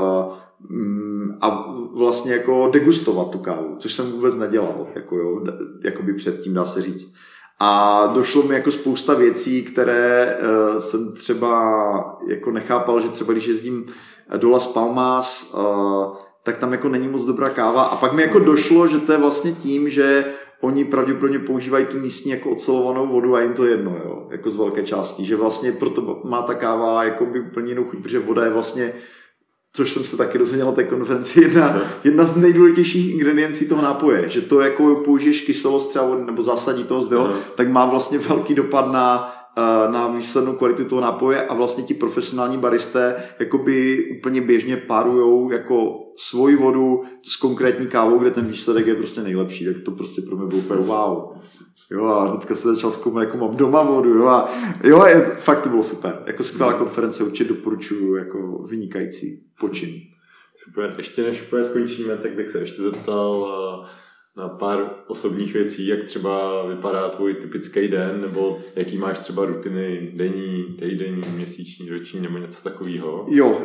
Speaker 3: a vlastně jako degustovat tu kávu, což jsem vůbec nedělal, jako jo, jakoby předtím dá se říct. A došlo mi jako spousta věcí, které jsem třeba jako nechápal, že třeba když jezdím do Las Palmas, tak tam jako není moc dobrá káva a pak mi jako došlo, že to je vlastně tím, že oni pravděpodobně používají tu místní jako ocelovanou vodu a jim to jedno, jo, jako z velké části, že vlastně proto má ta káva jako by úplně jinou chuť, protože voda je vlastně, což jsem se taky dozvěděl na té konferenci, jedna z nejdůležitějších ingrediencí toho nápoje, že to jako použiješ kyselost třeba nebo zásaditost, jo, tak má vlastně velký dopad na výslednou kvalitu toho nápoje a vlastně ti profesionální baristé jakoby úplně běžně párujou jako svoji vodu s konkrétní kávou, kde ten výsledek je prostě nejlepší, tak to prostě pro mě bylo úplně wow. Jo a hnedka se začal zkoumat, jako mám doma vodu, fakt to bylo super. Jako skvělá konference, určitě doporučuju, jako vynikající počin.
Speaker 2: Super, ještě než skončíme, tak bych se ještě zeptal na pár osobních věcí, jak třeba vypadá tvůj typický den, nebo jaký máš třeba rutiny denní, týdenní, měsíční, roční, nebo něco takového?
Speaker 3: Jo,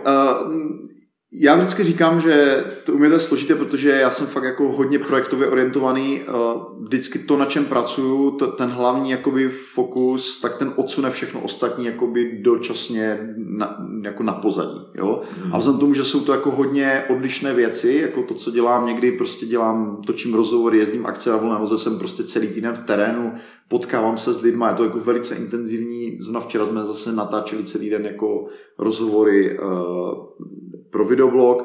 Speaker 3: já vždycky říkám, že to u mě to je složité, protože já jsem fakt jako hodně projektově orientovaný. Vždycky to, na čem pracuju, ten hlavní jakoby fokus, tak ten odsune všechno ostatní jakoby dočasně jako na pozadí. Jo? A vzhledem tomu, že jsou to jako hodně odlišné věci, jako to, co dělám, někdy prostě točím rozhovory, jezdím akce na volné noze, jsem prostě celý týden v terénu, potkávám se s lidma, je to jako velice intenzivní. Zrovna včera jsme zase natáčeli celý den jako rozhovory pro videoblog.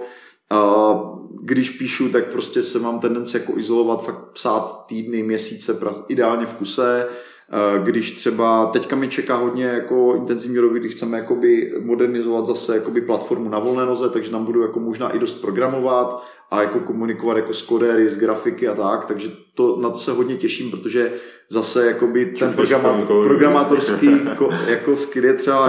Speaker 3: Když píšu, tak prostě se mám tendenci jako izolovat, fakt psát týdny, měsíce, ideálně v kuse. Když třeba teďka mi čeká hodně jako intenzivní rok, kdy chceme jakoby modernizovat zase jakoby platformu na volné noze, takže tam budu jako možná i dost programovat a jako komunikovat jako s kodéry, s grafiky a tak, takže na to se hodně těším, protože zase jakoby ten programátorský jako skill je třeba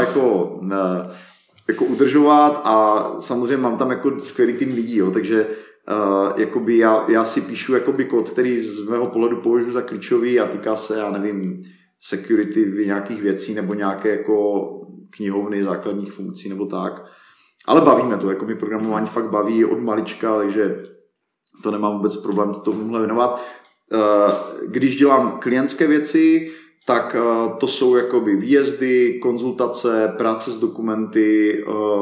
Speaker 3: jako udržovat a samozřejmě mám tam jako skvělý tým lidí, jo, takže jakoby já si píšu jakoby kód, který z mého pohledu považuji za klíčový a týká se, já nevím, security nějakých věcí nebo nějaké jako knihovny základních funkcí nebo tak. Ale bavíme to, jako mi programování fakt baví od malička, takže to nemám vůbec problém s tomuhle věnovat. Když dělám klientské věci, tak to jsou jakoby výjezdy, konzultace, práce s dokumenty,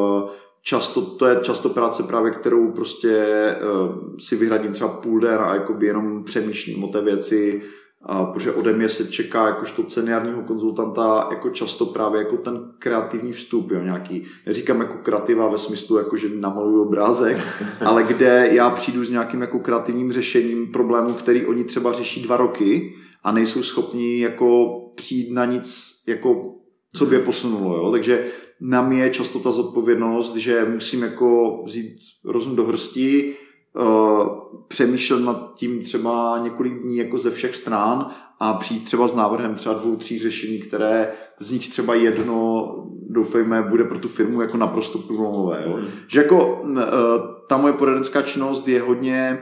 Speaker 3: to je často práce právě, kterou prostě si vyhradím třeba půl den a jakoby jenom přemýšlím o té věci, protože ode mě se čeká jakožto seniorního konzultanta jako často právě jako ten kreativní vstup, jo, nějaký, neříkám jako kreativa ve smyslu jako, že namaluju obrázek, ale kde já přijdu s nějakým jako kreativním řešením problému, který oni třeba řeší 2 roky a nejsou schopni jako přijít na nic, jako co by je posunulo, jo? Takže na mě je často ta zodpovědnost, že musím jako vzít rozum do hrsti, přemýšlet nad tím třeba několik dní jako ze všech stran a přijít třeba s návrhem třeba 2, 3 řešení, které z nich třeba jedno, doufejme, bude pro tu firmu jako naprosto průlomové. Jo? Že jako ta moje poradenská činnost je hodně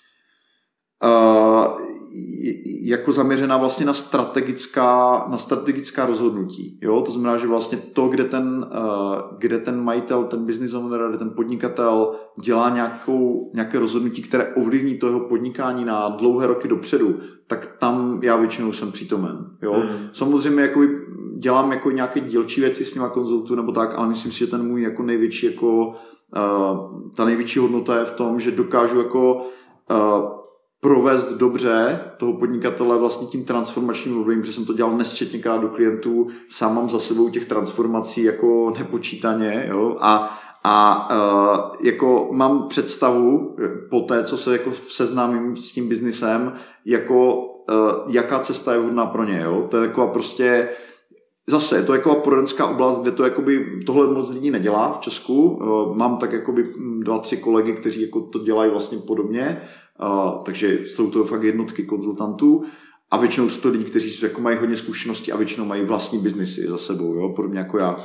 Speaker 3: jako zaměřená vlastně na strategická rozhodnutí. Jo? To znamená, že vlastně to, kde ten majitel, ten business owner, kde ten podnikatel dělá nějaké rozhodnutí, které ovlivní to jeho podnikání na dlouhé roky dopředu, tak tam já většinou jsem přítomen. Jo? Samozřejmě jako dělám jako nějaké dílčí věci s nima konzultu nebo tak, ale myslím si, že ten můj jako největší jako ta největší hodnota je v tom, že dokážu jako provést dobře toho podnikatele vlastně tím transformačním mluvím, protože jsem to dělal nesčetněkrát do klientů, sám mám za sebou těch transformací jako nepočítaně, jo, a jako mám představu po té, co se jako seznámím s tím biznisem, jako jaká cesta je vhodná pro ně, jo, to je taková prostě zase je to jako poradenská oblast, kde to jakoby, tohle moc lidí nedělá v Česku. Mám tak jakoby 2-3 kolegy, kteří jako to dělají vlastně podobně, takže jsou to fakt jednotky konzultantů a většinou jsou to lidi, kteří jako mají hodně zkušeností a většinou mají vlastní biznisy za sebou, jo, podobně jako já.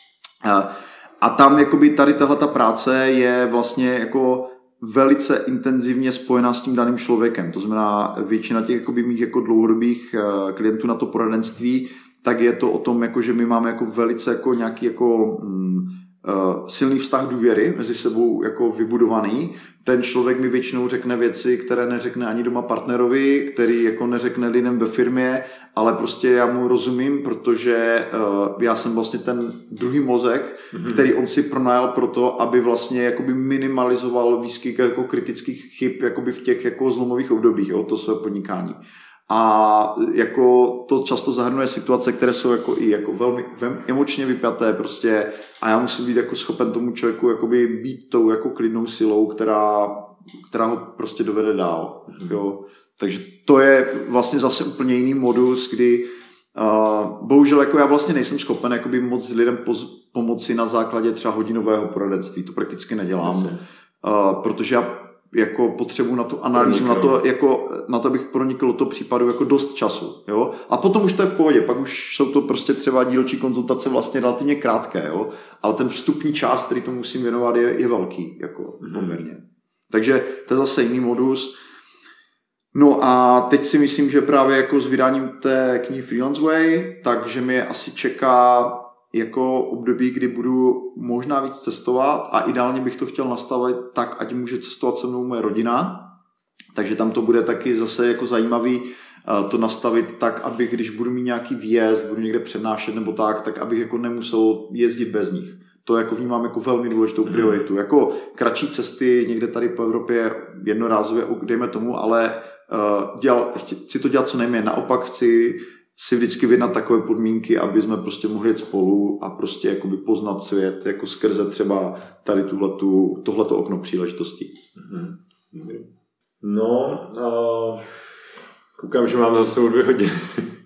Speaker 3: A tam jakoby tady tahleta práce je vlastně jako velice intenzivně spojená s tím daným člověkem. To znamená, většina těch jakoby mých jako dlouhodobých klientů na to poradenství, tak je to o tom, jako, že my máme jako velice jako nějaký jako silný vztah důvěry mezi sebou jako vybudovaný. Ten člověk mi většinou řekne věci, které neřekne ani doma partnerovi, který jako neřekne lidem ve firmě, ale prostě já mu rozumím, protože já jsem vlastně ten druhý mozek, který on si pronajal proto, aby vlastně jakoby minimalizoval výskyt jako kritických chyb jakoby v těch jako zlomových obdobích, jo, to své podnikání. A jako to často zahrnuje situace, které jsou jako i jako velmi emočně vypjaté prostě a já musím být jako schopen tomu člověku jakoby být tou jako klidnou silou, která ho prostě dovede dál. Jo. Takže to je vlastně zase úplně jiný modus, kdy bohužel jako já vlastně nejsem schopen jakoby moc lidem pomoci na základě třeba hodinového poradenství, to prakticky nedělám, protože já jako potřebu na tu analýzu, na to, abych pronikl do toho případu jako dost času, jo. A potom už to je v pohodě, pak už jsou to prostě třeba dílčí konzultace vlastně relativně krátké, jo. Ale ten vstupní čas, který to musím věnovat, je velký, jako poměrně. Takže to je zase jiný modus. No a teď si myslím, že právě jako s vydáním té knihy Freelance Way, takže mě asi čeká jako období, kdy budu možná víc cestovat a ideálně bych to chtěl nastavit tak, ať může cestovat se mnou moje rodina. Takže tam to bude taky zase jako zajímavý to nastavit tak, aby když budu mít nějaký výjezd, budu někde přednášet nebo tak abych jako nemusel jezdit bez nich. To jako vnímám jako velmi důležitou prioritu. Jako kratší cesty někde tady po Evropě jednorázově, dejme tomu, ale chci to dělat co nejméně. Naopak chci si vždycky vyjednat takové podmínky, aby jsme prostě mohli jet spolu a prostě jakoby poznat svět jako skrze třeba tady tohleto okno příležitostí.
Speaker 2: No, koukám, že mám za sebou 2 hodiny.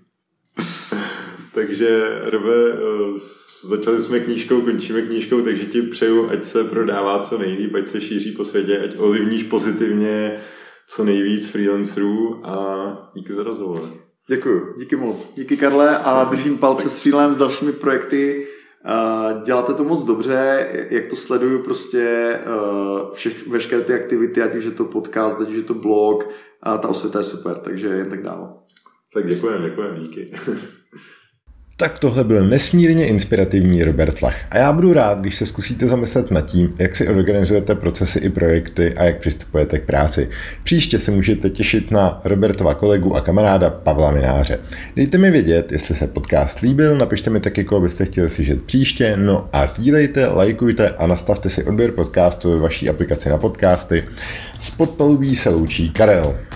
Speaker 2: Takže, Robe, začali jsme knížkou, končíme knížkou, takže ti přeju, ať se prodává co nejlíp, ať se šíří po světě, ať ovlivníš pozitivně co nejvíc freelancerů a díky za rozhovor.
Speaker 3: Děkuju, díky moc. Díky, Karle, a držím palce s Freelem s dalšími projekty. Děláte to moc dobře, jak to sleduju prostě veškeré ty aktivity, ať už je to podcast, ať už je to blog, ta osvěta je super, takže jen tak dál.
Speaker 2: Tak děkujeme, díky.
Speaker 1: Tak tohle byl nesmírně inspirativní Robert Vlach a já budu rád, když se zkusíte zamyslet nad tím, jak si organizujete procesy i projekty a jak přistupujete k práci. Příště se můžete těšit na Robertova kolegu a kamaráda Pavla Mináře. Dejte mi vědět, jestli se podcast líbil, napište mi taky, koho byste chtěli slyšet příště, no a sdílejte, lajkujte a nastavte si odběr podcastu ve vaší aplikaci na podcasty. Z Podpalubí se loučí Karel.